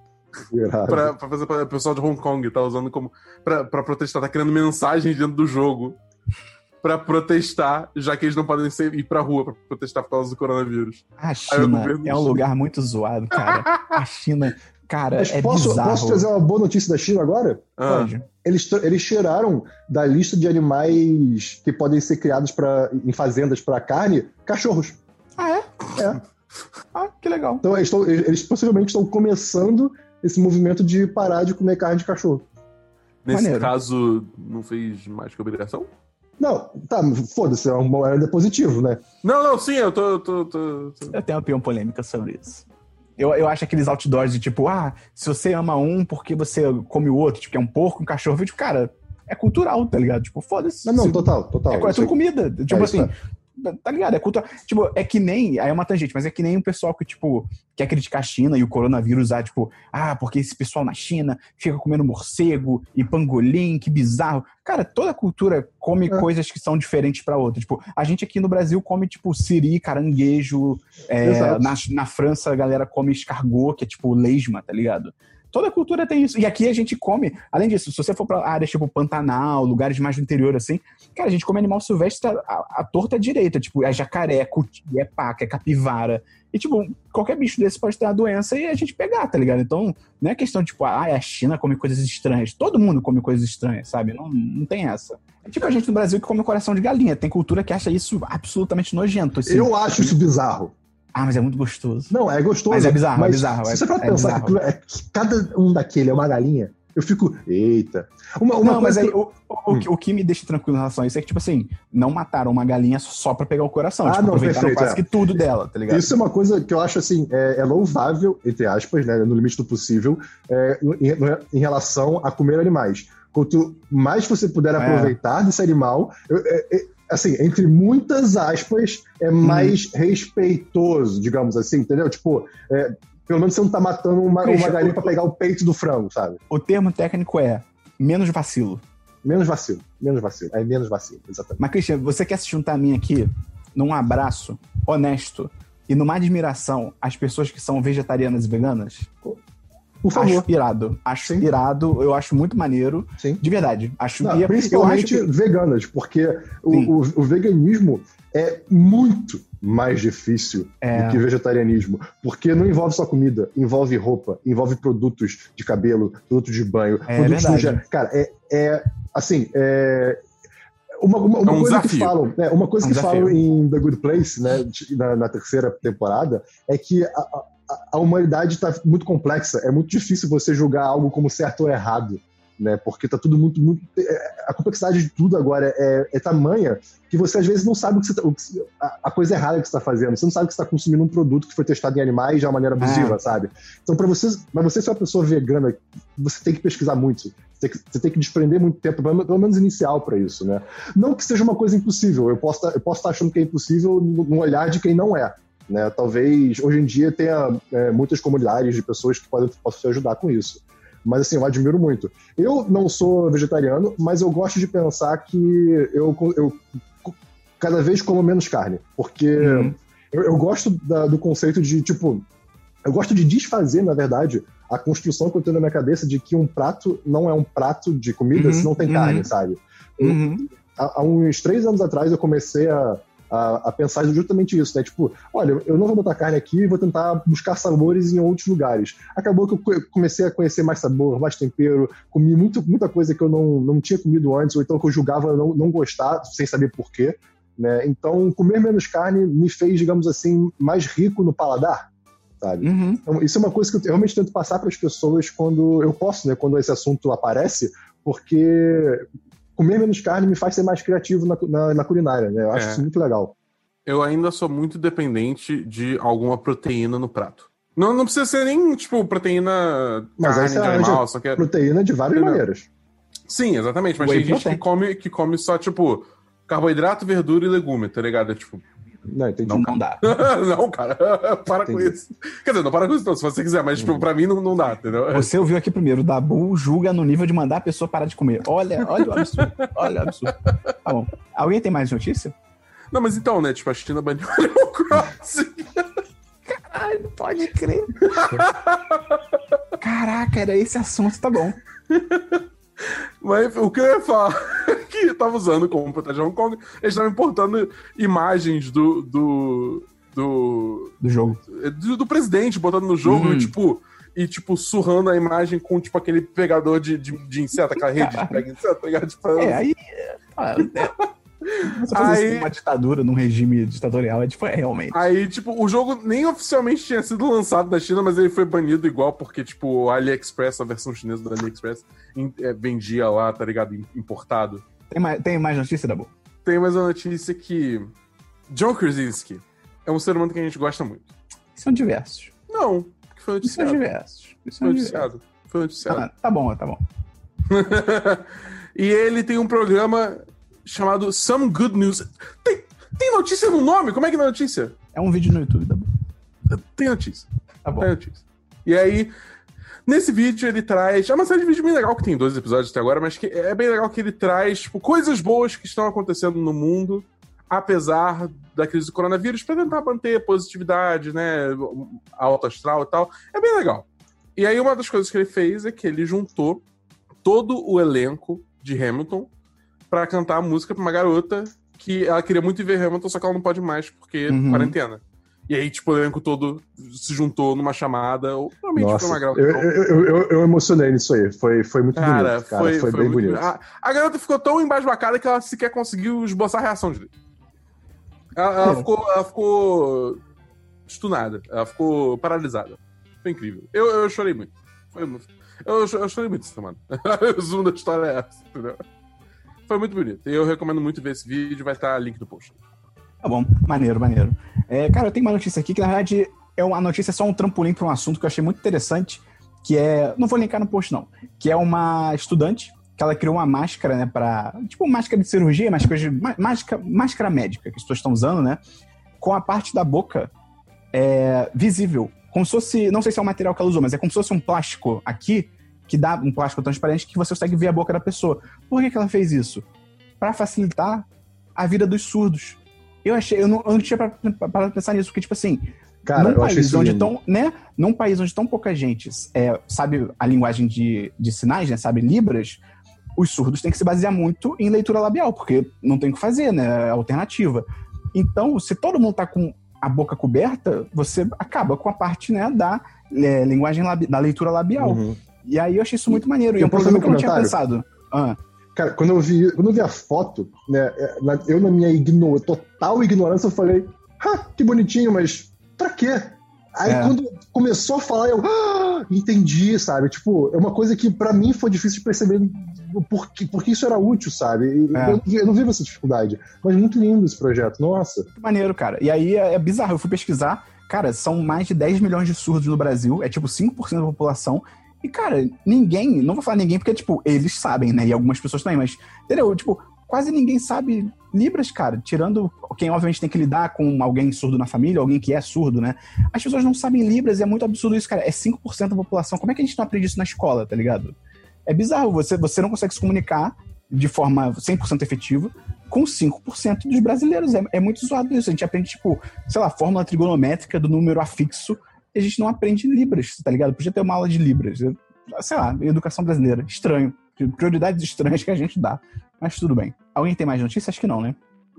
S4: Pra, pra fazer pra, o pessoal de Hong Kong tá usando como pra, pra protestar, tá criando mensagens dentro do jogo pra protestar, já que eles não podem ser, ir pra rua pra protestar por causa do coronavírus.
S2: A China é um lugar muito zoado, cara. A China, cara, Mas é
S3: posso,
S2: bizarro.
S3: Posso trazer uma boa notícia da China agora?
S4: Ah.
S2: Pode.
S3: Eles, eles tiraram da lista de animais que podem ser criados pra, em fazendas pra carne, cachorros.
S2: Ah, é?
S3: É.
S2: Ah, que legal.
S3: Então eles, estão, eles possivelmente estão começando esse movimento de parar de comer carne de cachorro.
S4: Nesse
S2: Maneiro.
S4: caso, não fez mais que obrigação?
S3: Não, tá, foda-se, é um, ainda é positivo, né?
S4: Não, não, sim, eu tô... tô, tô, tô...
S2: Eu tenho uma opinião polêmica sobre isso. Eu, eu acho aqueles outdoors de tipo, ah, se você ama um, porque você come o outro? Tipo, que é um porco, um cachorro. Tipo, cara, é cultural, tá ligado? Tipo, foda-se.
S3: Não, não, total, total.
S2: É, é tudo comida. Tipo
S3: é
S2: assim...
S3: Isso, é.
S2: Tá ligado? É cultura. Tipo, é que nem. Aí é uma tangente, mas é que nem o pessoal que, tipo, quer criticar a China e o coronavírus, ah, tipo, ah, porque esse pessoal na China fica comendo morcego e pangolim, que bizarro. Cara, toda cultura come é. coisas que são diferentes pra outra. Tipo, a gente aqui no Brasil come, tipo, siri, caranguejo. É, na, na França a galera come escargot, que é tipo lesma, tá ligado? Toda cultura tem isso. E aqui a gente come, além disso, se você for pra áreas tipo Pantanal, lugares mais do interior, assim, cara, a gente come animal silvestre a, a torta à direita. Tipo, é jacaré, é cuti, é paca, é capivara. E, tipo, qualquer bicho desse pode ter uma doença e a gente pegar, tá ligado? Então, não é questão, tipo, ah, a China come coisas estranhas. Todo mundo come coisas estranhas, sabe? Não, não tem essa. É tipo a gente no Brasil que come coração de galinha. Tem cultura que acha isso absolutamente nojento. Assim.
S3: Eu acho isso bizarro.
S2: Ah, mas é muito gostoso.
S3: Não, é gostoso.
S2: Mas é bizarro, mas é bizarro.
S3: Se você for
S2: é
S3: pensar que, é, que cada um daquele é uma galinha, eu fico, eita. Uma, uma
S2: não, mas aí,
S3: que...
S2: o, o, hum. o que me deixa tranquilo em relação a isso é que, tipo assim, não mataram uma galinha só pra pegar o coração.
S3: Ah,
S2: tipo,
S3: não,
S2: aproveitaram
S3: perfeito,
S2: quase
S3: é.
S2: que tudo dela, tá ligado?
S3: Isso é uma coisa que eu acho, assim, é, é louvável, entre aspas, né, no limite do possível, é, em, em relação a comer animais. Quanto mais você puder aproveitar é. desse animal... Eu, é, é, assim, entre muitas aspas, é mais hum. respeitoso, digamos assim, entendeu? Tipo, é, pelo menos você não tá matando uma, Christian, uma galinha pra pegar o peito do frango, sabe?
S2: O termo técnico é menos vacilo.
S3: Menos vacilo, menos vacilo. É menos vacilo, exatamente.
S2: Mas, Christian, você quer se juntar a mim aqui num abraço honesto e numa admiração às pessoas que são vegetarianas e veganas?
S3: Por favor.
S2: Acho irado. Acho
S3: Sim.
S2: irado, eu acho muito maneiro.
S3: Sim.
S2: De verdade. Acho
S3: Não, principalmente eu acho que... veganas, porque o, o, o veganismo é muito mais difícil
S2: é.
S3: do que vegetarianismo. Porque não envolve só comida, envolve roupa, envolve produtos de cabelo, produtos de banho,
S2: é
S3: produtos
S2: verdade.
S3: no geral. Cara, é, é assim, é... Uma, uma, uma
S4: é um
S3: coisa
S4: desafio.
S3: que falam, é, uma coisa
S2: é um
S3: que
S2: desafio.
S3: falam em The Good Place, né, na, na terceira temporada, é que a, a, a humanidade está muito complexa. É muito difícil você julgar algo como certo ou errado, né? Porque tá tudo muito, muito... A complexidade de tudo agora é, é tamanha que você às vezes não sabe o que você tá, o que, a, a coisa errada que você está fazendo. Você não sabe que você está consumindo um produto que foi testado em animais de uma maneira abusiva,
S2: ah.
S3: sabe? Então, para você, pra você ser uma pessoa vegana, você tem que pesquisar muito. Você tem que, você tem que desprender muito tempo, pelo menos inicial, para isso, né? Não que seja uma coisa impossível. Eu posso eu posso estar achando que é impossível no olhar de quem não é. Né? Talvez hoje em dia tenha é, muitas comunidades de pessoas que podem, possam te ajudar com isso. Mas assim, eu admiro muito. Eu não sou vegetariano, mas eu gosto de pensar que eu, eu cada vez como menos carne. Porque uhum. eu, eu gosto da, do conceito de, tipo... Eu gosto de desfazer, na verdade, a construção que eu tenho na minha cabeça de que um prato não é um prato de comida uhum. se não tem uhum. carne, sabe?
S2: Uhum.
S3: Eu, há, há uns três anos atrás eu comecei a a, a pensar justamente isso, né? Tipo, olha, eu não vou botar carne aqui, vou tentar buscar sabores em outros lugares. Acabou que eu comecei a conhecer mais sabor, mais tempero, comi muito, muita coisa que eu não, não tinha comido antes, ou então que eu julgava não, não gostar, sem saber porquê, né? Então, comer menos carne me fez, digamos assim, mais rico no paladar, sabe?
S2: Uhum.
S3: Então, isso é uma coisa que eu realmente tento passar para as pessoas quando eu posso, né? Quando esse assunto aparece, porque comer menos carne me faz ser mais criativo na, na, na culinária, né? Eu acho
S4: É.
S3: isso muito legal.
S4: Eu ainda sou muito dependente de alguma proteína no prato. Não, não precisa ser nem, tipo, proteína
S3: Mas aí
S4: carne
S3: você
S4: de
S3: arranja
S4: animal, só que...
S3: proteína de várias
S4: Entendeu?
S3: maneiras.
S4: Sim, exatamente, mas
S2: Whey
S4: tem gente
S2: protein.
S4: que come, que come só, tipo, carboidrato, verdura e legume, tá ligado? É tipo...
S3: Não, entendi.
S2: Não, não dá.
S4: não, cara, para com
S3: Entendi.
S4: isso. Quer dizer, não para com isso não, se você quiser, mas, tipo, pra mim não, não dá, entendeu?
S2: Você ouviu aqui primeiro, o Dabu julga no nível de mandar a pessoa parar de comer. Olha, olha o absurdo. Olha o absurdo. Tá bom. Alguém tem mais notícia?
S4: Não, mas então, né, tipo, a China baniu o Animal Crossing.
S2: Caralho, pode crer. Caraca, era esse assunto, tá bom.
S4: Mas o que eu ia falar que eu tava usando como proteger Hong Kong, eles estavam importando imagens do do, do,
S2: Do jogo.
S4: do, do presidente, botando no jogo
S2: Hum.
S4: e, tipo, e, tipo, surrando a imagem com, tipo, aquele pegador de, de, de inseto, aquela rede de pega inseto, tá ligado? Tipo,
S2: É, aí... Ah, é. Você fazer isso
S4: Aí-
S2: numa ditadura, num regime ditatorial, é tipo, é realmente.
S4: Aí, tipo, o jogo nem oficialmente tinha sido lançado na China, mas ele foi banido igual, porque, tipo, o AliExpress, a versão chinesa do AliExpress, em- é, vendia lá, tá ligado? Im- Importado.
S2: Tem mais, tem mais notícia, Dabu?
S4: Tem mais uma notícia que John Krasinski é um ser humano que a gente gosta muito.
S2: São diversos.
S4: Não, que foi
S2: São
S4: noticiado.
S2: diversos.
S4: Foi
S2: São diversos.
S4: noticiado. Foi noticiado.
S2: Ah, tá bom, tá bom.
S4: E ele tem um programa chamado Some Good News. Tem, tem notícia no nome? Como é que não é notícia?
S2: É um vídeo no YouTube, Dabu.
S4: Tem notícia.
S2: Tá bom.
S4: Tem notícia. E aí, nesse vídeo ele traz... É uma série de vídeos bem legal, que tem dois episódios até agora, mas que é bem legal que ele traz, tipo, coisas boas que estão acontecendo no mundo, apesar da crise do coronavírus, pra tentar manter positividade, né, alto astral e tal. É bem legal. E aí uma das coisas que ele fez é que ele juntou todo o elenco de Hamilton pra cantar a música pra uma garota que ela queria muito ver Hamilton, só que ela não pode mais porque
S2: Uhum.
S4: quarentena. E aí, tipo, o elenco todo se juntou numa chamada, ou realmente
S3: Nossa,
S4: foi uma garota.
S3: eu, eu, eu, eu, eu emocionei nisso aí. Foi, foi muito
S4: Cara,
S3: bonito. Cara,
S4: foi,
S3: foi,
S4: foi
S3: bem
S4: muito
S3: bonito.
S4: A, a garota ficou tão embasbacada que ela sequer conseguiu esboçar a reação direito. Ela, ela
S2: É.
S4: ficou, ela ficou estunada, ela ficou paralisada. Foi incrível. Eu, eu chorei muito. Foi muito. Eu, eu chorei muito essa semana. O resumo da história é essa, entendeu? Foi muito bonito. E eu recomendo muito ver esse vídeo, vai estar link no post.
S2: Tá bom, maneiro, maneiro. É, cara, eu tenho uma notícia aqui que, na verdade, é uma notícia só um trampolim para um assunto que eu achei muito interessante, que é... Não vou linkar no post, não. Que é uma estudante que ela criou uma máscara, né, pra... Tipo, máscara de cirurgia, mas coisa de... Máscara, máscara médica que as pessoas estão usando, né? Com a parte da boca é, visível. Como se fosse... Não sei se é o material que ela usou, mas é como se fosse um plástico aqui, que dá um plástico transparente que você consegue ver a boca da pessoa. Por que que ela fez isso? Pra facilitar a vida dos surdos. Eu achei, eu não, eu não tinha parado pra pensar nisso, porque, tipo assim,
S3: Cara,
S2: num
S3: eu achei
S2: país
S3: isso
S2: onde
S3: lindo.
S2: tão, né, num país onde tão pouca gente é, sabe a linguagem de, de sinais, né, sabe Libras, os surdos têm que se basear muito em leitura labial, porque não tem o que fazer, né, é alternativa. Então, se todo mundo tá com a boca coberta, você acaba com a parte, né, da é, linguagem labi, da leitura labial.
S3: Uhum.
S2: E aí eu achei isso muito maneiro, e é
S3: Eu
S2: um
S3: posso
S2: problema
S3: fazer
S2: que eu
S3: um
S2: não tinha pensado. Ah,
S3: Cara, quando eu vi, quando eu vi a foto, né, na- eu na minha igno- total ignorância, eu falei, ah, que bonitinho, mas pra quê? Aí
S2: É.
S3: quando começou a falar, eu ah, entendi, sabe? Tipo, é uma coisa que pra mim foi difícil de perceber porque, porque isso era útil, sabe? E
S2: É.
S3: eu, eu não vivo essa dificuldade. Mas muito lindo esse projeto, nossa.
S2: que maneiro, cara. E aí é, é bizarro, eu fui pesquisar, cara, são mais de dez milhões de surdos no Brasil, é tipo cinco por cento da população. E, cara, ninguém, não vou falar ninguém porque, tipo, eles sabem, né? E algumas pessoas também, mas, entendeu? Tipo, quase ninguém sabe Libras, cara. Tirando quem, obviamente, tem que lidar com alguém surdo na família, alguém que é surdo, né? As pessoas não sabem Libras e é muito absurdo isso, cara. É cinco por cento da população. Como é que a gente não aprende isso na escola, tá ligado? É bizarro. Você, você não consegue se comunicar de forma cem por cento efetiva com cinco por cento dos brasileiros. É, é muito zoado isso. A gente aprende, tipo, sei lá, fórmula trigonométrica do número afixo. A gente não aprende Libras, tá ligado? Podia ter uma aula de Libras. Eu, sei lá, educação brasileira. Estranho. Prioridades estranhas que a gente dá. Mas tudo bem. Alguém tem mais notícias? Acho que não, né?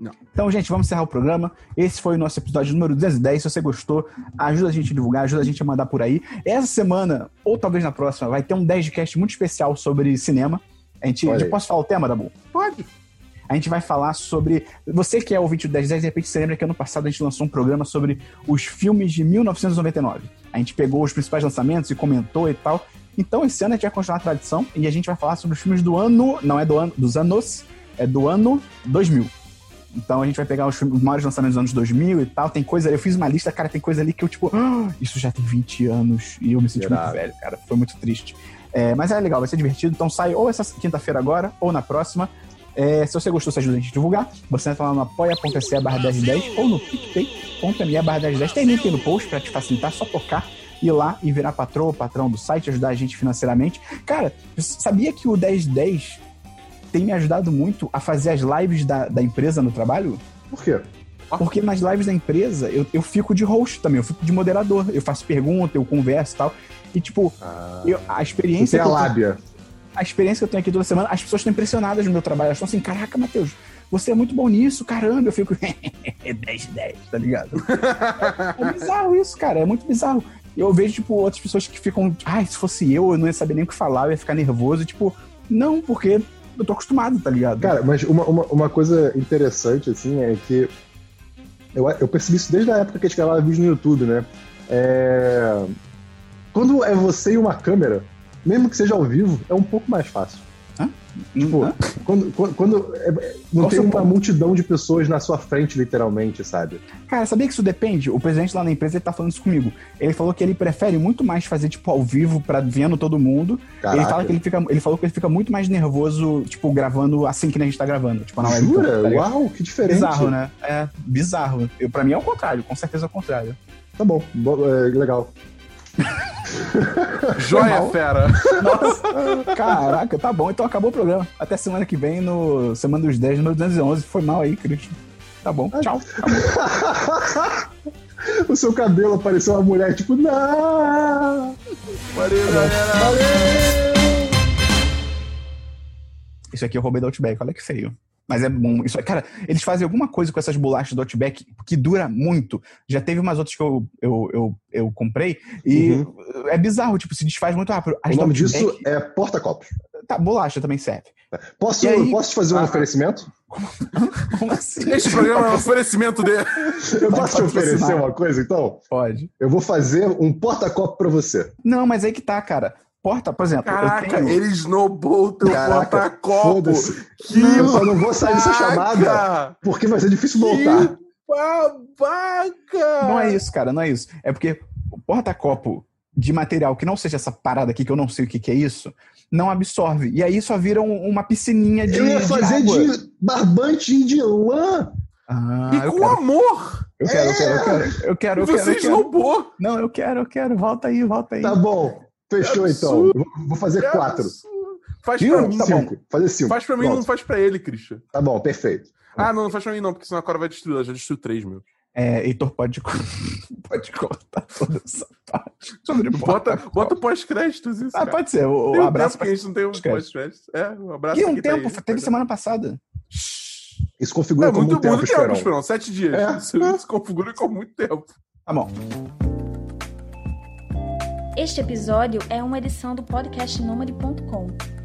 S4: Não.
S2: Então, gente, vamos encerrar o programa. Esse foi o nosso episódio número duzentos e dez. Se você gostou, ajuda a gente a divulgar, ajuda a gente a mandar por aí. Essa semana, ou talvez na próxima, vai ter um dez de cast muito especial sobre cinema. A gente, eu posso falar o tema, Dabu?
S4: Pode.
S2: A gente vai falar sobre... Você que é ouvinte do dez de dez, de repente você lembra que ano passado a gente lançou um programa sobre os filmes de mil novecentos e noventa e nove. A gente pegou os principais lançamentos e comentou e tal. Então, esse ano a gente vai continuar a tradição e a gente vai falar sobre os filmes do ano... Não é do ano, dos anos, é do ano dois mil. Então a gente vai pegar os, filmes, os maiores lançamentos dos anos dois mil e tal. Tem coisa... Eu fiz uma lista, cara, tem coisa ali que eu, tipo... Ah, isso já tem vinte anos e eu me senti Gerado. muito velho, cara. Foi muito triste. É, mas é legal, vai ser divertido. Então sai ou essa quinta-feira agora, ou na próxima. É, se você gostou, você ajuda a gente a divulgar. Você entra lá no apoia.se barra dez dez ou no picpay.me barra dez dez. Tem link aí no post pra te facilitar, só tocar, ir lá e virar patrão ou patrão do site, ajudar a gente financeiramente. Cara, sabia que o dez dez tem me ajudado muito a fazer as lives da, da empresa no trabalho?
S3: Por quê?
S2: Porque nas lives da empresa eu, eu fico de host também, eu fico de moderador. Eu faço pergunta, eu converso e tal. E, tipo, ah, eu, a experiência...
S3: Você tem a lábia.
S2: Tenho, a experiência que eu tenho aqui toda semana, as pessoas estão impressionadas no meu trabalho. Elas estão assim, caraca, Matheus, você é muito bom nisso, caramba. Eu fico, dez de dez, tá ligado? É, é bizarro isso, cara, é muito bizarro. Eu vejo, tipo, outras pessoas que ficam, ai, ah, se fosse eu, eu não ia saber nem o que falar, eu ia ficar nervoso. Tipo, não, porque eu tô acostumado, tá ligado?
S3: Cara, mas uma, uma, uma coisa interessante, assim, é que eu, eu percebi isso desde a época que a gente gravava vídeo no YouTube, né? É... Quando é você e uma câmera, mesmo que seja ao vivo, é um pouco mais fácil.
S2: Hã?
S3: Tipo,
S2: Hã?
S3: quando, quando, quando é, não Qual tem uma ponto? multidão de pessoas na sua frente, literalmente, sabe?
S2: Cara, sabia que isso depende? O presidente lá na empresa, ele tá falando isso comigo. Ele falou que ele prefere muito mais fazer, tipo, ao vivo, pra vendo todo mundo. Ele, fala que ele, fica, ele falou que ele fica muito mais nervoso, tipo, gravando assim que a gente tá gravando. Tipo, na webcam.
S3: Jura? Tá Uau, que diferente.
S2: Bizarro, né? É, bizarro. Eu, pra mim é o contrário, com certeza é o contrário.
S3: Tá bom, é, legal.
S4: Joia, fera!
S2: Nossa, caraca, tá bom, então acabou o programa. Até semana que vem, no Semana dos dez, no duzentos e onze. Foi mal aí, Cristian. Tá bom, tchau.
S3: O seu cabelo apareceu uma mulher, tipo, não!
S4: Valeu, galera!
S3: Valeu!
S2: Isso aqui eu roubei do Outback, olha que feio. Mas é bom. Isso, cara, eles fazem alguma coisa com essas bolachas do Outback que dura muito. Já teve umas outras que eu, eu, eu, eu comprei e uhum. é bizarro, tipo, se desfaz muito rápido. As
S3: o nome disso é porta-copos.
S2: Tá, bolacha também serve.
S3: Posso, aí, posso te fazer um ah, oferecimento?
S2: Como assim?
S4: Este programa é um oferecimento dele.
S3: Eu posso te oferecer uma coisa, então?
S2: Pode.
S3: Eu vou fazer um porta-copo pra você.
S2: Não, mas aí que tá, cara. Porta, por exemplo...
S4: Caraca,
S2: eu tenho...
S4: ele snowball o teu porta-copo.
S3: Que não, eu só não vou sair dessa chamada, porque vai ser difícil voltar.
S4: Que babaca!
S2: Não é isso, cara, não é isso. É porque o porta-copo de material que não seja essa parada aqui, que eu não sei o que, que é isso, não absorve. E aí só vira um, uma piscininha de
S3: Eu ia fazer de, de barbante de lã.
S2: Ah,
S4: e com quero. amor!
S2: Eu quero, é. eu quero, eu quero. Eu quero, eu
S4: Você
S2: quero, eu quero.
S4: snowball.
S2: Não, eu quero, eu quero. Volta aí, volta aí.
S3: Tá bom. Fechou, é então. Vou fazer é quatro.
S4: Faz
S3: Viu?
S4: pra mim.
S3: Tá bom. Fazer cinco.
S4: Faz pra mim, Pronto. Não faz pra ele, Christian.
S3: Tá bom, perfeito.
S4: Ah, não, não faz pra mim não, porque senão a Cora vai destruir. Ela já destruiu três, meu.
S2: É, Heitor, pode, pode cortar toda essa parte.
S4: Bota, bota pós-créditos isso,
S2: Ah,
S4: cara.
S2: pode ser. O,
S4: tem
S2: um
S4: um
S2: abraço
S4: tempo que a gente não tem um pós-créditos. É, um abraço.
S2: E um tempo,
S4: tá aí,
S2: teve semana passada.
S3: Isso configura
S4: é,
S3: como
S4: muito,
S3: um tempo,
S4: muito tempo,
S3: Esperão.
S4: Esperão. Sete dias.
S3: É.
S4: Isso, isso configura como muito tempo.
S2: Tá bom.
S6: Este episódio é uma edição do podcast nômade ponto com.